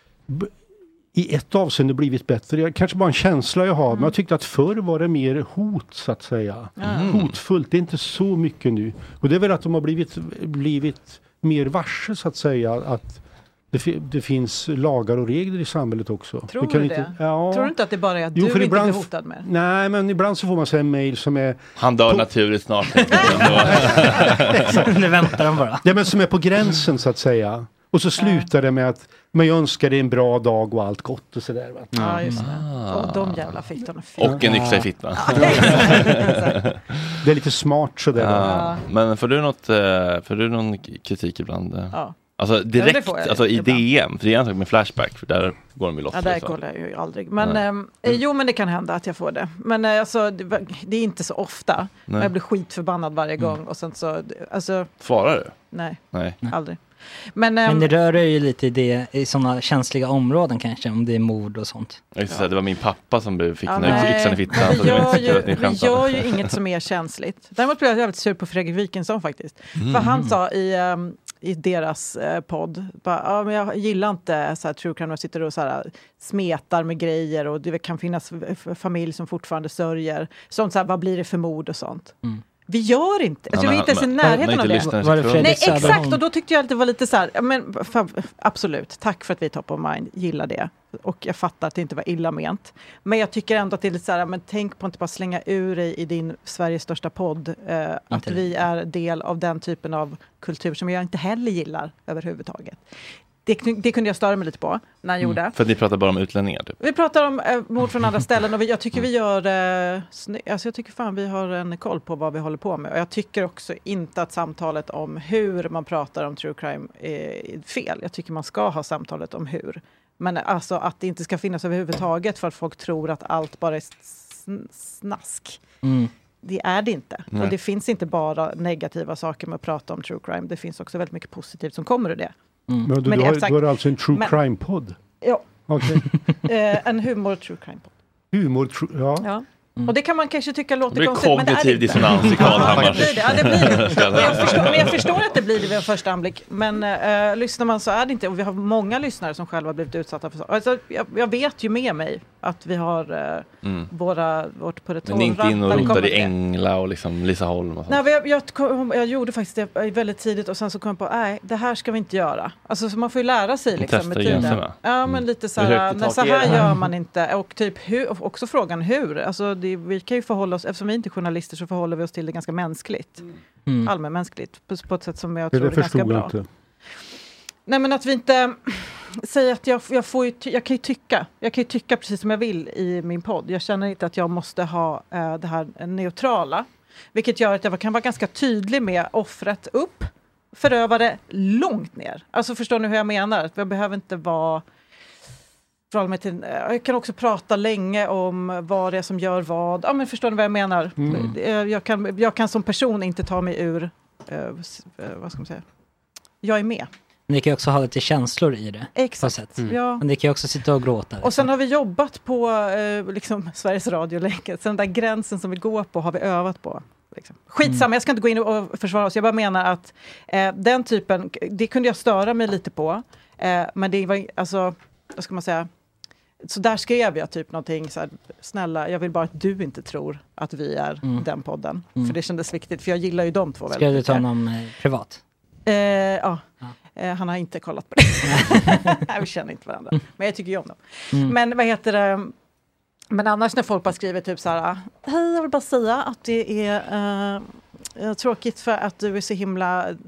i ett avseende blivit bättre. Kanske bara en känsla jag har. Mm. Men jag tyckte att förr var det mer hot så att säga. Mm. Hotfullt. Det är inte så mycket nu. Och det är väl att de har blivit, blivit mer varse så att säga. Att det, det finns lagar och regler i samhället också. Tror du kan du inte, det? Ja. Tror du inte att det bara är att jo, du inte ibland, blir hotad med? Nej, men ibland så får man säga en mejl som är... Han dör på, naturligt snart. Nu väntar de bara. Ja, men som är på gränsen så att säga. Och så slutar det med att men jag önskar dig en bra dag och allt gott och sådär. Va? Ja, just det. Och de jävla fittorna. Och en yxa i fittan. Det är lite smart sådär. Ja. Men får du, något, får du någon kritik ibland? Ja. Alltså direkt, ja, alltså i D M, för det är en sak med Flashback, för där går de ju loss. Ja, där kollar jag ju aldrig. Men eh, mm. jo, men det kan hända att jag får det. Men eh, alltså, det, det är inte så ofta. Men jag blir skitförbannad varje gång. Mm. Och sen så, alltså... Svarar du? Nej, Nej. aldrig. Men, men det rör ju lite i, det, i sådana känsliga områden kanske, om det är mord och sånt. Just det, det var min pappa som fick ja, yxan i fittan. Vi gör, ju, vi gör ju inget som är känsligt. Däremot blev jag jävligt sur på Fredrik Wikingsson faktiskt. Mm. För han sa i, um, i deras uh, podd, bara, ja, men jag gillar inte så här, true crime, jag sitter och så här, smetar med grejer och det kan finnas familj som fortfarande sörjer. Sånt så här, vad blir det för mord och sånt? Mm. Vi gör inte. Alltså, vi är inte ens i närheten av det. Var det Nej, exakt. Och då tyckte jag att det var lite så här, men, för, absolut, tack för att vi är top of mind, gillar det. Och jag fattar att det inte var illa ment. Men jag tycker ändå att det är lite så här, men tänk på att inte bara slänga ur dig i din Sveriges största podd. Eh, att vi är del av den typen av kultur som jag inte heller gillar överhuvudtaget. Det, det kunde jag störa mig lite på när han mm. gjorde. För att ni pratar bara om utlänningar? Typ. Vi pratar om eh, mord från andra ställen och vi, jag tycker vi gör eh, sny- alltså jag tycker fan vi har en koll på vad vi håller på med. Och jag tycker också inte att samtalet om hur man pratar om true crime är fel. Jag tycker man ska ha samtalet om hur. Men alltså att det inte ska finnas överhuvudtaget för att folk tror att allt bara är snask. Mm. Det är det inte. Nej. Och det finns inte bara negativa saker med att prata om true crime. Det finns också väldigt mycket positivt som kommer ur det. Mm. Men du, Men du, har, du har alltså en true crime-podd? Ja. Okay. eh, en humor true crime-podd. Humor, tro- ja. ja. Mm. Och det kan man kanske tycka låter det konstigt. Men det kognitiv dissonans i Karlhammar. Ja, det blir det. Men jag, förstår, men jag förstår att det blir det vid en första anblick. Men äh, lyssnar man så är det inte. Och vi har många lyssnare som själva blivit utsatta för så. Alltså, jag, jag vet ju med mig att vi har äh, mm. våra, vårt på det torra. Men inte in och rotar i Engla och liksom Lisa Holm och sånt. Nej, jag, jag, jag gjorde faktiskt det väldigt tidigt och sen så kom jag på, nej, det här ska vi inte göra. Alltså så man får ju lära sig liksom med tiden. Gränserna. Ja, men lite så här, nej, så här gör man inte. Och typ hur, också frågan hur. Alltså det, vi kan ju förhålla oss, eftersom vi inte är journalister så förhåller vi oss till det ganska mänskligt. Mm. Allmänmänskligt. På, på ett sätt som jag tror det är ganska bra. Inte. Nej, men att vi inte säger att jag, jag får ju, jag kan ju tycka. Jag kan ju tycka precis som jag vill i min podd. Jag känner inte att jag måste ha äh, det här neutrala. Vilket gör att jag kan vara ganska tydlig med offret upp. Förövare långt ner. Alltså förstår ni hur jag menar? Att jag behöver inte vara... Till, jag kan också prata länge om vad det är som gör vad. Ja, men förstår ni vad jag menar? Mm. Jag, kan, jag kan som person inte ta mig ur... Uh, vad ska man säga? Jag är med. Men det kan ju också ha lite känslor i det. Exakt, mm. ja. Men det kan ju också sitta och gråta. Liksom. Och sen har vi jobbat på uh, liksom, Sveriges Radio länge. Så den där gränsen som vi går på har vi övat på. Liksom. Skitsamma, mm. jag ska inte gå in och försvara oss. Jag bara menar att uh, den typen... Det kunde jag störa mig lite på. Uh, men det var... Alltså, vad ska man säga... Så där skrev jag typ någonting så här, snälla, jag vill bara att du inte tror att vi är mm. den podden. Mm. För det kändes viktigt, för jag gillar ju de två väldigt mycket. Ska du ta honom eh, privat? Eh, ja, ja. Eh, han har inte kollat på det. Vi känner inte varandra. Men jag tycker ju om dem. Mm. Men vad heter det? Men annars när folk bara skriver typ så här, hej, jag vill bara säga att det är... Eh, tråkigt för att du är så himla eh,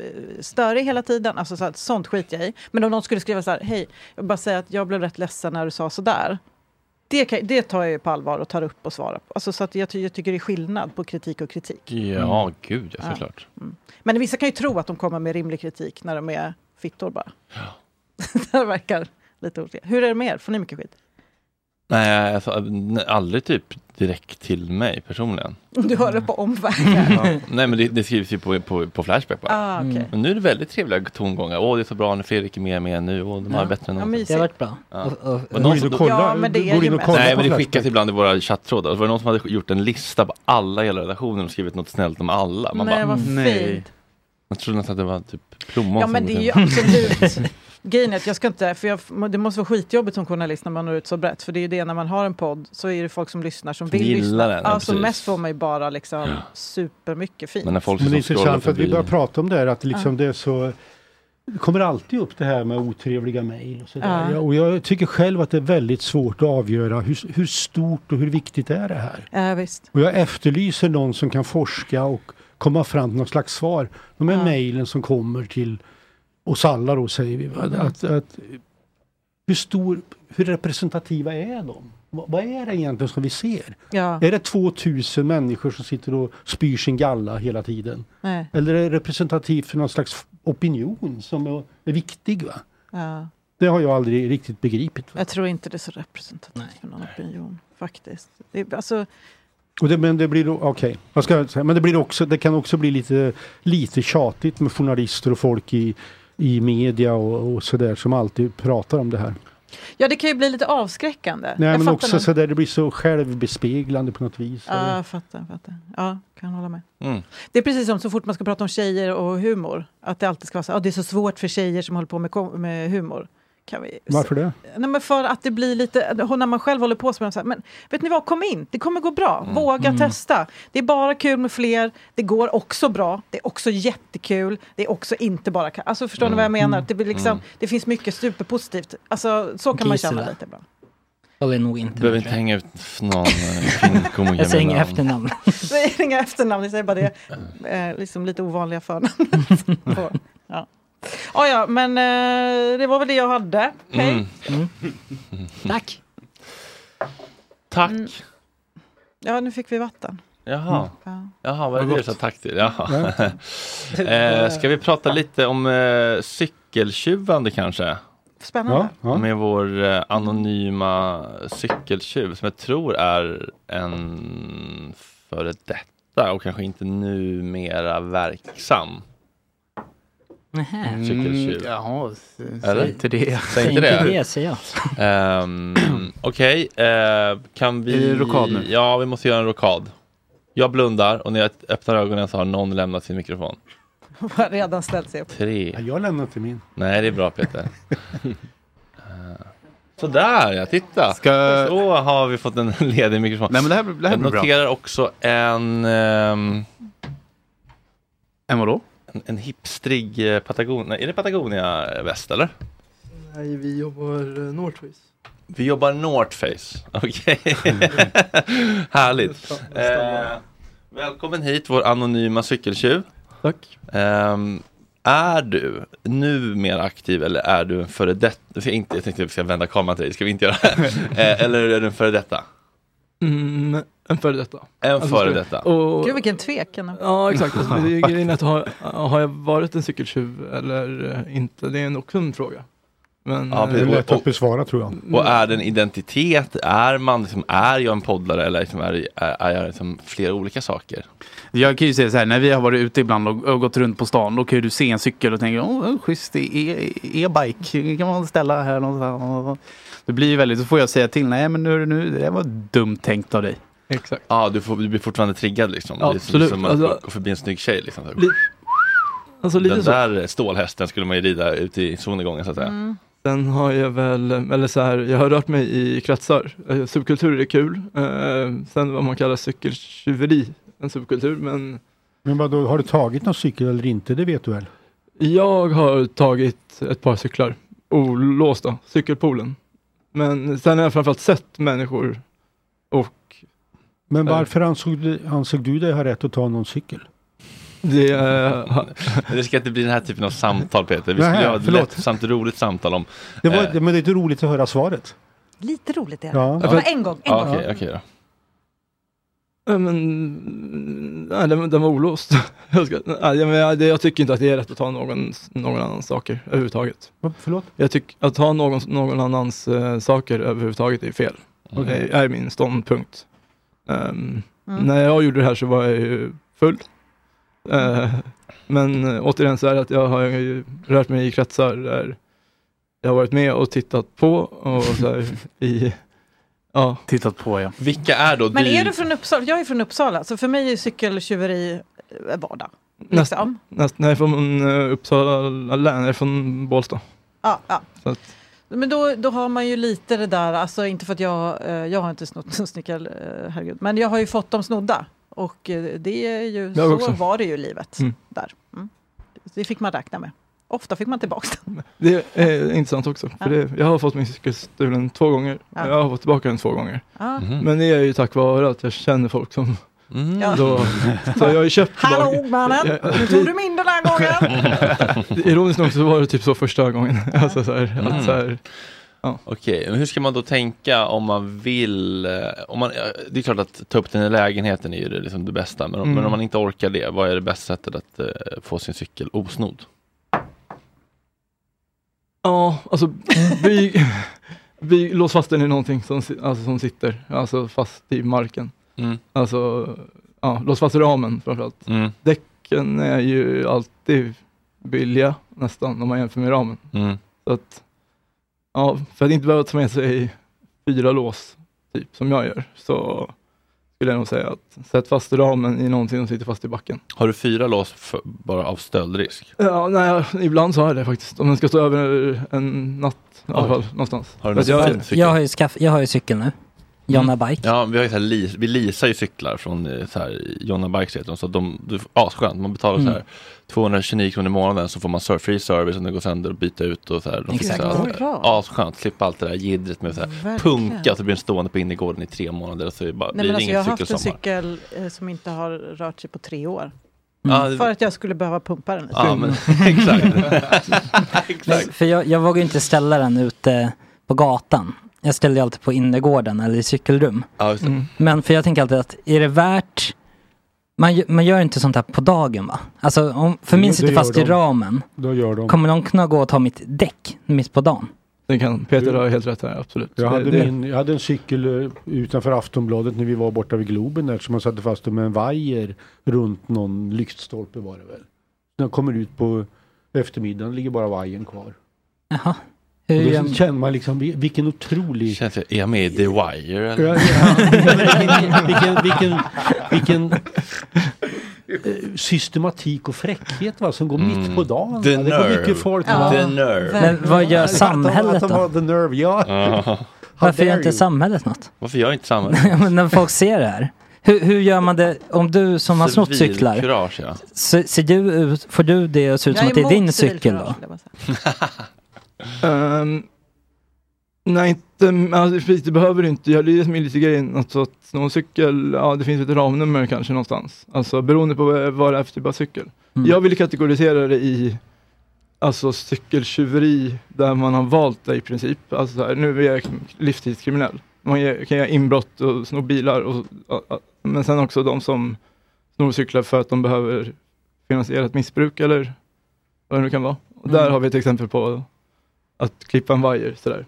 störig hela tiden. Alltså så att, sånt skit jag i. Men om någon skulle skriva så här, hej, jag vill bara säga att jag blev rätt ledsen när du sa så där. Det, kan, det tar jag ju på allvar och tar upp och svarar på. Alltså så att jag, jag tycker det är skillnad på kritik och kritik. Ja, mm. gud, ja, såklart. Ja. Mm. Men vissa kan ju tro att de kommer med rimlig kritik när de är fittor bara. Ja. Det verkar lite otroligt. Hur är det med er? Får ni mycket skit? Nej, alltså, aldrig typ direkt till mig personligen. Du hör det på omvägar. Ja. Nej, men det, det skrivs ju på, på, på Flashback bara. Ah, okay. Men nu är det väldigt trevliga tongångar. Åh, det är så bra när Fredrik är med med nu. Och de har ja. bättre än någonsin. Ja, det har varit bra. Ja. Och, och, och någon som, kolla, ja, men det är ju mest. Nej, men det skickas ibland i våra chattrådar. Det var någon som hade gjort en lista på alla hela redaktionen och skrivit något snällt om alla. Man nej, bara, vad nej. Fint. Jag trodde nästan att det var typ plommon. Ja, men det är ju absolut... Grejen är att jag ska inte, för jag, det måste vara skitjobbigt som journalist när man når ut så brett. För det är ju det, när man har en podd så är det folk som lyssnar som vill Gillar lyssna. Den, alltså precis. Mest får man ju bara liksom ja. supermycket fint. Men, när folk men det är intressant för att vi börjar prata om det här, att liksom ja. det är så... Det kommer alltid upp det här med otrevliga mejl och sådär. Ja. Och jag tycker själv att det är väldigt svårt att avgöra hur, hur stort och hur viktigt är det här. Ja, visst. Och jag efterlyser någon som kan forska och komma fram till någon slags svar. De här ja. mejlen som kommer till oss alla då, säger vi. Mm. Att, att, hur stor, hur representativa är de? Vad är det egentligen som vi ser? Ja. Är det tvåtusen människor som sitter och spyr sin galla hela tiden? Nej. Eller är det representativt för någon slags opinion som är, är viktig, va? Ja. Det har jag aldrig riktigt begripit. Va? Jag tror inte det är så representativt Nej. för någon opinion, faktiskt. Det är, alltså... Och det, men det blir okej. Okay. Vad ska jag säga? Men det blir också, det kan också bli lite lite tjatigt med journalister och folk i i media och, och sådär som alltid pratar om det här. Ja, det kan ju bli lite avskräckande. Nej, jag men också någon... så där det blir så självbespeglande på något vis. Ja, jag fattar, fattar. Ja, kan hålla med. Mm. Det är precis som så fort man ska prata om tjejer och humor. Att det alltid ska vara så, ah, det är så svårt för tjejer som håller på med, med humor. Kan vi... Varför det? Nej, men för att det blir lite, när man själv håller på så här, men vet ni vad, kom in, det kommer gå bra, mm. våga mm. testa, det är bara kul med fler, det går också bra, det är också jättekul, det är också inte bara, alltså förstår mm. ni vad jag menar, det, blir liksom, mm. det finns mycket superpositivt, alltså så kan Gisela. man känna lite bra. Jag vill nog inte. Behöver inte hänga ut någon fin. Jag säger inga efternamn. Jag säger inga efternamn, jag säger bara det, eh, liksom lite ovanliga förnamn. Ja. Oh ja, men eh, det var väl det jag hade. Hej. Mm. Mm. Tack. Tack. Mm. Ja, nu fick vi vatten. Jaha. Mm. Jaha, vad är det du sa tack till? Jaha. eh, ska vi prata lite om eh, cykeltjuvande kanske? Spännande. Ja, ja. Med vår eh, anonyma cykeltjuv som jag tror är en före detta och kanske inte numera verksam. Mm, cykeltjuv. Jaha, eller? Säg inte det. Säg inte det. det säger jag. um, Okej, okay, uh, kan vi... Är det rokad nu? Ja, vi måste göra en rokad. Jag blundar och när jag öppnar ögonen så har någon lämnat sin mikrofon. Har redan ställt sig upp. Tre. Ja, jag lämnar inte min. Nej, det är bra Peter. uh, Sådär, ja, titta. Ska... Så har vi fått en ledig mikrofon. Nej, men det här, det här jag noterar bra. också en... Um... En vadå? En, en hipstrig eh, Patagonia. Är det Patagonia väst eller? Nej, vi jobbar uh, North Face. Vi jobbar North Face. Okej. Okay. Härligt. Eh, välkommen hit vår anonyma cykeltjuv. Tack. Eh, är du nu mer aktiv eller är du en före detta? Jag, inte, jag tänkte att vi ska vända kameran till dig. Ska vi inte göra eh, eller är du en före detta? Mm, en före detta. En alltså, före detta. Och... Gud, vilken tvekan. Ja, exakt. Alltså, det är grejen att har, har jag varit en cykeltjuv eller inte? Det är en också en fråga. Men, ja, det är lätt att besvara tror jag. Och är det en identitet? Är man liksom, är jag en poddare eller liksom är, är, är jag liksom flera olika saker? Jag kan ju säga så här, när vi har varit ute ibland och, och gått runt på stan, då kan ju du se en cykel och tänka, åh, schysst, e-bike kan man ställa här någonstans. Det blir ju väldigt, så får jag säga till, nej men nu, nu det var dumt tänkt av dig. Exakt. Ja, du, får, du blir fortfarande triggad liksom. Ja, absolut. Som att alltså, gå förbi en snygg tjej liksom. Li- alltså, lite Den så. där stålhästen skulle man ju rida ut i solnedgången så att säga. Mm. Sen har jag väl, eller så här, jag har rört mig i kretsar. Subkultur är kul. Sen vad man kallar cykeltjuveri, en subkultur, men... Men vad då, har du tagit någon cykel eller inte? Det vet du väl? Jag har tagit ett par cyklar. Olåsta, cykelpoolen. Men sen har jag framförallt sett människor och... Men varför ansåg du, ansåg du dig ha rätt att ta någon cykel? Det, uh, det ska inte bli den här typen av samtal, Peter. Vi skulle ha ett lättsamt roligt samtal om... Det var, eh, men det är inte roligt att höra svaret. Lite roligt är det. Ja. Det var en gång. En ja, gång. Okej, okej då. Ja, men, nej, den, den var olåst. jag, ska, nej, jag, jag tycker inte att det är rätt att ta någon, någon annans saker överhuvudtaget. Förlåt? Jag tycker att ta någon, någon annans uh, saker överhuvudtaget är fel. Mm. Det är min ståndpunkt. Um, mm. När jag gjorde det här så var jag ju full. Uh, men uh, återigen så är det att jag har ju rört mig i kretsar där jag har varit med och tittat på och så här, i ja. Tittat på, ja. Vilka är då Men du? är du från Uppsala? Jag är från Uppsala, så för mig är cykeltjuveri vardag. Näst, liksom. näst, nej, från uh, Uppsala län, jag är från Bålsta. Ja, ja. Så att, men då, då har man ju lite det där, alltså inte för att jag, uh, jag har inte snott en cykel, uh, herregud, men jag har ju fått dem snodda. Och uh, det är ju, så också. Var det ju livet mm. där. Mm. Det fick man räkna med. Ofta fick man tillbaka den. Det är intressant också. För det, jag har fått min cykel stulen två gånger. Ja. Jag har fått tillbaka den två gånger. Ja. Mm. Men det är ju tack vare att jag känner folk som... Mm. Då, så jag har ju köpt Hallå lag... mannen, nu tog du min den här gången. Ironiskt nog så var det typ så första gången. alltså så här, mm. att så här, ja. Okej, men hur ska man då tänka om man vill... Om man, det är klart att ta upp den i lägenheten är ju det, liksom det bästa. Men, mm. men om man inte orkar det, vad är det bästa sättet att uh, få sin cykel osnodd? Ja, alltså vi, vi lås fast den i någonting som, alltså, som sitter alltså fast i marken. Mm. Alltså, ja, lås fast i ramen framförallt. Mm. Däcken är ju alltid billiga nästan om man jämför med ramen. Mm. Så att, ja, för att inte behöva ta med sig fyra lås typ som jag gör så skulle jag nog säga att sätt fast ramen i någonting som sitter fast i backen. Har du fyra lås för, bara av stöldrisk? Ja, nej, ibland så har jag det faktiskt. Om den ska stå över en natt i alla fall, någonstans. Har du jag, jag, har ju skaff, jag har ju cykel nu. Jonna mm. Bike. Ja, vi har ju så här, li, vi leasar ju cyklar från så här Jonna Bike heter de, så de du asskönt. Man betalar mm. så här tvåhundratjugonio kronor i månaden så får man free service om det går sönder och byta ut och så här. De fixar allt. Asskönt, slippa allt det där gidret med så här punka så blir den stående på innergården i tre månader och så är det bara, nej, blir det alltså, ingen jag har haft en cykelsommar. cykel eh, som inte har rört sig på tre år. Mm. Mm. För att jag skulle behöva pumpa den lite. Ja, men exakt. exakt. För jag, jag vågar inte ställa den ute på gatan. Jag ställer alltid på innergården eller i cykelrum. Ja, just det. Mm. Men för jag tänker alltid att är det värt... Man, man gör inte sånt här på dagen, va? Alltså om, för min sitter fast de. i ramen. Då gör de. Kommer någon kunna gå och ta mitt däck mitt på dagen? Det kan, Peter har helt rätt här, absolut. Jag hade, det, min, jag hade en cykel utanför Aftonbladet när vi var borta vid Globen där, som man satte fast med en vajer runt någon lyktstolpe var det väl. När jag kommer ut på eftermiddagen ligger bara vajern kvar. Jaha. Och då känner man liksom vilken otrolig... Känns det, är jag med i The Wire? Eller? Ja, ja. vilken, vilken, vilken, vilken systematik och fräckhet va, som går mm. mitt på dagen. The va? Det nerve. går mycket folk. Ja. The nerve. Men vad gör samhället att de, att de då? The nerve, ja. Uh-huh. Varför gör inte samhället något? Varför gör inte samhället? Men när folk ser det här. Hur, hur gör man det om du som har snott cyklar? Kurage, ja. ser, ser du ut, får du det att se ut som att det är din cykel då? um, nej, inte, alltså, det behöver du inte. Jag det som är lite grejen. Alltså, att någon cykel, ja det finns ett ramnummer kanske någonstans. Alltså beroende på vad det är för typ av cykel. Mm. Jag vill kategorisera det i alltså cykeltjuveri där man har valt det i princip. Alltså så här, nu är jag livstidskriminell. Man kan göra inbrott och sno bilar. Och, men sen också de som snor cyklar för att de behöver finansiera ett missbruk eller vad det nu kan vara. Och där mm. har vi ett exempel på att klippa en vajer sådär.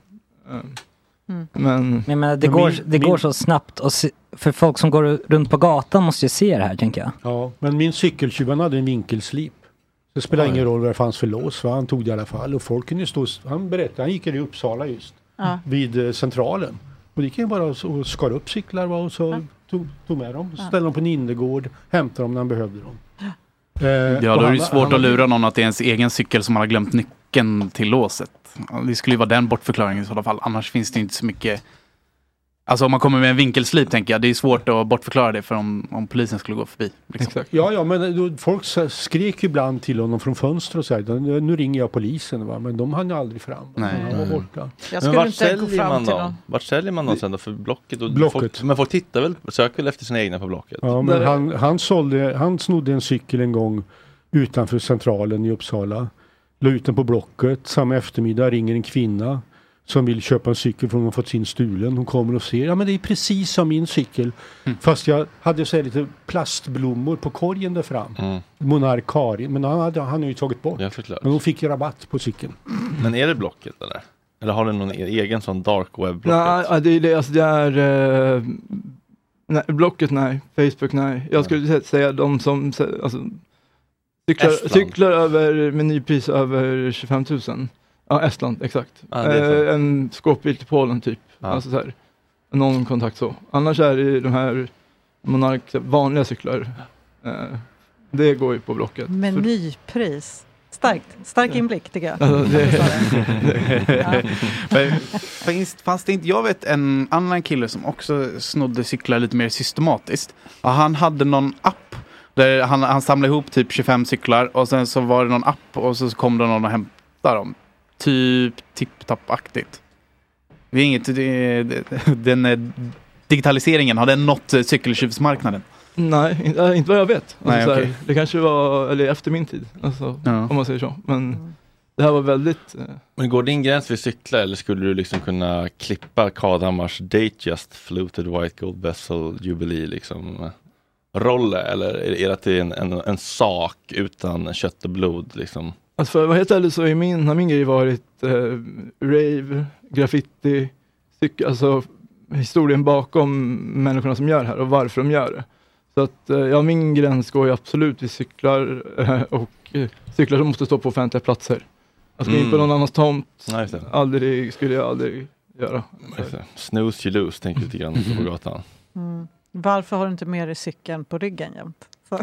Mm. Men, men, men det, går, min, det går så snabbt och se, för folk som går runt på gatan måste ju se det här, tänker jag. Ja, men min cykeltjuv hade en vinkelslip. Det spelar ingen roll vad det fanns för lås, va? Han tog det i alla fall. Och folk kunde stå, han berättade, han gick i Uppsala just ja. vid eh, centralen. Och det kan ju bara och skar upp cyklar va? Och så ja. tog, tog med dem, ja. ställde dem på en innergård, hämtade dem när han behövde dem. Ja, eh, ja då är det svårt han, att lura någon att det är ens egen cykel som man har glömt nyckeln till låset. Det skulle ju vara den bortförklaringen i så fall. Annars finns det inte så mycket... Alltså om man kommer med en vinkelslip tänker jag, det är svårt att bortförklara det för om, om polisen skulle gå förbi. Liksom. Exakt. Ja, ja, men då, folk skrek ibland till honom från fönster och så här, nu ringer jag polisen, va? Men de hann ju aldrig fram. Nej. Han var borta. Jag men vart säljer man då? Vart säljer man då sen då för Blocket? Och Blocket. Folk, men folk tittar väl, söker väl efter sina egna på Blocket? Ja, men han, han, sålde, han snodde en cykel en gång utanför centralen i Uppsala. La ut den på Blocket. Samma eftermiddag ringer en kvinna som vill köpa en cykel för hon har fått sin stulen. Hon kommer och ser, ja men det är precis som min cykel. Mm. Fast jag hade så här lite plastblommor på korgen där fram. Mm. Monark Karin, men han hade han har ju tagit bort. Ja, men hon fick ju rabatt på cykeln. Men är det Blocket eller? Eller har du någon egen sån dark web Blocket? Nej, det är det, alltså det är uh, nej, Blocket nej, Facebook nej. Jag skulle mm. säga de som alltså, cyklar, cyklar över med nypris över tjugofem tusen. Ja, Estland, exakt. Ah, eh, en skåpbil till Polen typ. Ah. Alltså så här, någon kontakt så. Annars är det de här Monark vanliga cyklar. Eh, det går ju på Blocket. Men nypris. Starkt. Stark inblick tycker jag. Alltså, det, ja. Finns, fanns det inte, jag vet en annan kille som också snodde cyklar lite mer systematiskt. Och han hade någon app där han, han samlade ihop typ tjugofem cyklar och sen så var det någon app och så kom det någon och hämtade dem. Typ tipp-tapp-aktigt. Vi är inget, det, det, den digitaliseringen, har den nått cykeltjuvsmarknaden? Nej, inte, inte vad jag vet. Alltså, Nej, okay. här, det kanske var eller efter min tid, alltså, ja. om man säger så. Men mm. det här var väldigt... Eh... Men går din gräns vid cykla eller skulle du liksom kunna klippa Kadhammars Date Just Fluted White Gold Vessel Jubilee liksom rolle? Eller är det, det en, en, en sak utan kött och blod liksom? Alltså för att vara helt ärlig så är min, har min grej varit eh, rave, graffiti, cyk, alltså historien bakom människorna som gör det här och varför de gör det. Så att eh, ja, min gräns går ju absolut vid cyklar eh, och eh, cyklar som måste stå på offentliga platser. Alltså mm. in på någon annans tomt, Nej, aldrig, skulle jag aldrig göra. Snooze you lose, tänker jag lite grann på gatan. Mm. Varför har du inte med dig cykeln på ryggen jämt?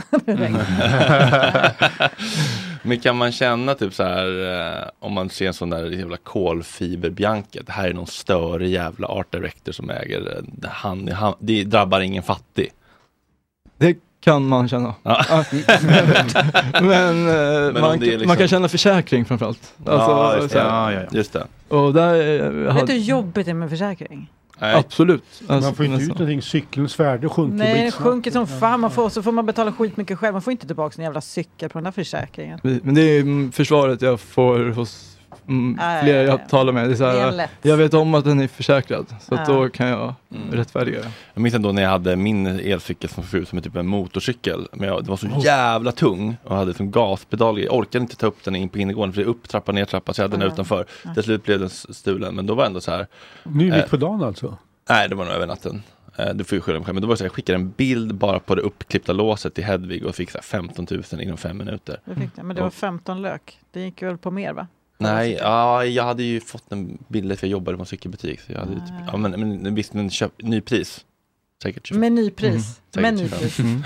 Men kan man känna typ så här eh, om man ser en sån där jävla kolfiberbjanket, det här är någon större jävla art director som äger det, han, han, det drabbar ingen fattig. Det kan man känna. Ja. men eh, men man, liksom... man kan känna försäkring framförallt. Alltså, ja, just det. Ja, ja, ja. Just det. Och där, eh, vet du hur jobbigt det är med försäkring? Nej. Absolut. Alltså, man får inte ut någonting, cykelns värde sjunker. Nej, det sjunker som fan. Man får, så får man betala skitmycket själv. Man får inte tillbaka en jävla cykel på den där försäkringen. Men det är försvaret jag får hos mm, flera jag talar med. Det är så här, det är jag vet om att den är försäkrad. Så att då kan jag mm. rättfärdiga det. Jag minns ändå när jag hade min elcykel som såg ut som typ en motorcykel. Men jag, det var så oh. jävla tung. Och hade som gaspedal. Jag orkade inte ta upp den in på innergården. För det är upp, trappa, ner, trappa. Så jag hade mm. den utanför. Mm. Till slut blev den stulen. Men då var ändå så här. Nu mitt på dagen alltså? Nej, det var nog över natten. Du får ju skylla mig själv. Men då var det så här, jag skickade en bild bara på det uppklippta låset till Hedvig och fick så här femton tusen inom fem minuter. Det fick det, men det var femton lök. Det gick väl på mer, va? Nej, ja, jag hade ju fått en bild för jag jobbade på en cykelbutik. Så jag hade typ, ja, men, men visst, men köp, ny pris. Säkert med ny pris. Mm. Med ny pris. Mm.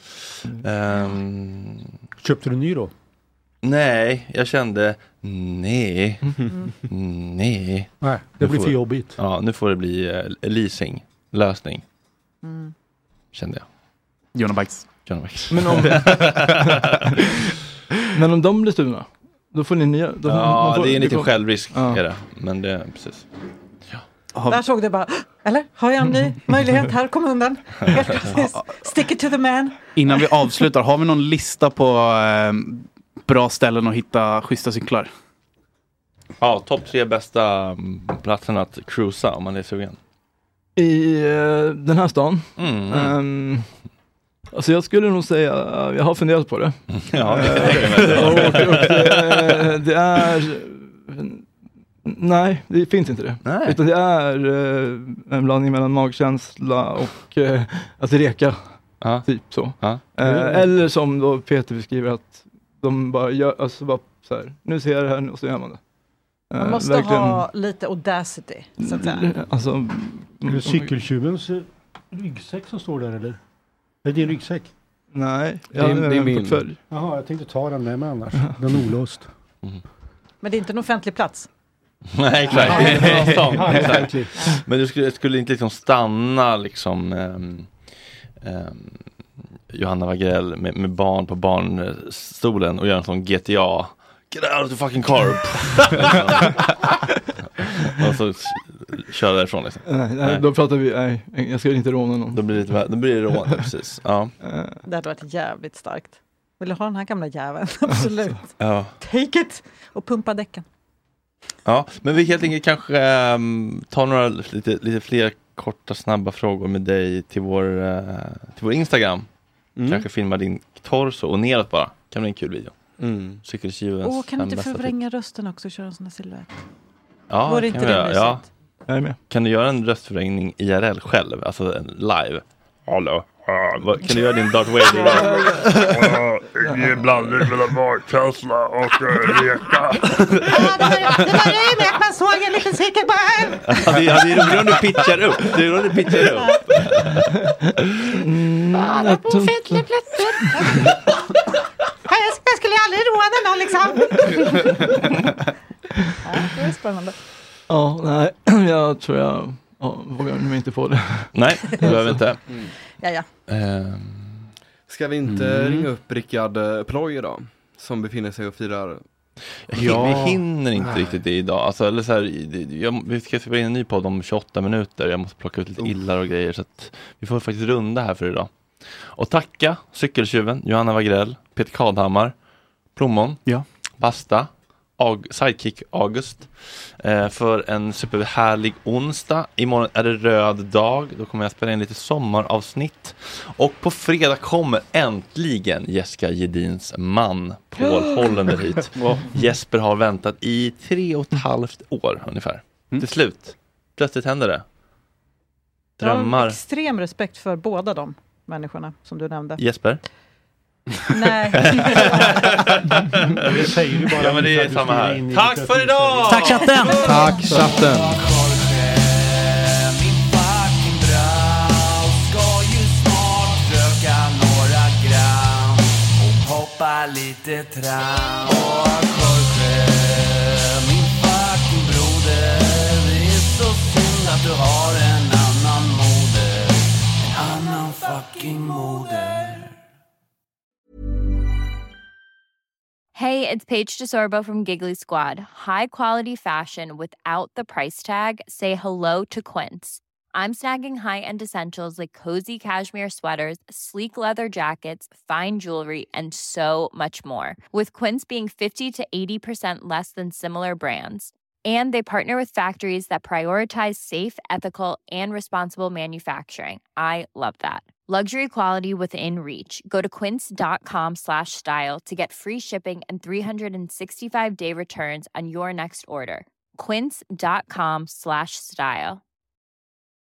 um, Köpte du ny då? Nej, jag kände nej. Mm. Nej. Nej, det blir för jobbigt. Ja, nu får det bli uh, leasing. Lösning. Mm. Kände jag. Jonna Bikes. Jonna Bikes. Men om, men om de blir stulna, då får ni nya. Då ja, får, det är en liten får... självrisk. Ja. Är det. Men det är precis. Ja. Har... Där såg du bara, eller? Har jag en ny möjlighet? Här, kom undan. Stick it to the man. Innan vi avslutar, har vi någon lista på eh, bra ställen att hitta schyssta cyklar? Ja, topp tre bästa platsen att cruisa om man är sugen. I uh, den här stan. Mm. Um, alltså jag skulle nog säga, uh, jag har funderat på det. Ja, uh, och, och det, det är, nej, det finns inte det. Nej. Utan det är uh, en blandning mellan magkänsla och uh, att reka. Uh. Typ så. Uh. Uh, eller som då Peter beskriver att de bara gör, alltså bara så här, nu ser jag det här och så gör man det. Man måste uh, ha lite audacity, så att säga. Alltså, är det cykeltjuvens ryggsäck som står där, eller? Är det din ryggsäck? Nej, det är, det är min portfölj. Jaha, jag tänkte ta den med mig annars. Den är olåst. Mm. Men det är inte en offentlig plats? Nej, exakt. Men du skulle, skulle inte liksom stanna liksom um, um, Johanna Wagrell med, med barn på barnstolen och göra en sån G T A. Get out of the fucking car. Och så kör därifrån liksom. Nej, nej, då pratar vi, nej, jag ska inte råna någon. Då blir det, då blir det rån, precis. Ja. Det hade varit jävligt starkt. Vill du ha den här gamla jäveln? Absolut. Ja. Take it! Och pumpa däcken. Ja, men vi helt enkelt kanske um, tar några lite, lite fler korta, snabba frågor med dig till vår, uh, till vår Instagram. Mm. Kanske filma din torso och neråt bara. Kan bli en kul video. Mm. Åh, kan du inte förvränga rösten också och köra en sån här silhuett? Ja, var det inte det ja. Jag är med. Kan du göra en röstförvrängning I R L själv? Alltså en live? Hallå? Uh, kan du göra din Darth Vader? Det är blandning mellan magkänsla och uh, reka. Det var ju med att man såg en liten cykelbarn. Ja, det är roligt om du pitchar upp. Det är roligt om du pitchar upp. Ja, det är på offentlig plätter. Jag skulle aldrig råna någon liksom. Ja, det är spännande. Ja, nej, jag tror jag ja, vågar mig inte på det. Nej, det behöver inte. Mm. Ja, ja. Um, Ska vi inte mm. ringa upp Rickard Ploy idag? Som befinner sig och firar. Ja. Vi hinner inte Nej. riktigt det idag. Alltså, eller så här, jag, vi ska spela in en ny podd om tjugoåtta minuter. Jag måste plocka ut lite oh. illar och grejer. Så att vi får faktiskt runda här för idag. Och tacka cykeltjuven, Johanna Wagrell, Peter Kadhammar, Plommon, ja. Basta, Ag- Sidekick August eh, för en superhärlig onsdag. Imorgon är det röd dag. Då kommer jag spela in lite sommaravsnitt. Och på fredag kommer äntligen Jessica Jedins man Paul Hollander hit. Jesper har väntat i tre och ett halvt år ungefär. Mm. Till slut. Plötsligt händer det. Drömmar. Jag har extrem respekt för båda de människorna som du nämnde. Jesper? Nej. Det säger du bara. Ja, men det är samma här. Tack för idag! Tack chatten! Tack chatten! Lite tram och Jorge, min fucking broder. Det är så synd att du har en annan moder. En annan fucking moder. Hey, it's Paige DeSorbo from Giggly Squad. High quality fashion without the price tag. Say hello to Quince. I'm snagging high-end essentials like cozy cashmere sweaters, sleek leather jackets, fine jewelry, and so much more. With Quince being fifty to eighty percent less than similar brands. And they partner with factories that prioritize safe, ethical, and responsible manufacturing. I love that. Luxury quality within reach. Go to quince.com slash style to get free shipping and three sixty-five day returns on your next order. Quince.com slash style.